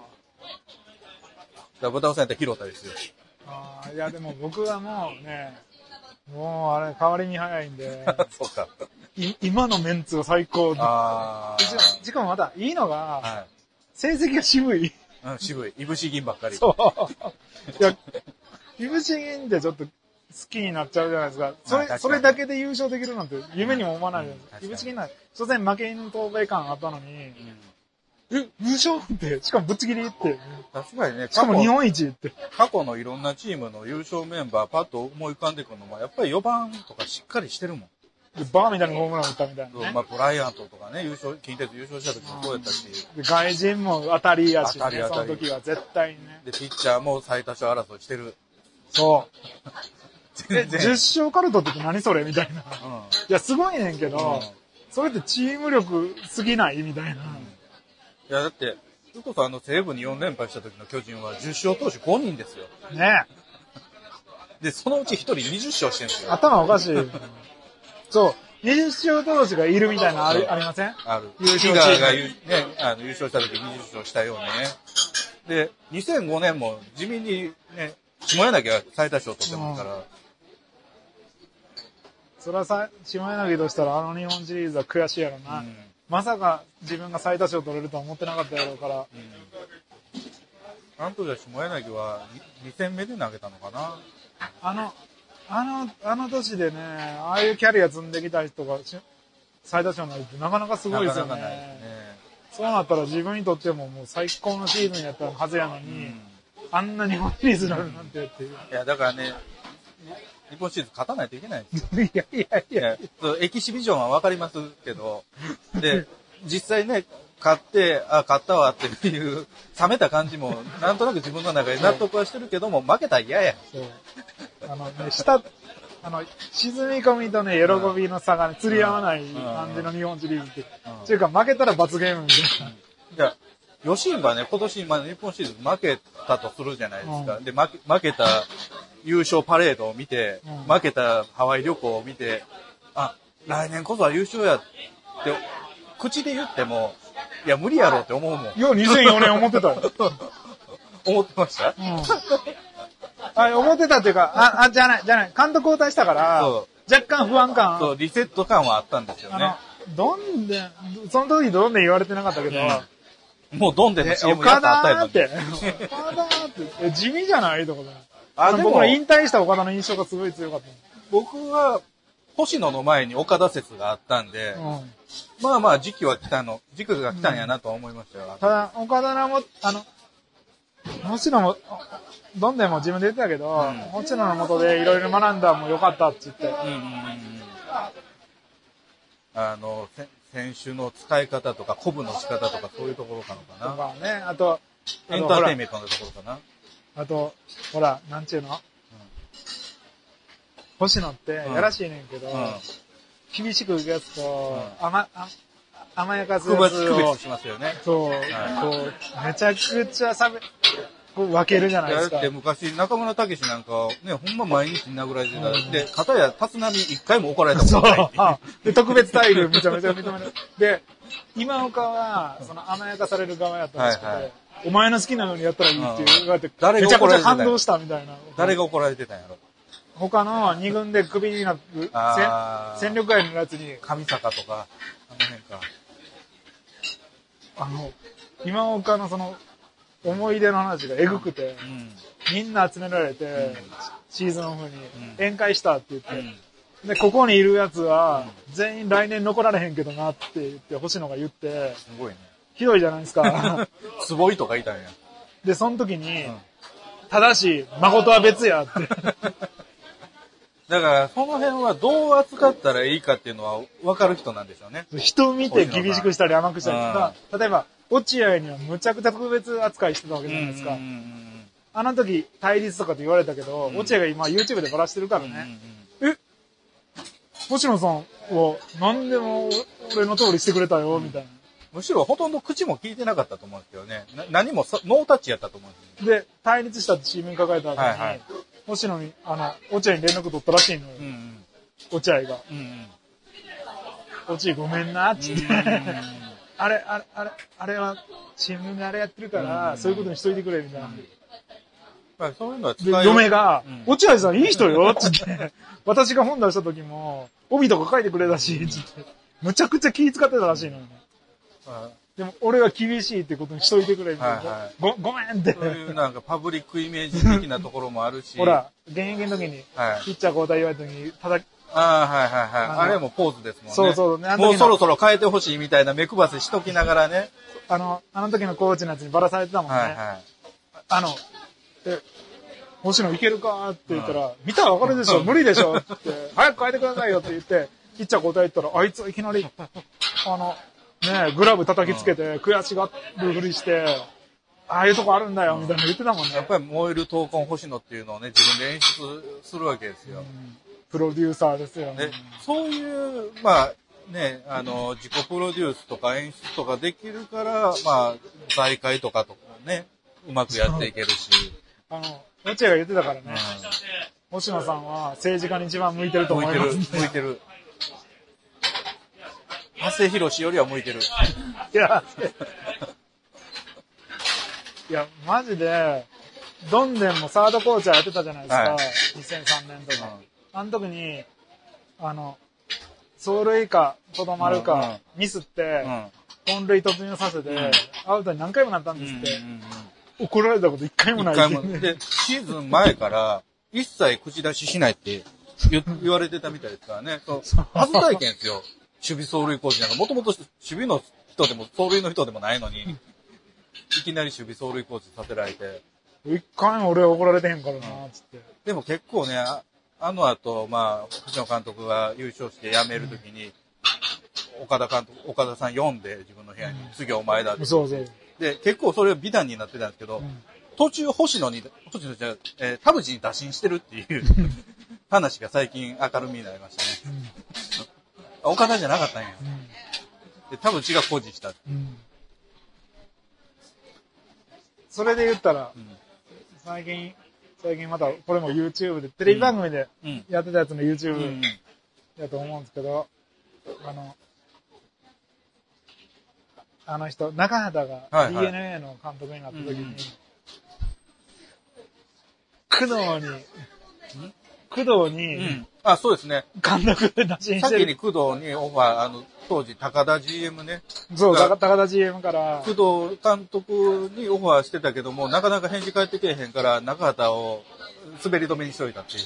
か。豚尾さんやったら広田ですよ。 いや、でも僕はもうね、もうあれ、変わりに早いんで。 そうか。 今のメンツが最高。しかもまた、いいのが、成績が渋い。 渋い。いぶし銀ばっかり。 そう。いや、いぶし銀ってちょっと、 きになっちゃうじゃないですか。それだけで優勝できるなんて夢にも思わないじゃないですか。いぶし銀な、初戦負け犬当米感あったのに、優勝って、しかもぶっちぎりって。 確かにね。 しかも日本一って。 過去のいろんなチームの優勝メンバーパッと思い浮かんでくるのも、やっぱり4番とかしっかりしてるもん。 バーみたいなホームラン打ったみたいな、ね。 まあ、ブライアントとかね、近鉄優勝した時もそうやったし。 外人も当たりやし、ね、その時は絶対にね。 で、ピッチャーも最多勝争いしてる。 そう。10勝カルトって何それみたいな。いや、すごいねんけど、それってチーム力すぎないみたいな。いや、だって、それこそ西武に4連敗した時の巨人は10勝投手5人ですよ。 ねで、そのうち1人20勝してるんですよ。 頭おかしい。そう。20勝投手がいるみたいなありません？ ある。 優勝チームが優勝した時20勝したようにね。で、2005年も地味にね、下柳が最多勝取ってますから。 それは下柳としたら日本シリーズは悔しいやろな。まさか自分が最多勝取れるとは思ってなかったやろうから。 あの時は下柳は2戦目で投げたのかな。 あの年でね、ああいうキャリア積んできた人が最多勝になるってなかなかすごいですよね。そうなったら自分にとってももう最高のシーズンやったはずやのに、あんな日本シリーズになるなんてっていう。 いや、だからね、日本シリーズ勝たないといけないんですよ。いや。 エキシビジョンはわかりますけど、で、実際ね、勝って、勝ったわっていう、冷めた感じも、なんとなく自分の中で納得はしてるけども、負けたら嫌や。 そう。沈み込みとね、喜びの差がね、釣り合わない感じの日本シリーズって。っていうか、負けたら罰ゲームみたいな。 いや、吉井はね、今年、日本シリーズ負けたとするじゃないですか。で、負けた優勝パレードを見て、負けたハワイ旅行を見て、来年こそは優勝やって、口で言っても、いや、無理やろって思うもん。 いや、2004年思ってたよ。 思ってました？ 思ってたっていうか、じゃない。監督交代したから、若干不安感。 そう、リセット感はあったんですよね。 その時どんで言われてなかったけど、 もうどんでの CM やった岡田って。地味じゃないとこだ。僕ら引退した岡田の印象がすごい強かった。 僕は、星野の前に岡田説があったんで、まあ時期が来たんやなとは思いましたよ。 ただ、岡田も、星野も、どんでも自分で言ってたけど、星野の下でいろいろ学んだも良かったって言って。 選手の使い方とか、鼓舞の仕方とか、そういうところかな。 とかね、あと、 エンターテインメントのところかな。 あと、ほら、なんちゅうの、星野ってやらしいねんけど、厳しくいくやつと、甘やかすやつを区別しますよね。 そう、めちゃくちゃ分けるじゃないですか。 だって昔、中村武史なんか、ね、ほんま毎日殴られてた。で、片や立浪一回も怒られたことない。 で、特別待遇めちゃめちゃ認める。で、今岡は、甘やかされる側やったらしくて、お前の好きなようにやったらいいって言われて、めちゃくちゃ感動したみたいな。 誰が怒られてたんやろ。 他の2軍でクビになる戦力外のやつに。 上坂とか、あの辺か。 今岡の思い出の話がエグくて、みんな集められて、シーズンオフに宴会したって言って、で、ここにいるやつは、全員来年残られへんけどなって言って、星野が言って、 すごいね。 ひどいじゃないですか。 坪井とかいたんや。 で、その時に、ただし、誠は別やって。 だから、その辺はどう扱ったらいいかっていうのは分かる人なんでしょうね。 人を見て厳しくしたり甘くしたりとか、例えば、落合にはむちゃくちゃ特別扱いしてたわけじゃないですか。あの時、対立とかって言われたけど、落合が今 YouTube でバラしてるからね。星野さんは何でも俺の通りしてくれたよ、みたいな。 むしろほとんど口も聞いてなかったと思うんですけどね。何もノータッチやったと思うんですで、対立したって新聞書かれた後に、星野に、落合に連絡取ったらしいのよ。落合が。落合ごめんな、って言って。あれは、新聞であれやってるから、そういうことにしといてくれ、みたいな。 そういうのはで、嫁が、落合さんいい人よ、って言って。私が本出した時も、帯とか書いてくれたし、って言って。むちゃくちゃ気遣ってたらしいのよね。 でも俺は厳しいってことにしといてくれみたいな。 はいはいごめんって。 そういうなんかパブリックイメージ的なところもあるし。 ほら、現役の時に、 はいピッチャー交代言われた時に、 はいはいはい。あれもポーズですもんね。 そうそうね。 もうそろそろ変えてほしいみたいな目配せしときながらね。 あの時のコーチのやつにばらされてたもんね。 はいはい。 星野いけるかって言ったら、見たらわかるでしょ、無理でしょって、早く変えてくださいよって言って、ピッチャー交代言ったら、あいついきなり、グラブ叩きつけて、悔しがるふりして、ああいうとこあるんだよ、みたいな言ってたもんね。 やっぱり燃える闘魂星野っていうのをね、自分で演出するわけですよ。 プロデューサーですよね。 そういう、まあ、ね、自己プロデュースとか演出とかできるから、まあ、大会とかとかね、うまくやっていけるし。 落合が言ってたからね。星野さんは政治家に一番向いてると思います、ね。 向いてる。長谷博士よりは向いてる。 いや、マジで、どんでんもサードコーチャーやってたじゃないですか。はい、2003年とか。あの時に、走塁か、とどまるか、ミスって、本塁突入させて、アウトに何回もなったんですって。怒られたこと一回もないって、 ね。で、シーズン前から、一切口出ししないって言われてたみたいですからね。初体験ですよ。守備走塁コーチなんか、もともと守備の人でも、走塁の人でもないのに、いきなり守備走塁コーチさせられて。 一回も俺は怒られてへんからな、つって。 でも結構ね、あの後、まあ、藤野監督が優勝して辞めるときに、岡田さん読んで、自分の部屋に、次はお前だって。 そうそう。 で、結構それは美談になってたんですけど、途中星野じゃ、田淵に打診してるっていう話が最近明るみになりましたね。岡田じゃなかったんや。で、田淵が誇示した。 それで言ったら、最近また、これも YouTube で、テレビ番組でやってたやつの YouTube やと思うんですけど、あの人、中畑が DNA の監督になった時に、工藤に、 あ、そうですね。 監督で打診してる。 先に工藤にオファー、当時高田 GM ね。 そう、高田 GM から。 工藤監督にオファーしてたけども、なかなか返事返ってけえへんから、中畑を滑り止めにしといたっていう。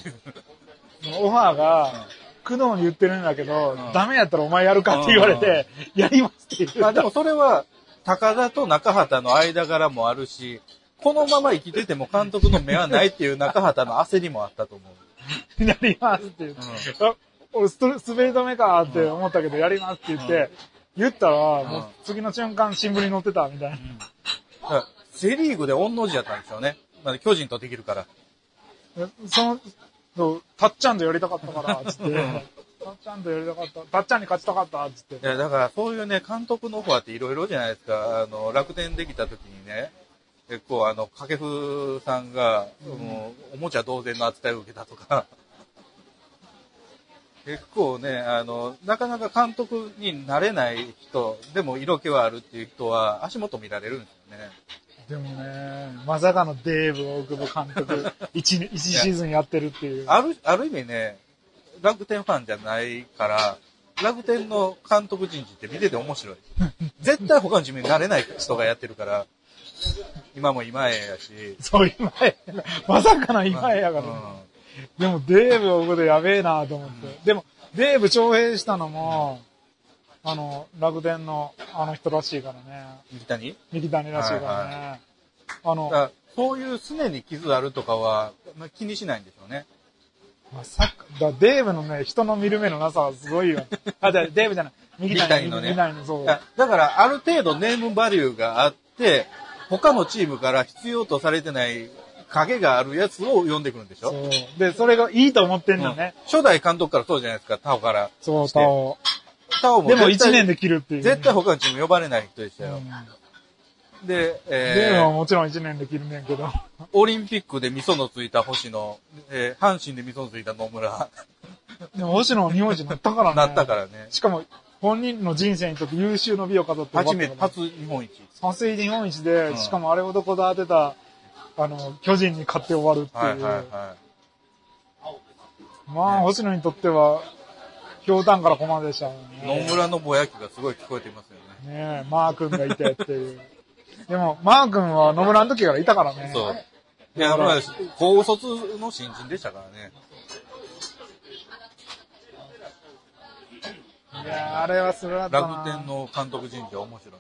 オファーが、工藤に言ってるんだけど、ダメやったらお前やるかって言われて、やりますって言う。 でもそれは、高田と中畑の間柄もあるし、このまま生きてても監督の目はないっていう中畑の焦りもあったと思う。 やりますって言って。俺、滑り止めかって思ったけど、やりますって言って、言ったら、もう次の瞬間新聞に載ってたみたいな。 セリーグで御の字やったんでしょうね。巨人とできるから。 たっちゃんとやりたかったから、つって。たっちゃんとやりたかった。たっちゃんに勝ちたかった、つって。 いや、だからそういうね、監督のオファーっていろいろじゃないですか。楽天できた時にね、結構掛布さんが、おもちゃ同然の扱いを受けたとか。結構ね、なかなか監督になれない人、でも色気はあるっていう人は足元見られるんですよね。 でもね、まさかのデーブ大久保監督、1シーズンやってるっていう。 ある意味ね、楽天ファンじゃないから、楽天の監督人事って見てて面白い。絶対他のチームになれない人がやってるから、今も今江やし。 そう、今江。まさかの今江やから、ね。でもデーブ大久保やべえなと思って。でも、デーブ徴兵したのも、楽天の人らしいからね。三木谷らしいからね。 そういう常に傷あるとかは気にしないんでしょうね。 まさか、デーブのね、人の見る目のなさはすごいよ。デーブじゃない。三木谷のね。そう。 だからある程度ネームバリューがあって、他のチームから必要とされてない影があるやつを呼んでくるんでしょ。 そう。で、それがいいと思ってんのね。 初代監督からそうじゃないですか、タオから。 そう、タオもでも1年で切るっていう、 ね。絶対他のチーム呼ばれない人でしたよ。で、 でももちろん1年で切るねんけど。 オリンピックで味噌のついた星野、阪神で味噌のついた野村。 でも星野の日本一になったからね。 なったからね。 しかも、本人の人生にとって優秀の美を飾って初日本一。 初日本一で、しかもあれほどこだわってた、巨人に勝って終わるっていう。まあ、星野にとっては、ひょうたんから駒でしたね。 野村のぼやきがすごい聞こえていますよね。 ねえ、マー君がいてっていう。でも、マー君は野村の時からいたからね。 そう。いや、まあ、高卒の新人でしたからね。 いや、あれはすごかったな。 楽天の監督人事は面白い。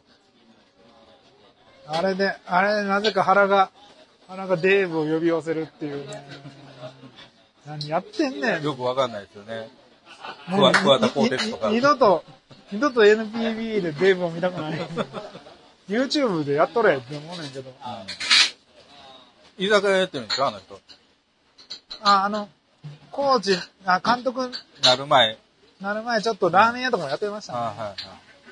あれで、なぜか原がデーブを呼び寄せるっていうね。何やってんねん。 よくわかんないですよね。桑田鋼鉄とか。 二度と NPB でデーブを見たくない。YouTube でやっとれって思うねんけど。 居酒屋やってるんですかあの人。 コーチ、監督なる前ちょっとラーメン屋とかもやってましたね。 はいはい。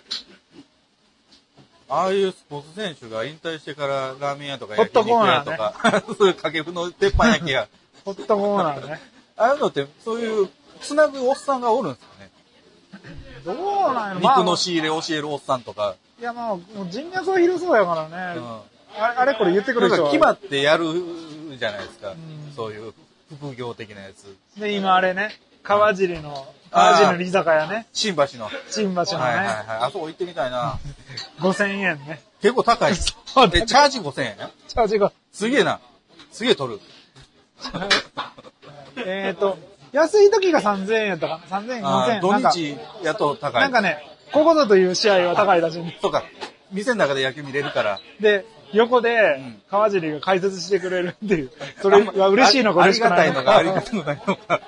ああいうスポーツ選手が引退してからラーメン屋とか焼肉屋とか、そういう掛布の鉄板焼き屋。 ホットコーナーね。 ああいうのって、そういう、つなぐおっさんがおるんですかね。 どうなんやろ。 肉の仕入れ教えるおっさんとか。 いや、もう人脈は広そうやからね。あれこれ言ってくる人は。 決まってやるじゃないですか。そういう副業的なやつ。 で、今あれね、川尻の居酒屋ね。 新橋のね。 はいはいはい。 あそこ行ってみたいな。 5000円ね。 結構高い。チャージ5000円や。 チャージが。 すげえな。すげえ取る。 安い時が3000円やったかな。3000円、4000円。 土日やと高い。 なんかね、ここぞという試合は高いらしいね。 そうか。店の中で野球見れるから。 で、横で、川尻が解説してくれるっていう。それは嬉しいのか嬉しくないのか。 ありがたいのか、ありがたいのか。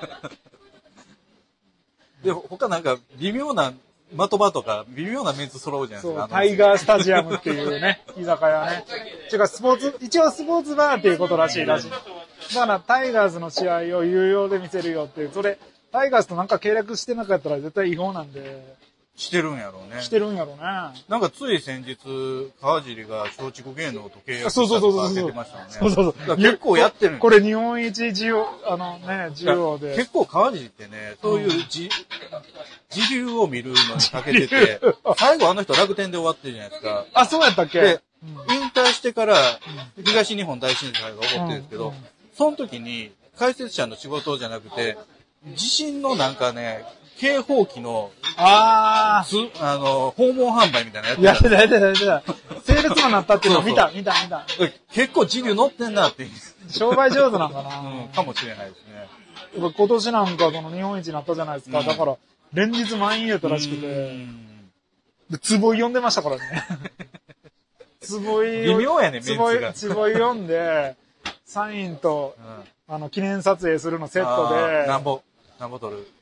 で、他なんか、微妙な、的場とか、微妙なメンツ揃うじゃないですか。 そう、タイガースタジアムっていうね、居酒屋ね。一応スポーツバーっていうことらしい。だからタイガースの試合を有料で見せるよっていう、それ、タイガースとなんか契約してなかったら絶対違法なんで。 してるんやろうね。 してるんやろうね。 なんかつい先日、川尻が松竹芸能と契約したとか出てましたもんね。 そう。 結構やってるんこれ日本一需要で。 結構川尻ってね、そういう時流を見るのにかけてて、最後あの人楽天で終わってるじゃないですか。 あ、そうやったっけ？ で、引退してから東日本大震災が起こってるんですけど、その時に解説者の仕事じゃなくて、地震のなんかね、警報器の、訪問販売みたいなやってた。やってた。セールスマンなったっていうの見た。 結構時流乗ってんなって。 商売上手なんかな。 かもしれないですね。 今年なんかその日本一になったじゃないですか。だから、連日満員やったらしくて。で、坪井呼んでましたからね。坪井。 微妙やね、メンツが。 坪井呼んで、サインと、記念撮影するのセットで。 なんぼ取る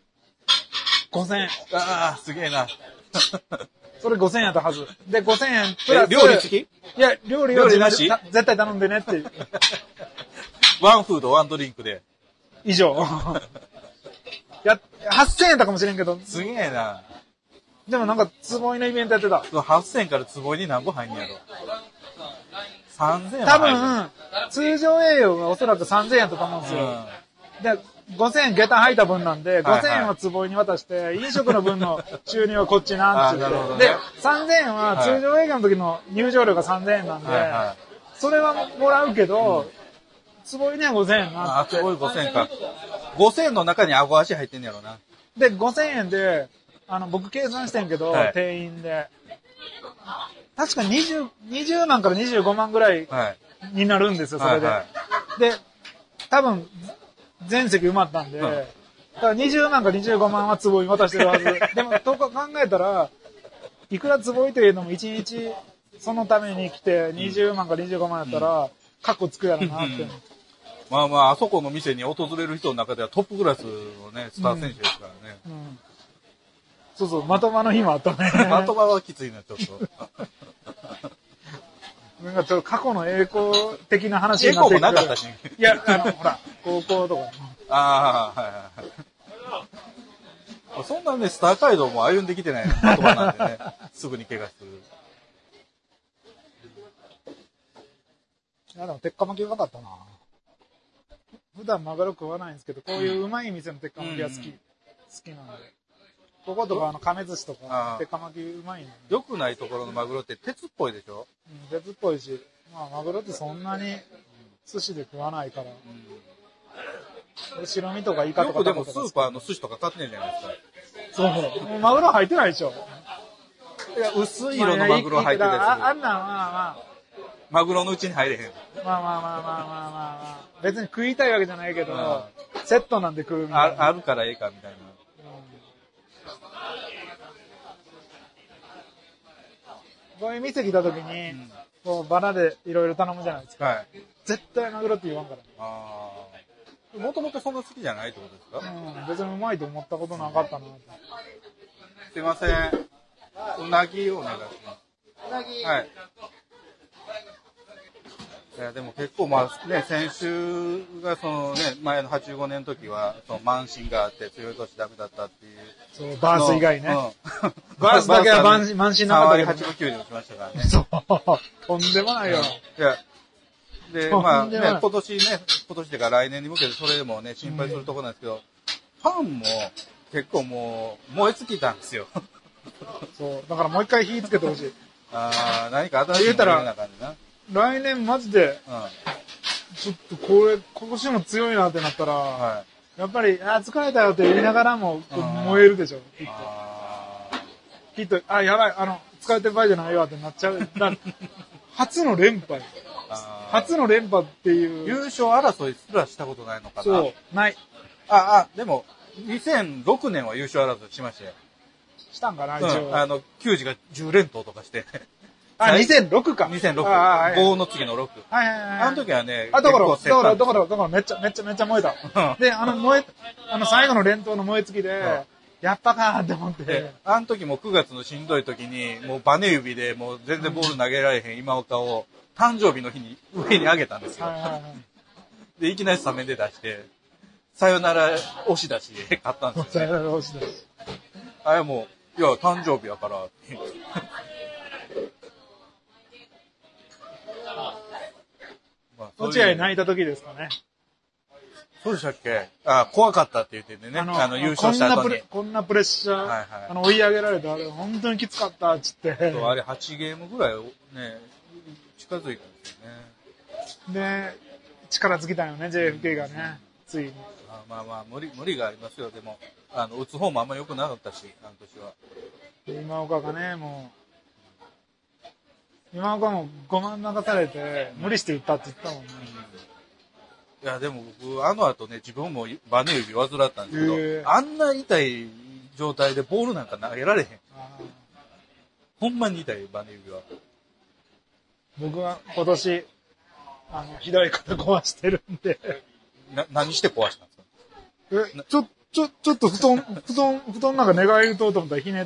5000円。 ああ、すげえな。 それ5000円やったはず。で、5000円プラス。 料理付き？ いや、料理なし絶対頼んでねっていう。 ワンフード、ワンドリンクで。 以上。8000円だかもしれんけど。 すげえな。 でもなんか、坪井のイベントやってた。 8000円から坪井に何本入んやろ。3000円多分、通常営業がおそらく3000円やったと思うんですよ。で、5000円下駄履いた分なんで、5000円は坪井に渡して、飲食の分の収入はこっちなって言って。で、3000円は通常営業の時の入場料が3000円なんで、それはもらうけど、坪井には5000円なって。 坪井5000円か。5000円の中に顎足入ってんやろな。 で、5000円で、僕計算してんけど、定員で。確か20万から25万ぐらいになるんですよ、それで。で、多分、全席埋まったんで、だから20万か25万は坪井に渡してるはず。でも、とか考えたら、いくら坪井というのも1日そのために来て20万か25万やったら、カッコつくやろなって。 まあ、あそこの店に訪れる人の中ではトップクラスのね、スター選手ですからね。 そう、的場の日もあったね。 的場はきついな、ちょっと。 なんかちょっと過去の栄光的な話になってくる。 栄光もなかったし。 いや、ほら、高校とか。 はい。そんなね、スター街道も歩んできてない的場なんでね、すぐに怪我する。 いや、でも鉄火巻きうまかったな。普段マグロ食わないんですけど、こういううまい店の鉄火巻きは好きなんで。こことか亀寿司とか、鉄火巻きうまいね。 良くないところのマグロって鉄っぽいでしょ？ 鉄っぽいし、まあマグロってそんなに寿司で食わないから。白身とかイカとか。 よくでもスーパーの寿司とか買ってんじゃないですか。 そう。マグロ入ってないでしょ。 いや、薄い色のマグロ入ってたやつ。 あんなんまあマグロのうちに入れへん。 まあ。別に食いたいわけじゃないけど、セットなんで食うみたいな。 あるからええか、みたいな。 こういう店来た時に、こうバラでいろいろ頼むじゃないですか。 はい。 絶対マグロって言わんから。 もともとそんな好きじゃないってことですか？ 別にうまいと思ったことなかったな。 すいません。うなぎをお願いします。 うなぎ。 はい。いや、でも結構まあね、先週がそのね、前の85年の時は、その慢心があって強い年ダメだったっていう。 そう、バース以外ね。バースだけは慢心なかったけど。 3割8分9厘落ちましたからね。 そう。とんでもないよ。 いや、で、まあね、今年でか来年に向けてそれでもね、心配するところなんですけど、ファンも結構もう燃え尽きたんですよ。 そう。だからもう一回火つけてほしい。 何か新しいのが出な感じな。 来年マジで、ちょっとこれ、今年も強いなってなったら、やっぱり、疲れたよって言いながらも燃えるでしょ、きっと。やばい、疲れてる場合じゃないわってなっちゃう。初の連覇。初の連覇っていう。 優勝争いすらしたことないのかな。 そう、ない。 でも、2006年は優勝争いしましたよ。 したんかな、一応。 球児が10連投とかして。 2006か。 2006。5の次の6。あの時はね、 だからめっちゃ燃えた。で、最後の連投の燃え尽きで、やったかーって思って。 あの時も9月のしんどい時に、もうバネ指でもう全然ボール投げられへん今岡を、誕生日の日に上に上げたんですよ。で、いきなりスタメンで出して、さよなら押し出しで勝ったんですよ。 さよなら押し出し。 もう、いや、誕生日やから、 落合泣いた時ですかね。 そうでしたっけ？怖かったって言ってね、優勝した後に。 こんなプレッシャー、追い上げられて、本当にきつかったっつって。 そう、あれ8ゲームぐらいね、近づいたんですよね。 で、力尽きたよね、JFK がね、ついに。 まあ、無理がありますよ。でも、打つ方もあんま良くなかったし、あの年は。 今岡がね、もう、今岡も5万流されて、無理して打ったって言ったもんね。 いや、でも僕、あの後ね、自分もバネ指患ったんですけど、あんな痛い状態でボールなんか投げられへん。ほんまに痛い、バネ指は。 僕は今年、ひどい肩壊してるんで。 何して壊したんですか？ ちょっと布団なんか寝返りと思ったらひねって、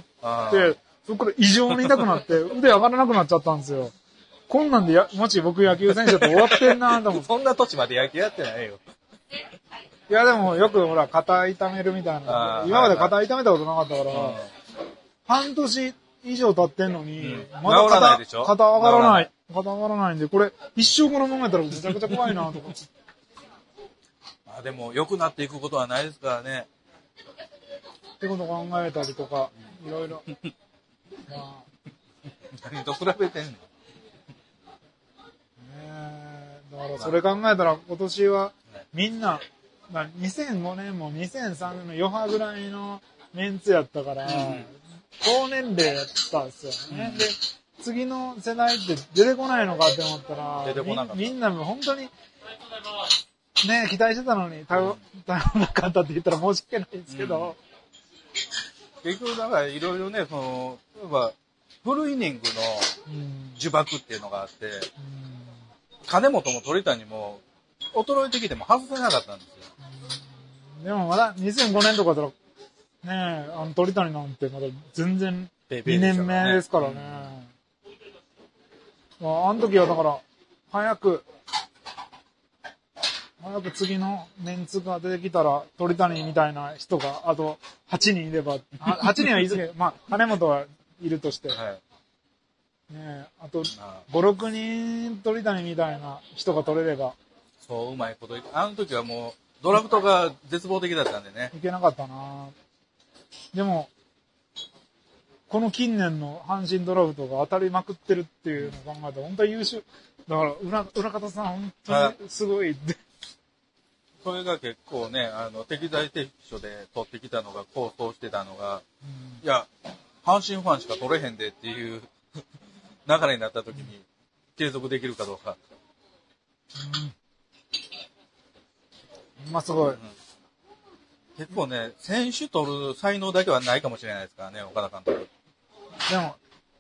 そこから異常に痛くなって、腕上がらなくなっちゃったんですよ。こんなんでもし僕野球選手だと終わってんなと思って。 そんな年まで野球やってないよ。 いやでもよくほら、肩痛めるみたいな。今まで肩痛めたことなかったから、半年以上経ってんのに、まだ肩上がらない。肩上がらないんで、これ一生このままやったらめちゃくちゃ怖いなと思って。 でも良くなっていくことはないですからね。 ってこと考えたりとか、いろいろ。 何と比べてんの？ だからそれ考えたら今年はみんな、2005年も2003年の余波ぐらいのメンツやったから、高年齢やったんですよね。で、次の世代って出てこないのかって思ったら、みんなも本当に、ね、期待してたのに頼らなかったって言ったら申し訳ないんですけど。 結局だからいろいろね、例えば、フルイニングの呪縛っていうのがあって、金本も鳥谷も衰えてきても外せなかったんですよ。 でもまだ2005年とかだったら、ね鳥谷なんてまだ全然2年目ですからね。あの時はだから、早く次のメンツが出てきたら、鳥谷みたいな人が、あと8人いれば、8人はいずれ、金本はいるとして、あと5、6人鳥谷みたいな人が取れれば。 そう、うまいことあの時はもう、ドラフトが絶望的だったんでね。 いけなかったな。でも、この近年の阪神ドラフトが当たりまくってるっていうのを考えたら、本当に優秀。だから、裏方さん、本当にすごい。 それが結構ね、適材適所で取ってきたのが、構想してたのが、いや、 阪神ファンしか取れへんでっていう流れになった時に継続できるかどうか。 まあすごい。 結構ね、選手取る才能だけはないかもしれないですからね、岡田監督。 でも、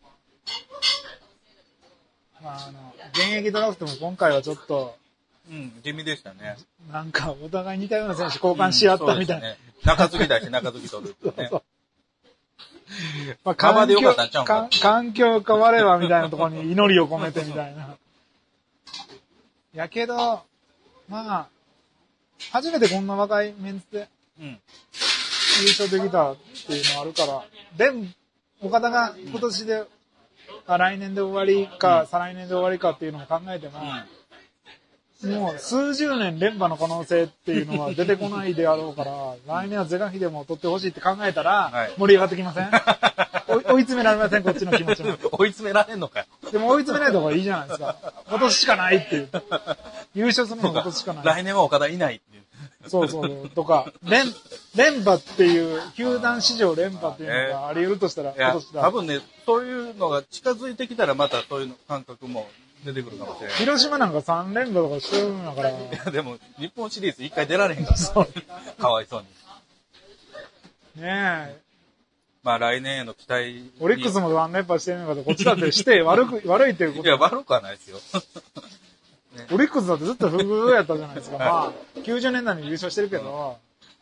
まあ現役ドラフトも今回はちょっと、 地味でしたね。 なんかお互い似たような選手交換し合ったみたいな。 ね、中継ぎだし中継ぎ取るってね。 そうまあ、 環境でよかったんちゃうんか。 環境変わればみたいなところに祈りを込めてみたいな。やけど、まあ、初めてこんな若いメンツで優勝できたっていうのはあるから、岡田が今年で、来年で終わりか、再来年で終わりかっていうのを考えても、もう数十年連覇の可能性っていうのは出てこないであろうから、来年は是が非でも取ってほしいって考えたら、盛り上がってきません？追い詰められません、こっちの気持ちも。 追い詰められんのかよ。 でも追い詰めない方がいいじゃないですか。今年しかないっていう。優勝するのは今年しかない。 来年は岡田いないっていう。 そうそう。とか、連覇っていう、球団史上連覇っていうのがあり得るとしたら、今年だ。 多分ね、そういうのが近づいてきたらまたそういう感覚も出てくるかもしれない。 広島なんか3連覇とかしてるんだから。いや、でも、日本シリーズ1回出られへんから。そう。かわいそうに。 ねえ。 まあ来年への期待。 オリックスも3連覇してるんだけど、こっちだってして悪いっていうこと。 いや、悪くはないですよ。 ね、オリックスだってずっと不遇やったじゃないですか。まあ、90年代に優勝してるけど。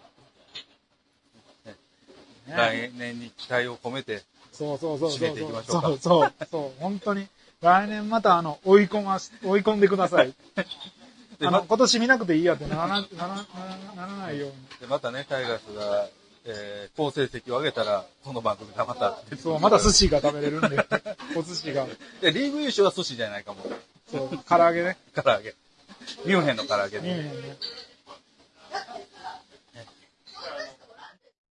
ね、来年に期待を込めて。 そう。 締めていきましょうか。 そう。本当に。来年また追い込んでください。今年見なくていいやってならないように。 で、またね、タイガースが、好成績を上げたら、この番組がまた。 そう、また寿司が食べれるんで。お寿司が。 で、リーグ優勝は寿司じゃないかも。 そう、唐揚げね。 唐揚げ。ミュンヘンの唐揚げね。 ミュンヘンね。